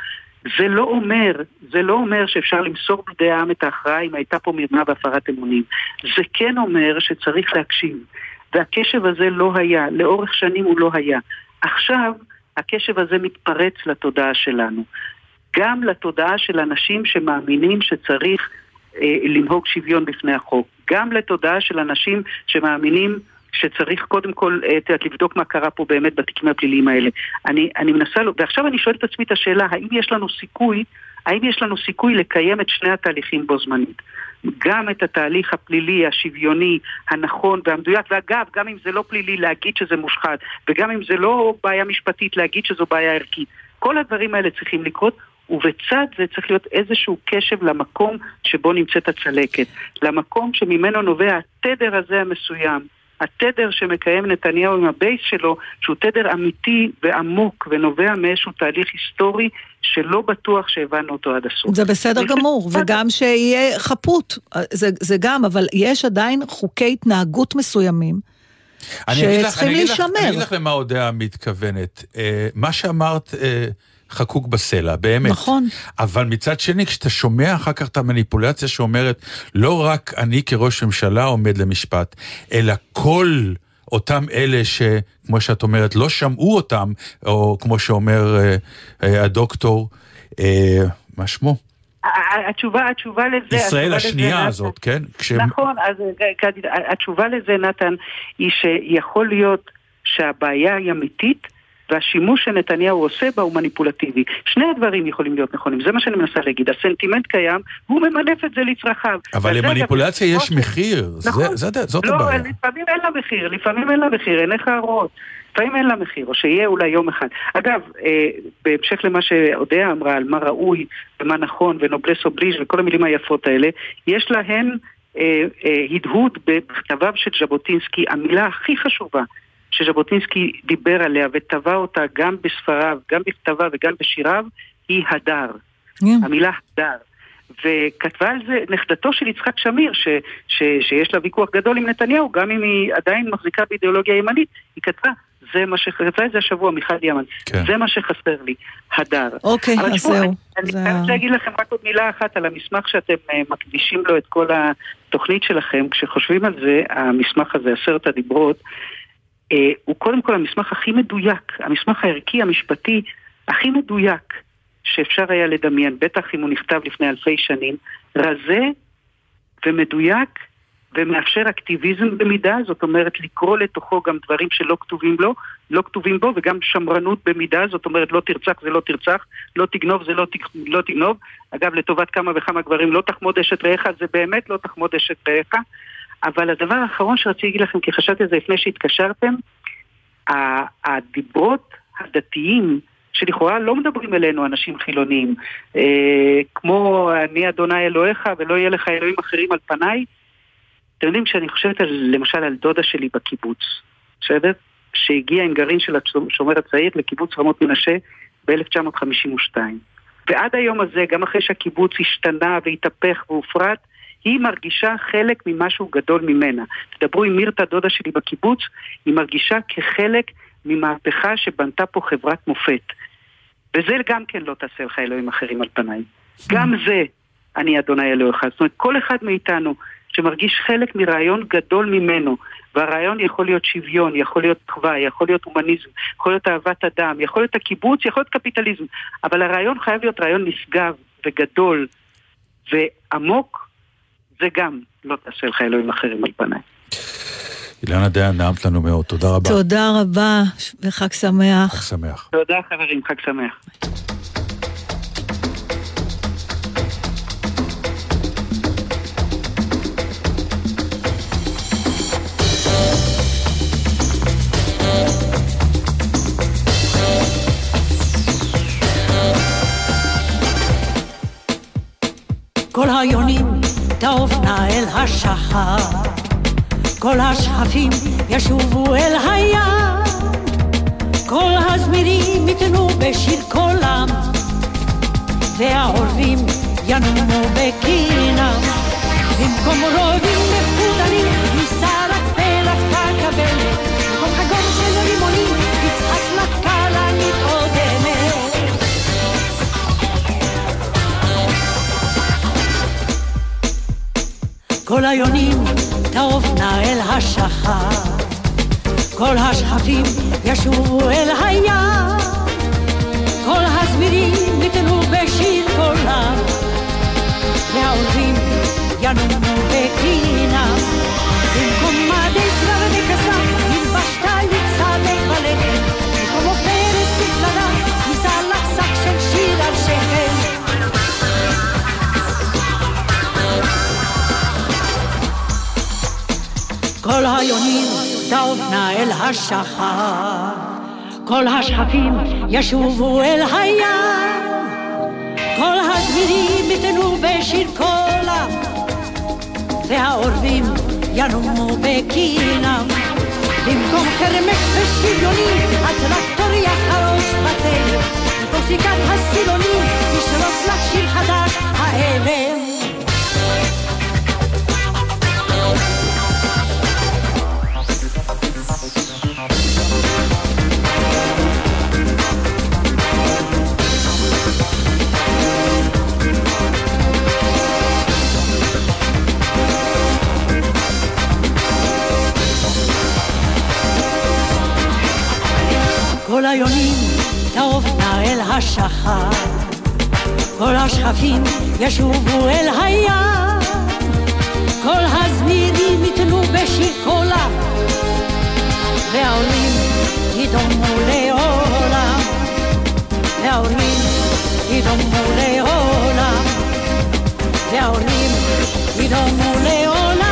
זה לא אומר שאפשר למסור בידי העם את ההכרעה אם הייתה פה מרמה והפרת אמונים. זה כן אומר שצריך להקשיב. והקשב הזה לא היה, לאורך שנים הוא לא היה. עכשיו הקשב הזה מתפרץ לתודעה שלנו. גם לתודעה של אנשים שמאמינים שצריך לנהוג שוויון בפני החוק. גם לתודעה של אנשים שמאמינים שצריך קודם כל לבדוק מה קרה פה באמת בתיקים הפליליים האלה. אני מנסה, ועכשיו אני שואל את עצמי את השאלה, האם יש לנו סיכוי לקיים את שני התהליכים בו זמנית? גם את התהליך הפלילי, השוויוני, הנכון והמדויק, ואגב, גם אם זה לא פלילי להגיד שזה מושחת, וגם אם זה לא בעיה משפטית להגיד שזו בעיה ערכית. כל הדברים האלה צריכים לקרות, ובצד זה צריך להיות איזשהו קשב למקום שבו נמצאת הצלקת, למקום שממנו נובע התדר הזה המסוים, התדר שמקיים נתניהו עם הבייס שלו, שהוא תדר אמיתי ועמוק ונובע מאיזשהו תהליך היסטורי שלא בטוח שהבנו אותו עד הסוף. זה בסדר גמור, וגם שיהיה חפות, זה גם, אבל יש עדיין חוקי התנהגות מסוימים שצריכים להישמר. אני אגיד לך למה הודעה מתכוונת. מה שאמרת חקוק בסלע, באמת. נכון. אבל מצד שני, כשאתה שומע אחר כך את המניפולציה שאומרת, לא רק אני כראש ממשלה עומד למשפט, אלא כל אותם אלה שכמו שאת אומרת, לא שמעו אותם, או כמו שאומר הדוקטור, מה שמו? התשובה לזה... ישראל השנייה הזאת, כן? נכון, אז התשובה לזה, נתן, היא שיכול להיות שהבעיה היא אמיתית, והשימוש שנתניהו עושה בה הוא מניפולטיבי. שני הדברים יכולים להיות נכונים, זה מה שאני מנסה להגיד. הסנטימנט קיים, והוא ממנף את זה לצרכיו. אבל למניפולציה יש מחיר, זאת הבעיה. לא, לפעמים אין לה מחיר, אין לך הוראות. לפעמים אין לה מחיר, או שיהיה אולי יום אחד. אגב, בהמשך למה שהודעה אמרה על מה ראוי ומה נכון, ונובלס אובליז' וכל המילים היפות האלה, יש להן הדהוד בכתביו של ז'בוטינסקי, המילה הכי חשובה, שז'בוטינסקי דיבר עליה וטבע אותה גם בספריו, גם בכתביו וגם בשיריו, היא הדר. המילה הדר. וכתבה על זה נכדתו של יצחק שמיר, שיש לה ויכוח גדול עם נתניהו, גם אם היא עדיין מחזיקה באידיאולוגיה ימנית, היא כתבה, כתבה את זה השבוע, מיכל דיאמן, זה מה שחסר לי, הדר. אוקיי, אז זהו. אני חייבת להגיד לכם רק עוד מילה אחת על המסמך שאתם מקדישים לו את כל התוכנית שלכם, כשחושבים על זה, המסמך הזה, 10 הדיברות, הוא קודם כל המסמך הכי מדויק, המסמך הערכי, המשפטי, הכי מדויק שאפשר היה לדמיין, בטח אם הוא נכתב לפני אלפי שנים, רזה ומדויק ומאפשר אקטיביזם במידה, זאת אומרת לקרוא לתוכו גם דברים שלא כתובים בו, וגם שמרנות במידה, זאת אומרת לא תרצח זה לא תרצח, לא תגנוב זה לא תגנוב, אגב לטובת כמה וכמה גברים לא תחמוד אשת רעך, זה באמת לא תחמוד אשת רעך. אבל הדבר האחרון שרציתי להגיד לכם, כי חשבתי על זה לפני שהתקשרתם, הדיברות הדתיים, שלכאורה לא מדברים אלינו אנשים חילוניים, כמו אני אדוני אלוהיך ולא יהיה לך אלוהים אחרים על פניי. אתם יודעים שאני חושבת למשל על דודה שלי בקיבוץ, שהגיעה עם גרעין של השומר הצעיר לקיבוץ רמות מנשה ב-1952. ועד היום הזה, גם אחרי שהקיבוץ השתנה והתהפך והופרט, היא מרגישה חלק ממשהו גדול ממנה. תדברו עם מירתה, דודה שלי בקיבוץ, היא מרגישה כחלק ממהפכה שבנתה פה חברת מופת. וזה גם כן לא תעשה לך אלוהים אחרים על פניי. גם זה אני אדוני אלוהיך. זאת אומרת, כל אחד מאיתנו שמרגיש חלק מרעיון גדול ממנו, והרעיון יכול להיות שוויון, יכול להיות תקווה, יכול להיות הומניזם, יכול להיות אהבת אדם, יכול להיות הקיבוץ, יכול להיות קפיטליזם, אבל הרעיון חייב להיות רעיון נשגב וגדול ועמוק, זה גם לא תעשה לך אלוהים אחרים על פניי. אילנה דיין, נעמת לנו מאוד, תודה רבה. תודה רבה, וחג שמח. חג שמח. תודה חברים, חג שמח. כל היונים תעופנה אל השחר, כל השחפים ישובו אל הים, כל הזמירים יתנו בשיר קולם, והעורבים ינומו בקינם. במקום רובים מפודרים ניסה רק פלח הכבלת, במקום חגור של רימונים תצחק לקלנית עודמת. כל היונים תעופנה אל השחר, כל השחפים ישובו אל הים, כל הזמירים יתנו בשיר קולם, והעורבים ינומו בקינם. במקום מדי קרב וכסה נלבשת לצדק ולחם, במקום עופרת בכללה ניסה לך שק של שיר על שכם. כל היונים תעופנה אל השחר, כל השחפים ישובו אל הים, כל הזמירים יתנו בשיר קולם, והעורבים ינומו בקינם. במקום חרמש ושוויוני הטרקטור יחרוש בתלם, במקום סיכת הסילונים ישרוף לך שיר חדש העלם. כל היונים תעופנה אל השחר, כל השחפים ישובו אל הים, כל הזמירים יתנו בשיר קולם, והעולים ידומו לעולם, והעולים ידומו לעולם, והעולים ידומו לעולם.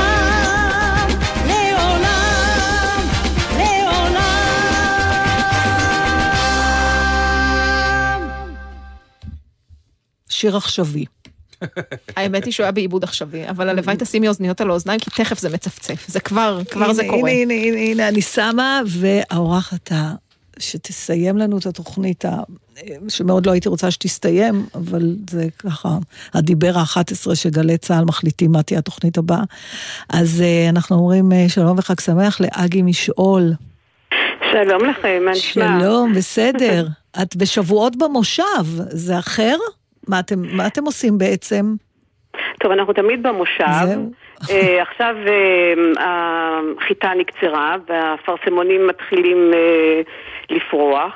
שיר עכשווי. האמת היא שהוא היה בעיבוד עכשווי, אבל הלוואי תשימי אוזניות על האוזניים, כי תכף זה מצפצף. זה כבר זה קורה. הנה, אני שמה, והאורחת שתסיים לנו את התוכנית, שמאוד לא הייתי רוצה שתסתיים, אבל זה ככה, הדיבר ה-11 שגלי צהל מחליטים מה תהיה התוכנית הבאה. אז אנחנו אומרים שלום וחג שמח לאגי משאול. שלום לכם, מה נשמע? שלום, בסדר. את בשבועות במושב, זה אחר? מה אתם עושים בעצם? טוב, אנחנו תמיד במושב. עכשיו החיטה נקצרה, והפרסמונים מתחילים לפרוח.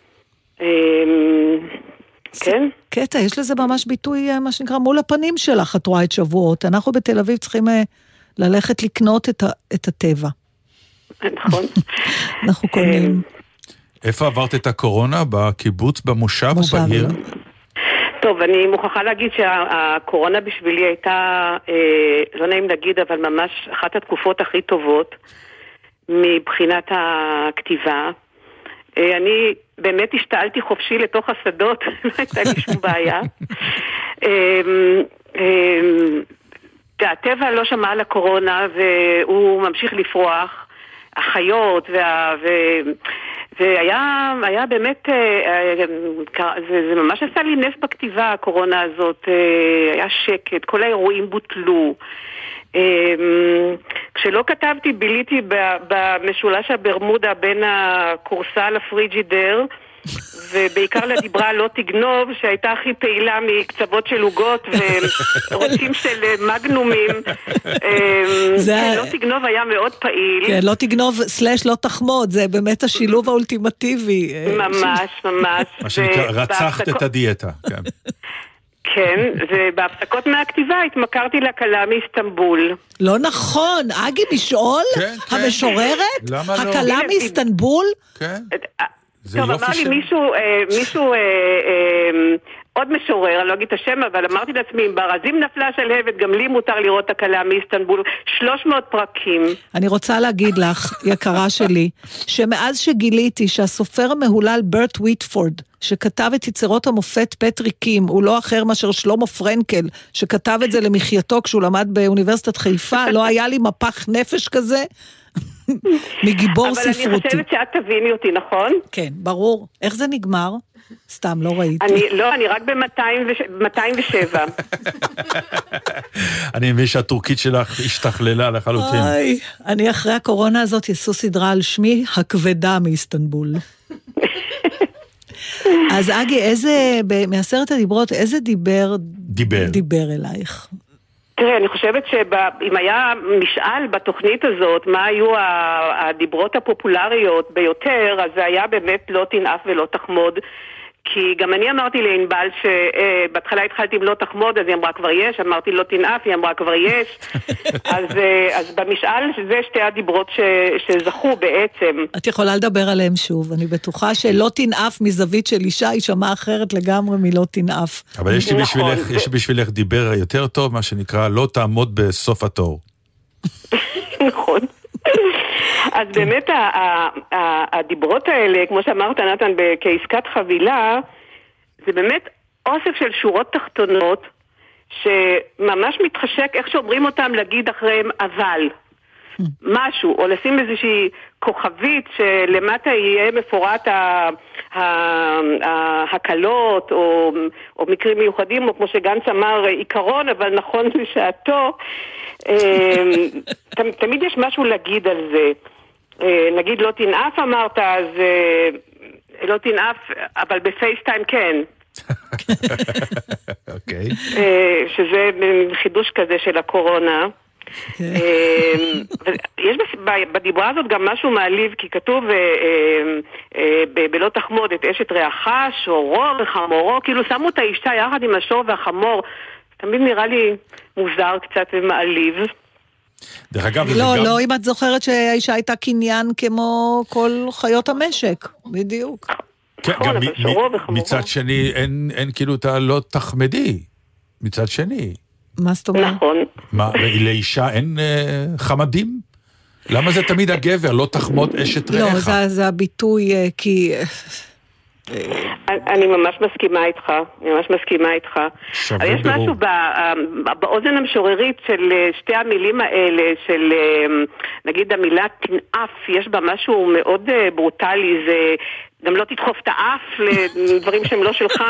כן? קטע, יש לזה ממש ביטוי, מה שנקרא, מול הפנים שלך, את רואה את שבועות. אנחנו בתל אביב צריכים ללכת לקנות את הטבע. נכון. אנחנו קונים. איפה עברת את הקורונה? בקיבוץ, במושב או בעיר? טוב, אני מוכרחה להגיד שהקורונה בשבילי הייתה, לא נעים להגיד, אבל ממש אחת התקופות הכי טובות מבחינת הכתיבה. אני באמת השתעלתי חופשי לתוך השדות, לא הייתה לי שום בעיה. הטבע לא שמע על הקורונה והוא ממשיך לפרוח, החיות והיה באמת, זה ממש עשה לי נס בכתיבה, הקורונה הזאת, היה שקט, כל האירועים בוטלו. כשלא כתבתי, ביליתי במשולש הברמודה בין הקורסה לפריג'ידר, ובעיקר לדיברה לא תגנוב, שהייתה הכי פעילה מקצוות של עוגות ורוצים של מגנומים. לא תגנוב היה מאוד פעיל. כן, לא תגנוב סלש לא תחמוד, זה באמת השילוב האולטימטיבי. ממש, ממש. מה שנקרא, רצחת את הדיאטה. כן, ובהפסקות מהכתיבה התמכרתי לקלה מאיסטנבול. לא נכון, אגי משאול? המשוררת? למה לא? הקלה מאיסטנבול? כן. טוב, אמר לי מישהו, עוד משורר, אני לא אגיד את השם, אבל אמרתי לעצמי, אם ברזים נפלה שלהבת, גם לי מותר לראות הקלה מאיסטנבול, 300 פרקים. אני רוצה להגיד לך, יקרה שלי, שמאז שגיליתי שהסופר המהולל ברט וויטפורד, שכתב את יצירות המופת פטריק קים, הוא לא אחר מאשר שלמה פרנקל, שכתב את זה למחייתו כשהוא למד באוניברסיטת חיפה, לא היה לי מפח נפש כזה, מגיבור ספרותי. אבל אני חושבת שאת תביני אותי, נכון? כן, ברור. איך זה נגמר? סתם, לא ראיתי. אני רק ב-207. אני מבין שהטורקית שלך השתכללה לחלוטין. אני אחרי הקורונה הזאת יעשו סדרה על שמי הכבדה מאיסטנבול. אז אגי, מעשרת הדיברות, איזה דיבר אלייך? תראה, אני חושבת שאם היה משאל בתוכנית הזאת, מה היו הדיברות הפופולריות ביותר, אז זה היה באמת לא תנאף ולא תחמוד, כי גם אני אמרתי לענבל שבהתחלה התחלתי עם לא תחמוד, אז היא אמרה כבר יש, אמרתי לא תנאף, היא אמרה כבר יש, אז במשאל זה שתי הדיברות שזכו בעצם. את יכולה לדבר עליהם שוב, אני בטוחה שלא תנאף מזווית של אישה, היא שמעה אחרת לגמרי מלא תנאף. אבל יש לי בשבילך דיבר יותר טוב, מה שנקרא לא תעמוד בסוף התור. נכון. אז באמת הדיברות האלה, כמו שאמרת נתן, כעסקת חבילה, זה באמת אוסף של שורות תחתונות, שממש מתחשק איך שאומרים אותם להגיד אחריהם אבל. משהו, או לשים איזושהי כוכבית שלמטה יהיה מפורט ההקלות, או מקרים מיוחדים, או כמו שגנץ אמר, עיקרון, אבל נכון לשעתו, תמיד יש משהו להגיד על זה. נגיד לא תנאף אמרת, אז לא תנאף, אבל בפייסטיים כן. אוקיי. שזה חידוש כזה של הקורונה. יש בדיברה הזאת גם משהו מעליב, כי כתוב בלא תחמוד את אשת רעך, שורו וחמורו, כאילו שמו את האישה יחד עם השור והחמור. תמיד נראה לי מוזר קצת ומעליב. דרך אגב, לא, אם את זוכרת שהאישה הייתה קניין כמו כל חיות המשק, בדיוק. כן, גם מצד שני אין כאילו את הלא תחמדי, מצד שני. מה זאת אומרת? נכון. מה, לאישה אין חמדים? למה זה תמיד הגבר, לא תחמוד אשת רעך? לא, זה הביטוי, כי... אני ממש מסכימה איתך, אבל יש משהו באוזן המשוררית של שתי המילים האלה, של נגיד המילה תנאף, יש בה משהו מאוד ברוטלי, זה גם לא תדחוף את האף לדברים שהם לא שלך,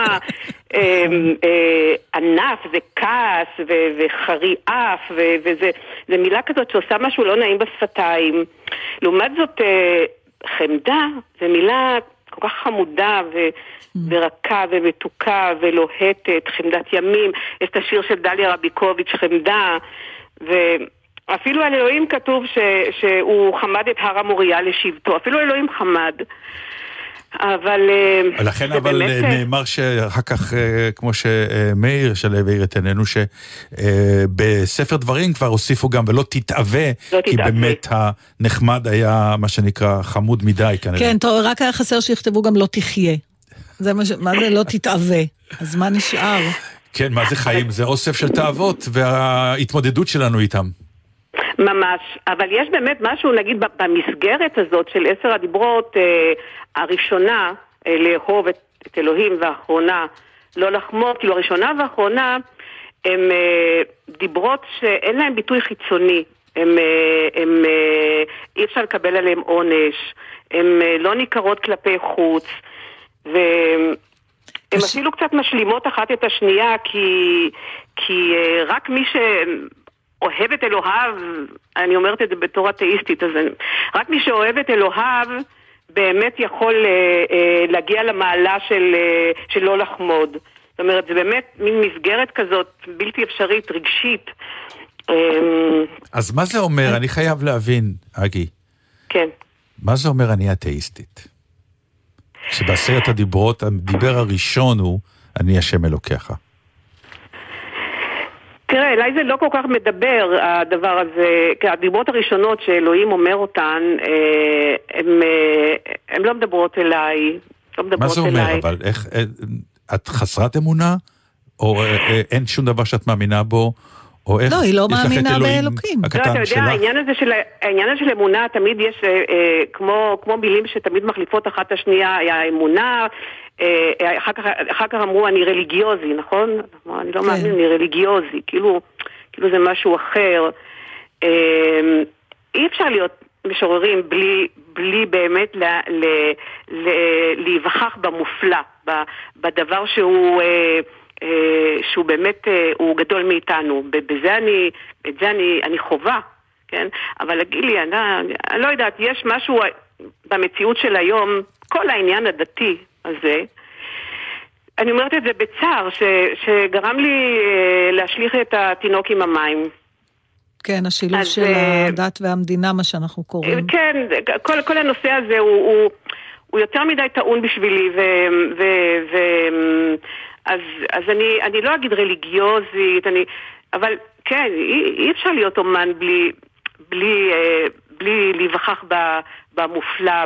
ענף זה כעס וחרי אף, וזה מילה כזאת שעושה משהו לא נעים בשפתיים. לעומת זאת חמדה זה מילה כל כך חמודה ורכה ומתוקה ולוהטת, חמדת ימים. יש את השיר של דליה רביקוביץ', חמדה, ואפילו על אלוהים כתוב שהוא חמד את הר המוריה לשבטו, אפילו אלוהים חמד. אבל... לכן אבל נאמר שאחר כך, כמו שמאיר שלו העיר את עינינו, שבספר דברים כבר הוסיפו גם ולא תתאווה, כי באמת הנחמד היה מה שנקרא חמוד מדי כנראה. כן, רק היה חסר שיכתבו גם לא תחיה. מה זה לא תתאווה? אז מה נשאר? כן, מה זה חיים? זה אוסף של תאוות וההתמודדות שלנו איתם. ממש, אבל יש באמת משהו, נגיד, במסגרת הזאת של 10 הדיברות, הראשונה, לאהוב את אלוהים, והאחרונה, לא לחמוד, כאילו הראשונה והאחרונה, הם דיברות שאין להם ביטוי חיצוני, הם אי אפשר לקבל עליהם עונש, הם לא ניכרות כלפי חוץ, והם אפילו קצת משלימות אחת את השנייה, כי רק מי אוהב את אלוהיו, אני אומרת את זה בתור אתאיסטית, אז רק מי שאוהב את אלוהיו באמת יכול להגיע למעלה של לא לחמוד. זאת אומרת, זה באמת מין מסגרת כזאת בלתי אפשרית, רגשית. אז מה זה אומר? אני חייב להבין, אגי. כן. מה זה אומר אני אתאיסטית? שבעשרת הדיברות, הדיבר הראשון הוא אני השם אלוקיך. תראה, אליי זה לא כל כך מדבר, הדבר הזה, כי הדיברות הראשונות שאלוהים אומר אותן, הן לא מדברות אליי. מה זה אומר? אבל איך, את חסרת אמונה, או אין שום דבר שאת מאמינה בו, או איך? לא, היא לא מאמינה באלוקים. אתה יודע, העניין הזה של אמונה, תמיד יש, כמו מילים שתמיד מחליפות אחת את השנייה, האמונה, אחר כך אמרו, אני רליגיוזי, נכון? אני לא מאמין, אני רליגיוזי, כאילו זה משהו אחר. אי אפשר להיות משוררים בלי באמת להיווכח במופלא, בדבר שהוא באמת, הוא גדול מאיתנו. את זה אני חובה, כן? אבל להגיד לי, אני לא יודעת, יש משהו במציאות של היום, כל העניין הדתי הזה, אני אומרת את זה בצער, שגרם לי להשליך את התינוק עם המים. כן, השילוב של הדת והמדינה, מה שאנחנו קוראים. כן, כל הנושא הזה הוא יותר מדי טעון בשבילי, אז אני לא אגיד רליגיוזית, אבל כן, אי אפשר להיות אומן בלי להיווכח במופלא,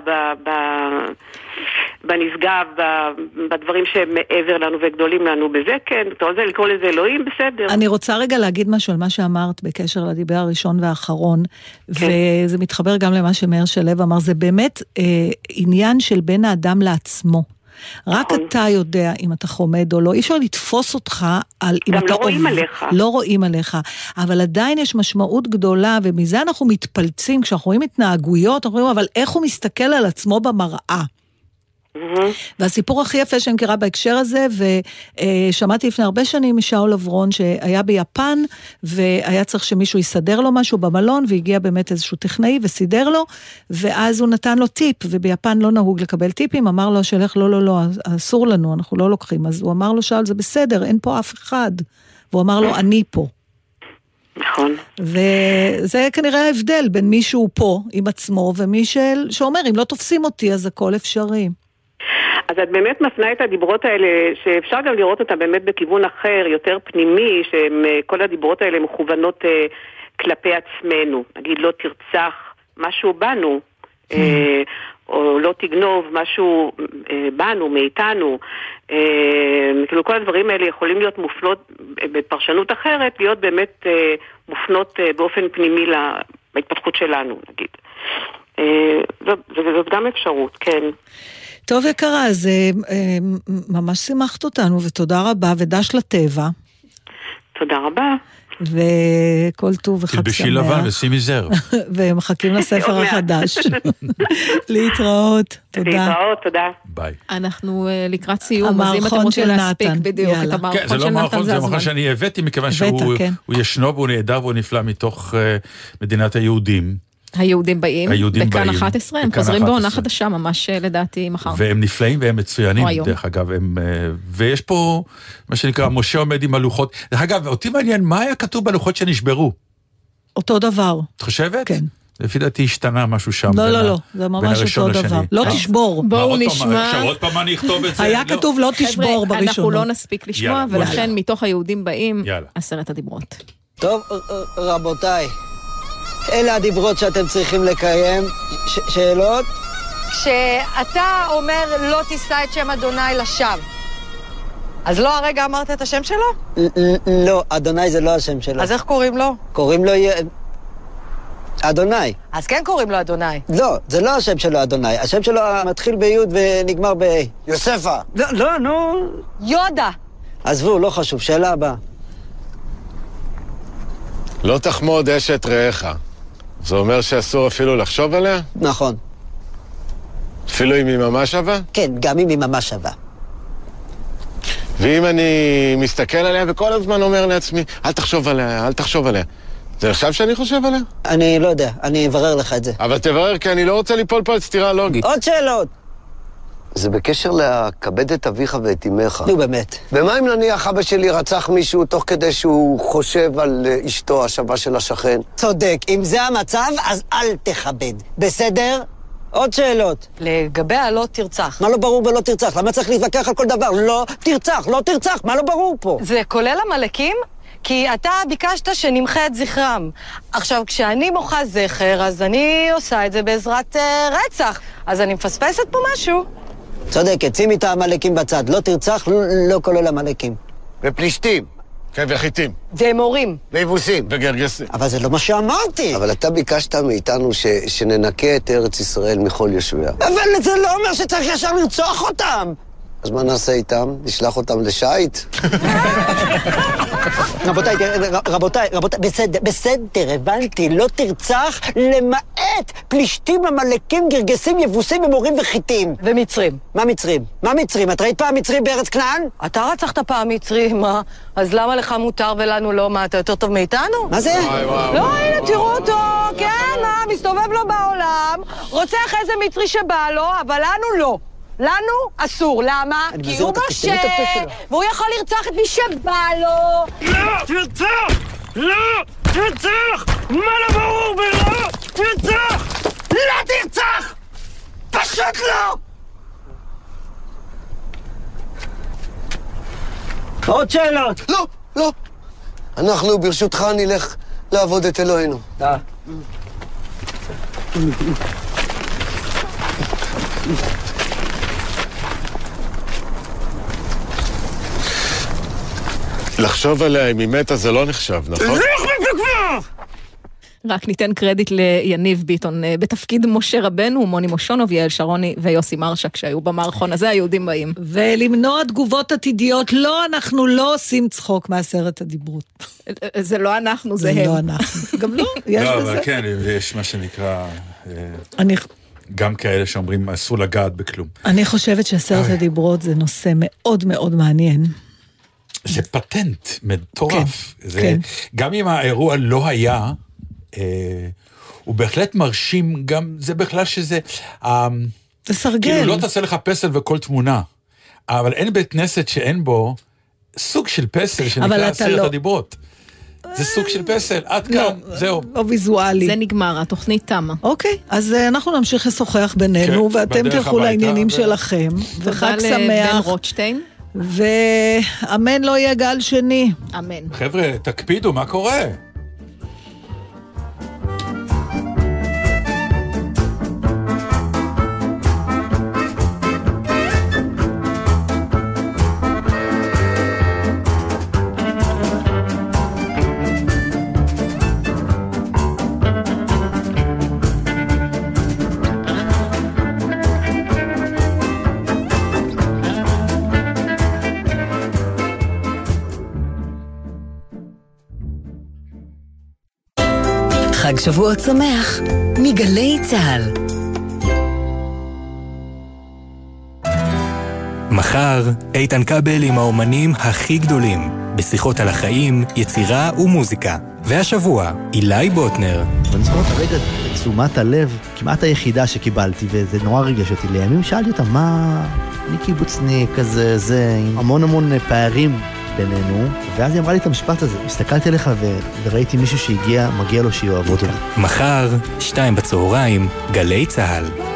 בנשגב, בדברים שהם מעבר לנו וגדולים לנו. בזה כן, אתה רוצה לקרוא לזה אלוהים, בסדר. אני רוצה רגע להגיד משהו על מה שאמרת בקשר לדיבר הראשון והאחרון, וזה מתחבר גם למה שמאיר שלו אמר, זה באמת עניין של בין האדם לעצמו. רק אתה יודע אם אתה חומד או לא, אי אפשר לתפוס אותך על אם אתה... גם לא רואים עליך. לא רואים עליך, אבל עדיין יש משמעות גדולה, ומזה אנחנו מתפלצים, כשאנחנו רואים התנהגויות, אנחנו רואים, אבל איך הוא מסתכל על עצמו במראה. והסיפור הכי יפה שאני מכירה בהקשר הזה, ושמעתי לפני הרבה שנים משאול אברון שהיה ביפן, והיה צריך שמישהו יסדר לו משהו במלון, והגיע באמת איזשהו טכנאי וסידר לו, ואז הוא נתן לו טיפ, וביפן לא נהוג לקבל טיפים, אמר לו שלך לא, אסור לנו, אנחנו לא לוקחים, אז הוא אמר לו שאול, זה בסדר, אין פה אף אחד, והוא אמר לו, אני פה. נכון. וזה כנראה ההבדל בין מישהו פה עם עצמו, ומי שאומר, אם לא תופסים אותי, אז הכל אפשרי. אז את באמת מפנה את הדיברות האלה, שאפשר גם לראות אותה באמת בכיוון אחר, יותר פנימי, שכל הדיברות האלה מכוונות כלפי עצמנו. נגיד, לא תרצח משהו בנו, או לא תגנוב משהו בנו, מאיתנו. כאילו כל הדברים האלה יכולים להיות מופנות בפרשנות אחרת, להיות באמת מופנות באופן פנימי להתפתחות שלנו, נגיד. זאת גם אפשרות, כן. טוב יקרה, אז ממש שימחת אותנו, ותודה רבה, ודש לטבע. תודה רבה. וכל טוב וחג שמח. תלבשי לבן ושימי זר. ומחכים לספר החדש. להתראות, תודה. להתראות, תודה. ביי. אנחנו לקראת סיום, אז אם אתם רוצים להספיק בדיוק את המערכון של נתן, זה המערכון שאני הבאתי, מכיוון שהוא ישנו והוא נהדר והוא נפלא מתוך מדינת היהודים. היהודים באים, בכאן 11, הם חוזרים בעונה חדשה, ממש לדעתי מחר. והם נפלאים והם מצוינים, דרך אגב, ויש פה, מה שנקרא, משה עומד עם הלוחות. דרך אגב, אותי מעניין, מה היה כתוב בלוחות שנשברו? אותו דבר. את חושבת? כן. לפי דעתי השתנה משהו שם. לא, זה ממש אותו דבר. לא תשבור. בואו נשמע. עכשיו עוד פעם אני אכתוב את זה. היה כתוב לא תשבור בראשון. אנחנו לא נספיק לשמוע, ולכן מתוך היהודים באים 10 הדיברות. טוב, רבותיי. אלה הדיברות שאתם צריכים לקיים. שאלות? כשאתה אומר לא תישא את שם אדוני לשווא, אז לא הרגע אמרת את השם שלו? לא, אדוני זה לא השם שלו. אז איך קוראים לו? קוראים לו אדוני. אז כן קוראים לו אדוני. לא, זה לא השם שלו אדוני. השם שלו מתחיל ביוד ונגמר ב... יוספה. לא, נו. יודה. עזבו, לא חשוב. שאלה הבאה. לא תחמוד אשת רעך. זה אומר שאסור אפילו לחשוב עליה? נכון. אפילו אם היא ממש שווה? כן, גם אם היא ממש שווה. ואם אני מסתכל עליה וכל הזמן אומר לעצמי, אל תחשוב עליה, אל תחשוב עליה. זה עכשיו שאני חושב עליה? אני לא יודע, אני אברר לך את זה. אבל תברר, כי אני לא רוצה ליפול פה על סתירה לוגית. עוד שאלות! זה בקשר לכבד את אביך ואת אמך. נו באמת. ומה אם נניח אבא שלי רצח מישהו תוך כדי שהוא חושב על אשתו השווה של השכן? צודק, אם זה המצב, אז אל תכבד. בסדר? עוד שאלות. לגבי הלא תרצח. מה לא ברור ולא תרצח? למה צריך להתווכח על כל דבר? לא תרצח, לא תרצח, מה לא ברור פה? זה כולל המלאקים? כי אתה ביקשת שנמחה את זכרם. עכשיו, כשאני מוחה זכר, אז אני עושה את זה בעזרת רצח. אז אני מפספסת פה משהו. צודקת, שימי את העמלקים בצד. לא תרצח, לא כולל עמלקים. ופלישתים. כן, וחיתים. ומורים. ויבוסים. וגרגסים. אבל זה לא מה שאמרתי. אבל אתה ביקשת מאיתנו שננקה את ארץ ישראל מכל יושביה. אבל זה לא אומר שצריך ישר לרצוח אותם. אז מה נעשה איתם? נשלח אותם לשייט? רבותיי, בסדר, הבנתי, לא תרצח למעט פלישתים, עמלקים, גרגסים, יבוסים, ומורים וחיתים. ומצרים. מה מצרים? מה מצרים? את ראית פעם מצרים בארץ כנען? אתה רצחת פעם מצרי, מה? אז למה לך מותר ולנו לא? מה, אתה יותר טוב מאיתנו? מה זה? לא, הנה, תראו אותו, כן, מסתובב לו בעולם, רוצח איזה מצרי שבא לו, אבל לנו לא. לנו אסור, למה? כי הוא משה, והוא יכול לרצוח את מי שבא לו. לא! תרצח! לא! תרצח! מה לא ברור ולא? תרצח! לא תרצח! פשוט לא! עוד שאלות? לא, לא. אנחנו ברשותך נלך לעבוד את אלוהינו. לחשוב עליה אם היא מתה זה לא נחשב, נכון? רק ניתן קרדיט ליניב ביטון בתפקיד משה רבנו, מוני מושונוב, יעל שרוני ויוסי מרשק שהיו במערכון הזה, היהודים באים. ולמנוע תגובות עתידיות, לא, אנחנו לא עושים צחוק מעשרת הדיברות. זה לא אנחנו, זה הם. לא אנחנו. גם לא, יש לא, בזה. אבל כן, יש מה שנקרא... גם כאלה שאומרים, אסור לגעת בכלום. אני חושבת שעשרת הדיברות זה נושא מאוד מאוד מעניין. זה פטנט מטורף. כן, כן. גם אם האירוע לא היה, הוא בהחלט מרשים, גם זה בכלל שזה... זה סרגל. כאילו לא תעשה לך פסל וכל תמונה, אבל אין בית כנסת שאין בו סוג של פסל שנקרא עשרת הדיברות. זה סוג של פסל, עד כאן, זהו. או ויזואלי. זה נגמר, התוכנית תמה. אוקיי, אז אנחנו נמשיך לשוחח בינינו, ואתם תלכו לעניינים שלכם. וחג שמח. בן רוטשטיין. ואמן לא יהיה גל שני. אמן. חבר'ה, תקפידו, מה קורה? חג שבועות שמח מגלי צהל. מחר, איתן כבל עם האומנים הכי גדולים, בשיחות על החיים, יצירה ומוזיקה. והשבוע, אילי בוטנר. ואני זוכר את הרגע, תשומת הלב, כמעט היחידה שקיבלתי, וזה נורא רגש אותי. לימים שאלתי אותה, מה... אני קיבוצניק כזה, זה, עם המון פערים בינינו, ואז היא אמרה לי את המשפט הזה. הסתכלתי עליך וראיתי מישהו שהגיע, מגיע לו שיאהבו אותי. מחר, 14:00, גלי צהל.